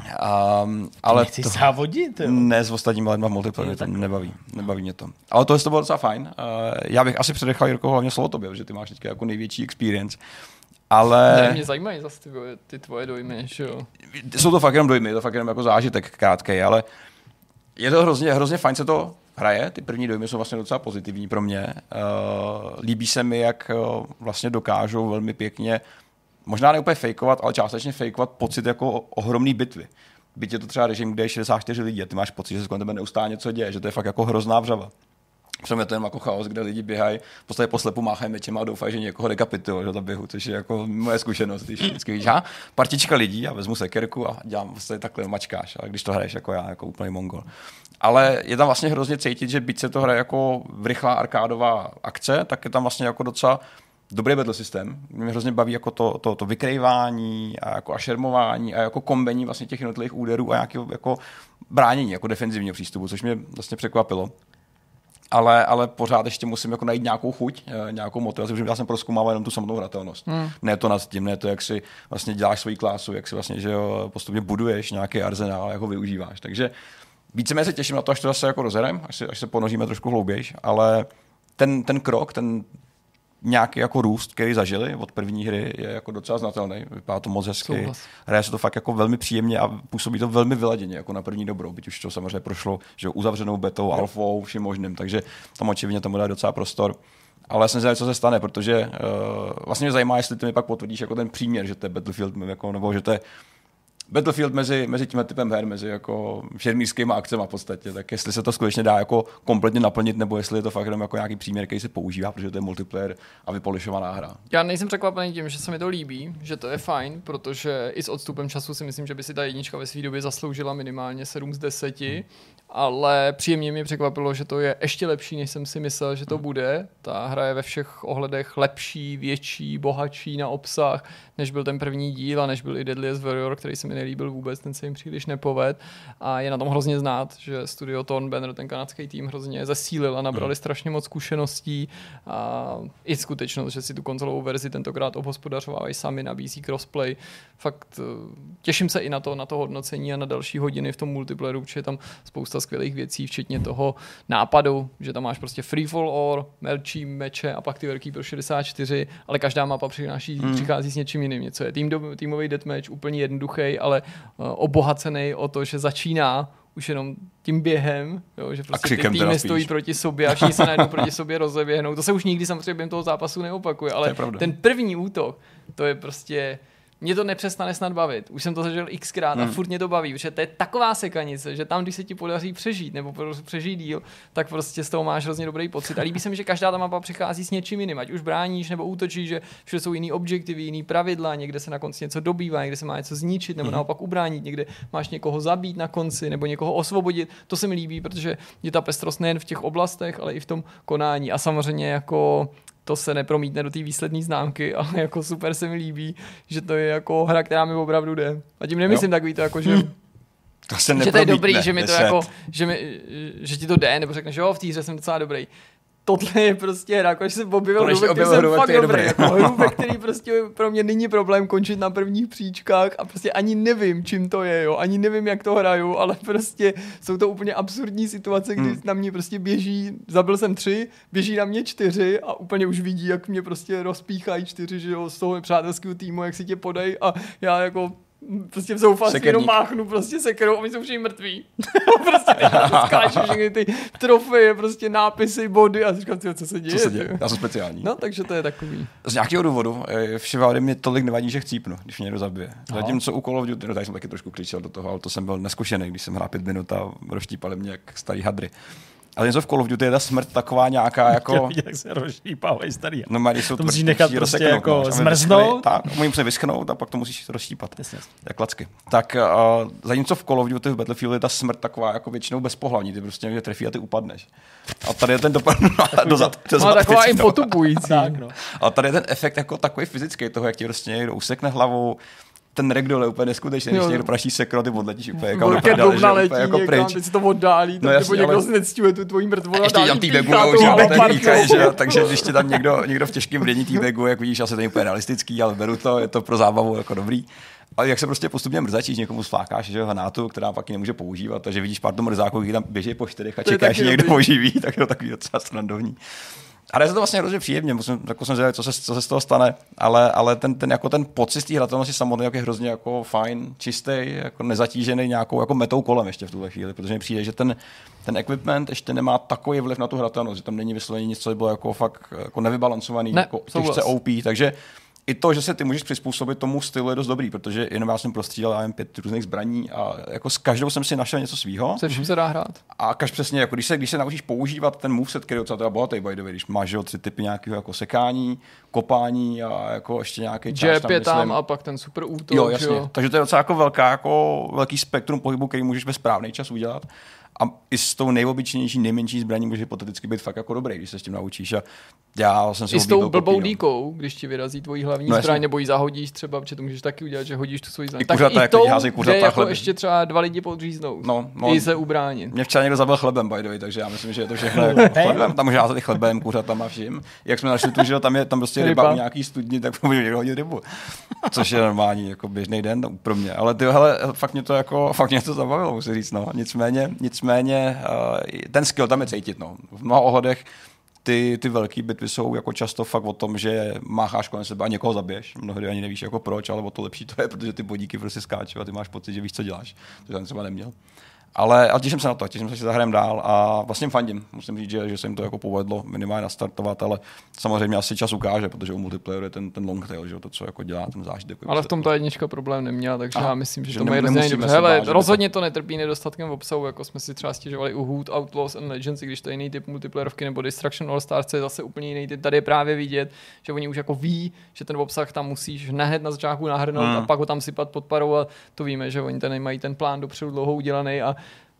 um, ale nechci to, závodit? Jo? Ne, s ostatními lidmi v multiplayeru, to nebaví, nebaví mě to. Ale to, to bylo docela fajn. Já bych asi předechal, Jirko, hlavně slovo tobě, protože ty máš teďka jako největší experience. Ale... Ne, mě zajímají zase ty, ty tvoje dojmy, že jo? Jsou to fakt jenom dojmy, je to fakt jenom jako zážitek krátkej, ale je to hrozně, hrozně fajn se to hraje, ty první dojmy jsou vlastně docela pozitivní pro mě. Uh, líbí se mi, jak uh, vlastně dokážou velmi pěkně, možná ne úplně fejkovat, ale částečně fejkovat pocit jako ohromný bitvy. Byť je to třeba režim, kde je šedesát čtyři lidí a ty máš pocit, že se kolem tebe neustále něco děje, že to je fakt jako hrozná vřava. Protože je to jen jako chaos, kde lidi běhají, v podstatě po slepu máchají mečema a doufají, že někoho dekapitují do běhu, což je jako moje zkušenost, když vždycky víš, ha, partička lidí, já vezmu sekerku a dělám vlastně takhle mačkáš, ale když to hraješ jako já, jako úplný mongol. Ale je tam vlastně hrozně cítit, že byť se to hraje jako rychlá arkádová akce, tak je tam vlastně jako docela dobrý battle systém. Mě hrozně baví jako to, to, to vykrývání a jako a šermování a jako kombení vlastně těch jednotlivých úderů a nějakého jako bránění, jako defenzivního přístupu, což mě vlastně překvapilo. Ale, ale pořád ještě musím jako najít nějakou chuť, nějakou motivaci, protože já jsem prozkoumával jenom tu samotnou hratelnost. Hmm. Ne to nad tím, ne to, jak si vlastně děláš svoji klásu, jak si vlastně že jo, postupně buduješ nějaký arzenál, jak ho využíváš. Takže víceméně se těším na to, až to zase jako rozerem, až se, až se ponoříme trošku hloubějš, ale ten, ten krok, ten nějaký jako růst, který zažili od první hry, je jako docela znatelný. Vypadá to moc hezky. Hraje se to fakt jako velmi příjemně a působí to velmi vyladěně, jako na první dobrou, byť už to samozřejmě prošlo, že uzavřenou betou, alfou, vším možným, takže tam očividně tomu dá docela prostor. Ale já jsem zvědavý, co se stane, protože uh, vlastně mě zajímá, jestli ty mi pak potvrdíš jako ten příměr, že to je Battlefield, jako, nebo že to je Battlefield mezi, mezi tímhle typem her, mezi jako šermířskými akcemi v podstatě, tak jestli se to skutečně dá jako kompletně naplnit, nebo jestli je to fakt jenom jako nějaký příměr, který se používá, protože to je multiplayer a vypolišovaná hra. Já nejsem překvapený tím, že se mi to líbí, že to je fajn, protože i s odstupem času si myslím, že by si ta jednička ve své době zasloužila minimálně sedm z deseti, hmm. ale příjemně mě překvapilo, že to je ještě lepší, než jsem si myslel, že to bude. Ta hra je ve všech ohledech lepší, větší, bohatší na obsah, než byl ten první díl a než byl i Deadliest Warrior, který se mi mi nelíbil vůbec, ten se jim příliš nepoved a je na tom hrozně znát, že studio Thorn Banner, ten kanadský tým hrozně zesílil a nabrali hmm. strašně moc zkušeností a i skutečnost, že si tu konzolovou verzi tentokrát obhospodařovávají sami, nabízí crossplay. Fakt těším se i na to, na to hodnocení a na další hodiny v tom multiplayeru, protože je tam spousta skvělých věcí, včetně toho nápadu, že tam máš prostě free for all, melčí meče a pak ty velký pro šedesát čtyři, ale každá mapa přináší, hmm. přichází s něčím jiným. Něco je tým, týmový deathmatch, úplně jednoduchý, ale uh, obohacený o to, že začíná už jenom tím během, jo, že prostě ty týmy stojí proti sobě a všichni se najednou proti sobě rozeběhnou. To se už nikdy samozřejmě během toho zápasu neopakuje, ale ten první útok, to je prostě... Mě to nepřestane snad bavit. Už jsem to zažil xkrát hmm. a furt mě to baví, protože to je taková sekanice, že tam, když se ti podaří přežít nebo přežít díl, tak prostě z toho máš hrozně dobrý pocit. A líbí se mi, že každá ta mapa přichází s něčím jiným, ať už bráníš nebo útočíš, že všude jsou jiný objektivy, jiný pravidla, někde se na konci něco dobývá, někde se má něco zničit nebo hmm. naopak ubránit, někde máš někoho zabít na konci nebo někoho osvobodit. To se mi líbí, protože je ta pestrost nejen v těch oblastech, ale i v tom konání. A samozřejmě jako to se nepromítne do té výsledné známky, ale jako super se mi líbí, že to je jako hra, která mi opravdu jde. A tím nemyslím jo. takový to jako, že, to se že to je dobrý, že mi to jako, že, mi, že ti to jde, nebo řekneš, jo, v té hře jsem docela dobrý. Tohle je prostě hra, když jsem objevil hru, ve který jsem fakt dobrý. Jako hru, ve který prostě pro mě není problém končit na prvních příčkách a prostě ani nevím, čím to je, jo, ani nevím, jak to hraju, ale prostě jsou to úplně absurdní situace, kdy hmm. na mě prostě běží, zabil jsem tři, běží na mě čtyři a úplně už vidí, jak mě prostě rozpíchají čtyři, že jo, z toho přátelského týmu, jak si tě podají a já jako prostě v zoufalství jenom máchnu prostě sekerou a my jsou všichni mrtví. prostě skáču všechny ty trofeje, prostě nápisy, body a říkám, co se děje. Co se děje? Já jsem speciální. No, takže to je takový. Z nějakého důvodu v Chivalry mě tolik nevadí, že chcípnu, když mě někdo zabije. Zatímco u Call of Duty, no tady jsem taky trošku křičel do toho, ale to jsem byl neskušený, když jsem hrál pět minut a rozštípali mě jak starý hadry. Ale něco v Call of Duty je ta smrt taková nějaká jako... Jak se rozštípávají starý. No, má, jsou to musíš nechat prostě jako no, zmrznout. Tak, musím se vyschnout a pak to musíš rozštípat. Jasně. Jak klacky. Tak uh, zatímco v Call of Duty v Battlefield je ta smrt taková jako většinou bezpohlavní. Ty prostě někde trefí a ty upadneš. A tady je ten dopad dozad. No, taková i potupující. Tak, no. A tady je ten efekt jako takový fyzický toho, jak ti prostě někdo usekne hlavu. Ten ragdoll je úplně neskutečný, když někdo praší sekro, ty odletíš úplně jako do prdele, že úplně jako pryč. Teď si to oddálí, no, nebo někdo ale... nectívuje tu tvojí mrtvolu a dálí píchá. Takže když tě tam někdo, někdo v těžkém brění týbegu, jak vidíš, asi to je úplně realistický, ale beru to, je to pro zábavu jako dobrý. Ale jak se prostě postupně mrzačíš, někomu sflákáš, že hanátu, která pak nemůže používat, takže vidíš pár mrzáků, kteří tam běží po čtyřech a čekáš, že někdo oživí, tak je to takový docela srandovní. A je to vlastně hrozně příjemně, musím, jako jsem zvědavý, co se, co se z toho stane, ale, ale ten, ten, jako ten pocit z té hratelnosti samotný je hrozně jako fajn, čistý, jako nezatížený nějakou jako metou kolem ještě v tuhle chvíli, protože mi přijde, že ten, ten equipment ještě nemá takový vliv na tu hratelnost, že tam není vysloveně nic, co by bylo jako fakt jako nevybalancovaný, ne, jako těžce O P, takže i to, že se ty můžeš přizpůsobit tomu stylu, je dost dobrý, protože jenom já jsem prostřídal já jen pět různých zbraní a jako s každou jsem si našel něco svýho. Se vším se dá hrát. A kaž přesně, jako když se, když se naučíš používat ten moveset, který je docela teda bohatý, by the way, když máš tři typy nějakého jako sekání, kopání a jako ještě nějaký čas tam, je tam a pak ten super útok. Jo, jasně. Jo. Takže to je docela jako velká, jako velký spektrum pohybu, který můžeš ve správný čas udělat. A i s tou nejobyčejnější, nejmenší zbraní může hypoteticky být fakt jako dobrý, když se s tím naučíš. A já jsem si I s tou blbou díkou, když ti vyrazí tvojí hlavní no, zbraň, nebo ji zahodíš třeba, protože to můžeš taky udělat, že hodíš tu svoji zbraň. I kuřata, tak i tou, házej kuřata, jako chleby. ještě třeba dva lidi podříznou. No, no, I se ubránit. Mě včera někdo zabil chlebem, by the way, takže já myslím, že je to všechno jako chlebem. Tam může házet i chlebem, kuřatama, vším. Jak jsme našli tu, že tam je tam prostě ryba u nějaký studni, tak může někdo hodit rybu. Což je normální, jako běžný den pro mě. Ale ty, hele, fakt mě to jako, fakt mě to zabavilo, musím říct, no. Nicméně, nicméně ten skill tam je cítit, no. V mnoha ohledech ty, ty velké bitvy jsou jako často fakt o tom, že mácháš kolem sebe a někoho zabiješ. Mnohdy ani nevíš jako proč, ale o to lepší to je, protože ty bodíky prostě skáčou a ty máš pocit, že víš, co děláš. To jsem třeba neměl. Ale, ale těším se na to, těším se, že zahrajeme dál a vlastně fandím. Musím říct, že, že se jim to jako povedlo minimálně nastartovat, ale samozřejmě asi čas ukáže, protože u multiplayeru je ten, ten long tail, že to, co jako dělá ten zážitek. Ale v tom ta jednička problém neměla, takže Aha, já myslím, že, že to mají rozdělený dobře. Hele, rozhodně to netrpí nedostatkem obsahu, jako jsme si třeba stěžovali u Hood, Outlaws and Legends, když to je jiný typ multiplayerovky, nebo Destruction All Stars, je zase úplně jiný typ. Tady je právě vidět, že oni už jako ví, že ten obsah tam musíš hned na začátku nahrnout hmm. a pak ho tam sypat pod parou a to víme, že oni ten mají ten plán dopředu dlouho udělaný a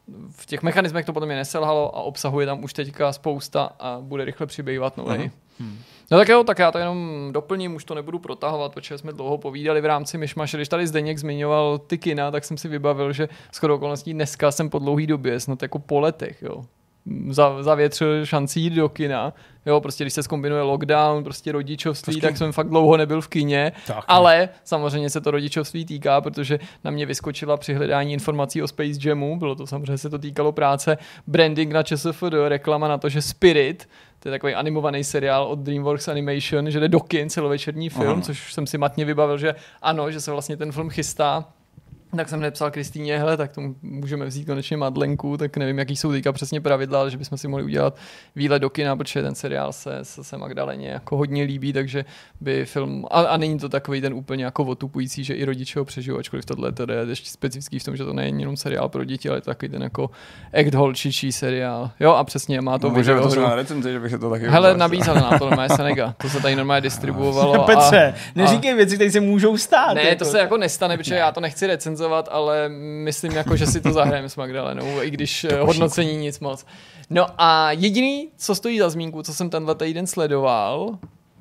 v těch mechanismech to potom je neselhalo a obsahuje tam už teďka spousta a bude rychle přibývat nový. Hmm. No tak jo, tak já to jenom doplním, už to nebudu protahovat, protože jsme dlouho povídali v rámci Myšmaše. Když tady Zdeněk zmiňoval ty kina, tak jsem si vybavil, že shodou okolností dneska jsem po dlouhý době, snad jako po letech, jo, za, zavětřil šanci jít do kina. Jo, prostě když se zkombinuje lockdown, prostě rodičovství, tak jsem fakt dlouho nebyl v kině, tak, ale samozřejmě se to rodičovství týká, protože na mě vyskočila při hledání informací o Space Jamu, bylo to samozřejmě, se to týkalo práce, branding na ČSFD, reklama na to, že Spirit, to je takový animovaný seriál od DreamWorks Animation, že jde do kin, celovečerní film, Aha. což jsem si matně vybavil, že ano, že se vlastně ten film chystá. Tak jsem hned psal Kristýně, hele, tak tomu můžeme vzít konečně Madlenku, tak nevím, jaký jsou teďka přesně pravidla, ale že bychom si mohli udělat výlet do kina, protože ten seriál se, se, se Magdaleně jako hodně líbí, takže by film, a, a není to takový ten úplně jako otupující, že i rodiče ho přežijou, ačkoliv tohle to je ještě specifický v tom, že to není jenom seriál pro děti, ale je to takový ten jako act holčičí seriál. Jo, a přesně má to Můžeme to na recenzi, že bych se to taky hele, nabízal na to normálně Senega. To se tady normálně distribuovalo. Petře, neříkej a... věci, které se můžou stát. Ne, jako. To se jako nestane, protože ne. Já to nechci recenzovat, ale myslím, jako, že si to zahrajeme s Magdalenou, i když to hodnocení nic moc. No a jediný, co stojí za zmínku, co jsem tenhle týden sledoval,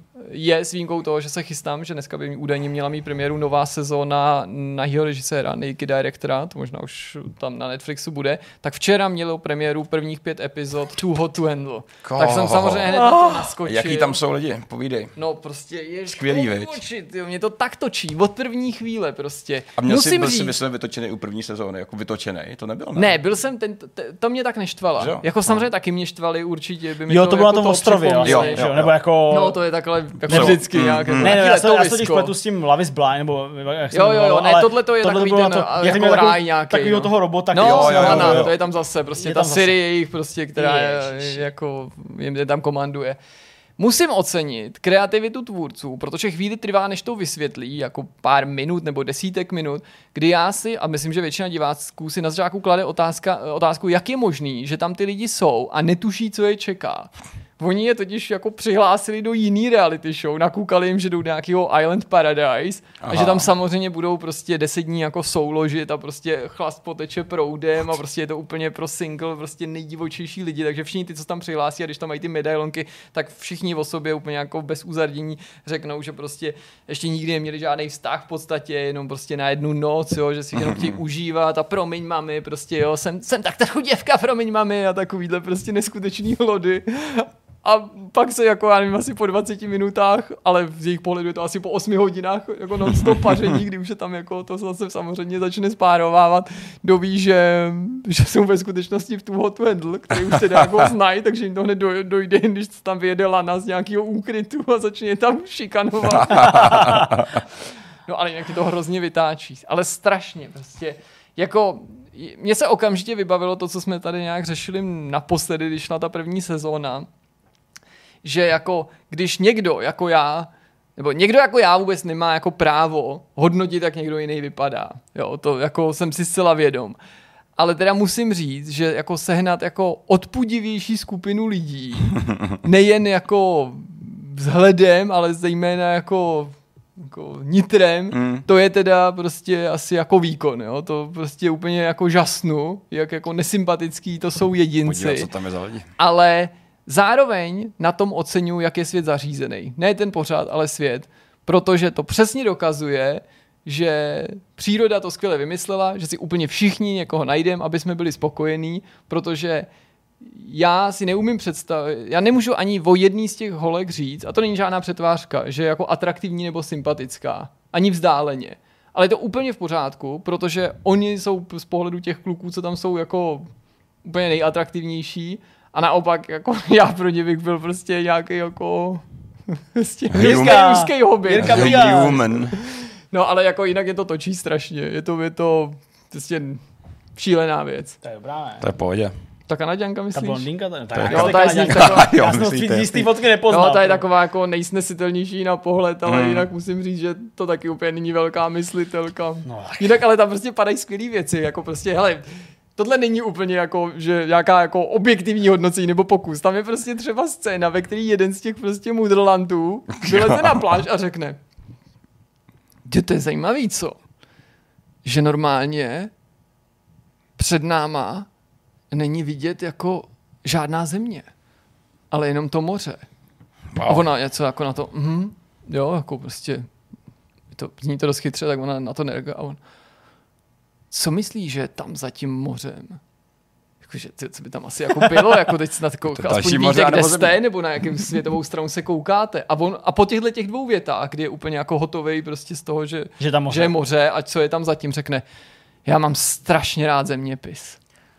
je s výjimkou toho, že se chystám, že dneska by mi údajně měla mít premiéru nová sezóna nahýho režiséra, Naked Directora, to možná už tam na Netflixu bude, tak včera mělo premiéru prvních pět epizod Too Hot to Handle. Ko? Tak jsem samozřejmě hned na to naskočil. Jaký tam jsou lidi? Povídej. No prostě je skvělý, veď. Mě to tak točí, od první chvíle prostě. A měl Musím jsi, byl říct, jsi myslím vytočený u první sezóny, jako vytočený, to nebyl, ne? Ne, byl jsem, ten, t, to mě tak neštvala. Jo? Jako samozřejmě no. Taky mě štvali určitě. By mi jo, to, to bylo jako na tom ostrově, jo, jo, jo, jo. Nebo jako... No to je takhle jako vždycky mm, nějak. Mm. Ne, ne, já to když pletu s tím Love is Blind, nebo jak jo, jo, jo, ne, tohle to je takový ten to, jako ráj nějaký. Takovýho toho robota. No, jo, jo, jo, to je tam zase, prostě ta Siri jejich, prostě, která jako jim tam komanduje. Musím ocenit kreativitu tvůrců, protože chvíli trvá, než to vysvětlí, jako pár minut nebo desítek minut, kdy já si, a myslím, že většina diváků si na začátku klade otázka, otázku, jak je možný, že tam ty lidi jsou a netuší, co je čeká. Oni je totiž jako přihlásili do jiný reality show, nakoukali jim, že jdou do nějakého Island Paradise Aha. a že tam samozřejmě budou prostě deset dní jako souložit a prostě chlast poteče proudem a prostě je to úplně pro single prostě nejdivočejší lidi, takže všichni ty, co tam přihlásí a když tam mají ty medailonky, tak všichni o sobě úplně jako bez uzardění řeknou, že prostě ještě nikdy neměli žádný vztah v podstatě, jenom prostě na jednu noc, jo, že si jenom chtějí užívat a promiň mami, prostě jo, jsem, jsem tak trochu děvka, promiň mami a takovýhle prostě neskutečný hlody. A pak se jako, já nevím, asi po dvaceti minutách, ale v jejich pohledu je to asi po osmi hodinách jako non-stop paření, kdy už se tam jako to zase samozřejmě začne spárovávat, doví, že, že jsou ve skutečnosti v Too Hot to Handle, který už se dá jako znají, takže jim to hned dojde, když tam vyjede lana z nějakého úkrytu a začne je tam šikanovat. No ale jinak to hrozně vytáčí, ale strašně prostě, jako... Mně se okamžitě vybavilo to, co jsme tady nějak řešili naposledy, když šla ta první sezóna, že jako když někdo jako já, nebo někdo jako já vůbec nemá jako právo hodnotit, jak někdo jiný vypadá. Jo, to jako jsem si zcela vědom. Ale teda musím říct, že jako sehnat jako odpudivější skupinu lidí, nejen jako vzhledem, ale zejména jako jako nitrem, mm. to je teda prostě asi jako výkon, jo, to prostě úplně jako žasnu, jak jako nesympatický to jsou jedinci. Podívat, co tam je za lidi. Ale zároveň na tom oceňuji, jak je svět zařízený. Ne ten pořád, ale svět, protože to přesně dokazuje, že příroda to skvěle vymyslela, že si úplně všichni někoho najdeme, aby jsme byli spokojení, protože já si neumím představit, já nemůžu ani o jedný z těch holek říct, a to není žádná přetvářka, že je jako atraktivní nebo sympatická, ani vzdáleně. Ale je to úplně v pořádku, protože oni jsou z pohledu těch kluků, co tam jsou jako úplně nejatraktivnější a naopak jako já pro ně bych byl prostě nějaký jako prostě ruský hobby. Human. No ale jako jinak je to točí strašně, je to, je to prostě šílená věc. To je dobrá, ne? To je pohodě. Ta Kanaďanka, myslíš? Ta blondýnka, ta, ta, jo, ta je z nich taková, já jsem z té fotky nepoznal. No, ta je taková jako nejsnesitelnější na pohled, ale hmm. jinak musím říct, že to taky úplně není velká myslitelka. No. Jinak ale tam prostě padají skvělý věci, jako prostě, hele, tohle není úplně jako, že nějaká jako objektivní hodnocení nebo pokus. Tam je prostě třeba scéna, ve který jeden z těch prostě mudrlantů vyleze na pláž a řekne, že to je zajímavý, co? Že normálně před náma není vidět jako žádná země, ale jenom to moře. Wow. A ona něco jako na to, mhm, jo, jako prostě, to, zní to dost chytře, tak ona na to nereaguje. A on, co myslí, že tam za tím mořem? Jakože, co by tam asi jako bylo, jako teď snad jako, aspoň víte, kde jste, nebo na jakém světovou stranu se koukáte. A, on, a po těchto těch dvou větách, kdy je úplně jako hotovej prostě z toho, že, že, tam že je moře a co je tam zatím, řekne, já mám strašně rád zeměpis.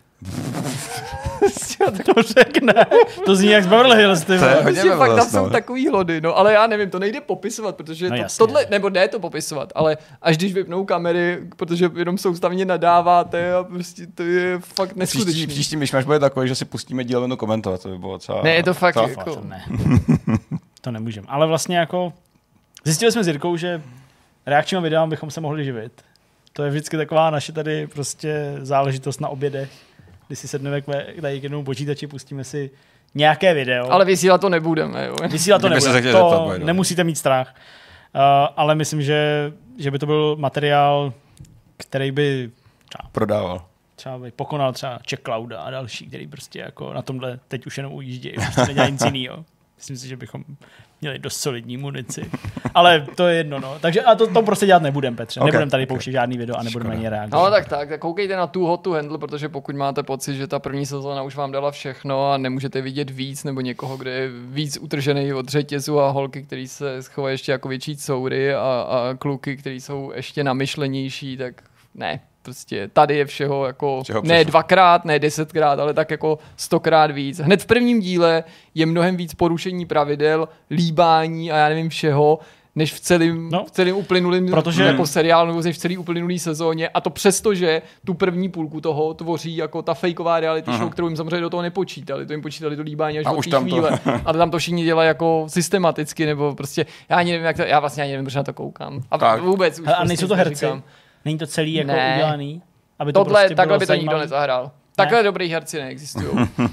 to řekne. To zní jak z Beverly Hills, ty vole. Prostě fakt tam jsou takový hlody, no, ale já nevím, to nejde popisovat, protože no, to, tohle, nebo ne to popisovat, ale až když vypnou kamery, protože jenom soustavně nadáváte a prostě to je fakt neskutečný. Příští, příští myšmaš bude takový, že si pustíme díl komentovat, to by bylo třeba... Ne, je to fakt to, jako... Ne. To nemůžeme, ale vlastně jako zjistili jsme s Jirkou, že reakčníma videama bychom se mohli živit. To je vždycky taková naše tady prostě záležitost na obědech, kdy si sedneme k jednomu počítači, pustíme si nějaké video. Ale vysílat to nebudeme, jo. Vysílat to nebudeme, to zeptat, nemusíte mít strach. Uh, ale myslím, že, že by to byl materiál, který by třeba prodával. Třeba by pokonal třeba Czech Clouda a další, který prostě jako na tomhle teď už jenom ujíždějí, prostě nedělají nic jinýho. Myslím si, že bychom měli dost solidní munici. Ale to je jedno, no. Takže a to, to prostě dělat nebudem, Petře. Okay. Nebudem tady pouštět žádný video a nebudeme ani reagovat. No tak tak, tak koukejte na Too Hot to Handle, protože pokud máte pocit, že ta první sezóna už vám dala všechno a nemůžete vidět víc, nebo někoho, kde je víc utržený od řetězu a holky, který se schovají ještě jako větší coury a, a kluky, který jsou ještě namyšlenější, tak ne. Prostě tady je všeho jako všeho ne dvakrát, ne desetkrát, ale tak jako stokrát víc. Hned v prvním díle je mnohem víc porušení pravidel, líbání a já nevím všeho, než v celém, no, v celém uplynulém protože... jako seriálu, nebo než v celé uplynulé sezóně. A to přesto, že tu první půlku toho tvoří jako ta fejková reality show, uh-huh. kterou jim samozřejmě do toho nepočítali. To jim počítali to líbání až od té chvíle. To... Ale tam to všichni dělají jako systematicky, nebo prostě, já ani nevím, jak to, já vlastně ani nevím, proč na to koukám. A tak. Vůbec už a prostě nejsou to herci? Říkám. Není to celý jako ne. udělaný? Aby to Tohle, prostě takhle by to zajímavý. Nikdo nezahrál. Takhle ne? Dobrý herci neexistují.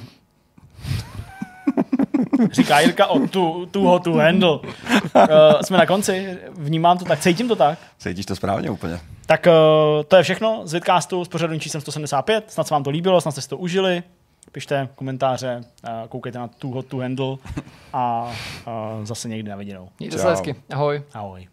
Říká Jirka o tu, tu ho tu handle. Uh, jsme na konci, vnímám to tak, cítím to tak. Cítíš to správně úplně. Tak uh, to je všechno z Vidcastu s pořadovým číslem sto sedmdesát pět. Snad se vám to líbilo, snad jste si to užili. Pište komentáře, uh, koukejte na tu ho tu handle a uh, zase někdy na viděnou. Mějte se hezky. Ahoj. Ahoj.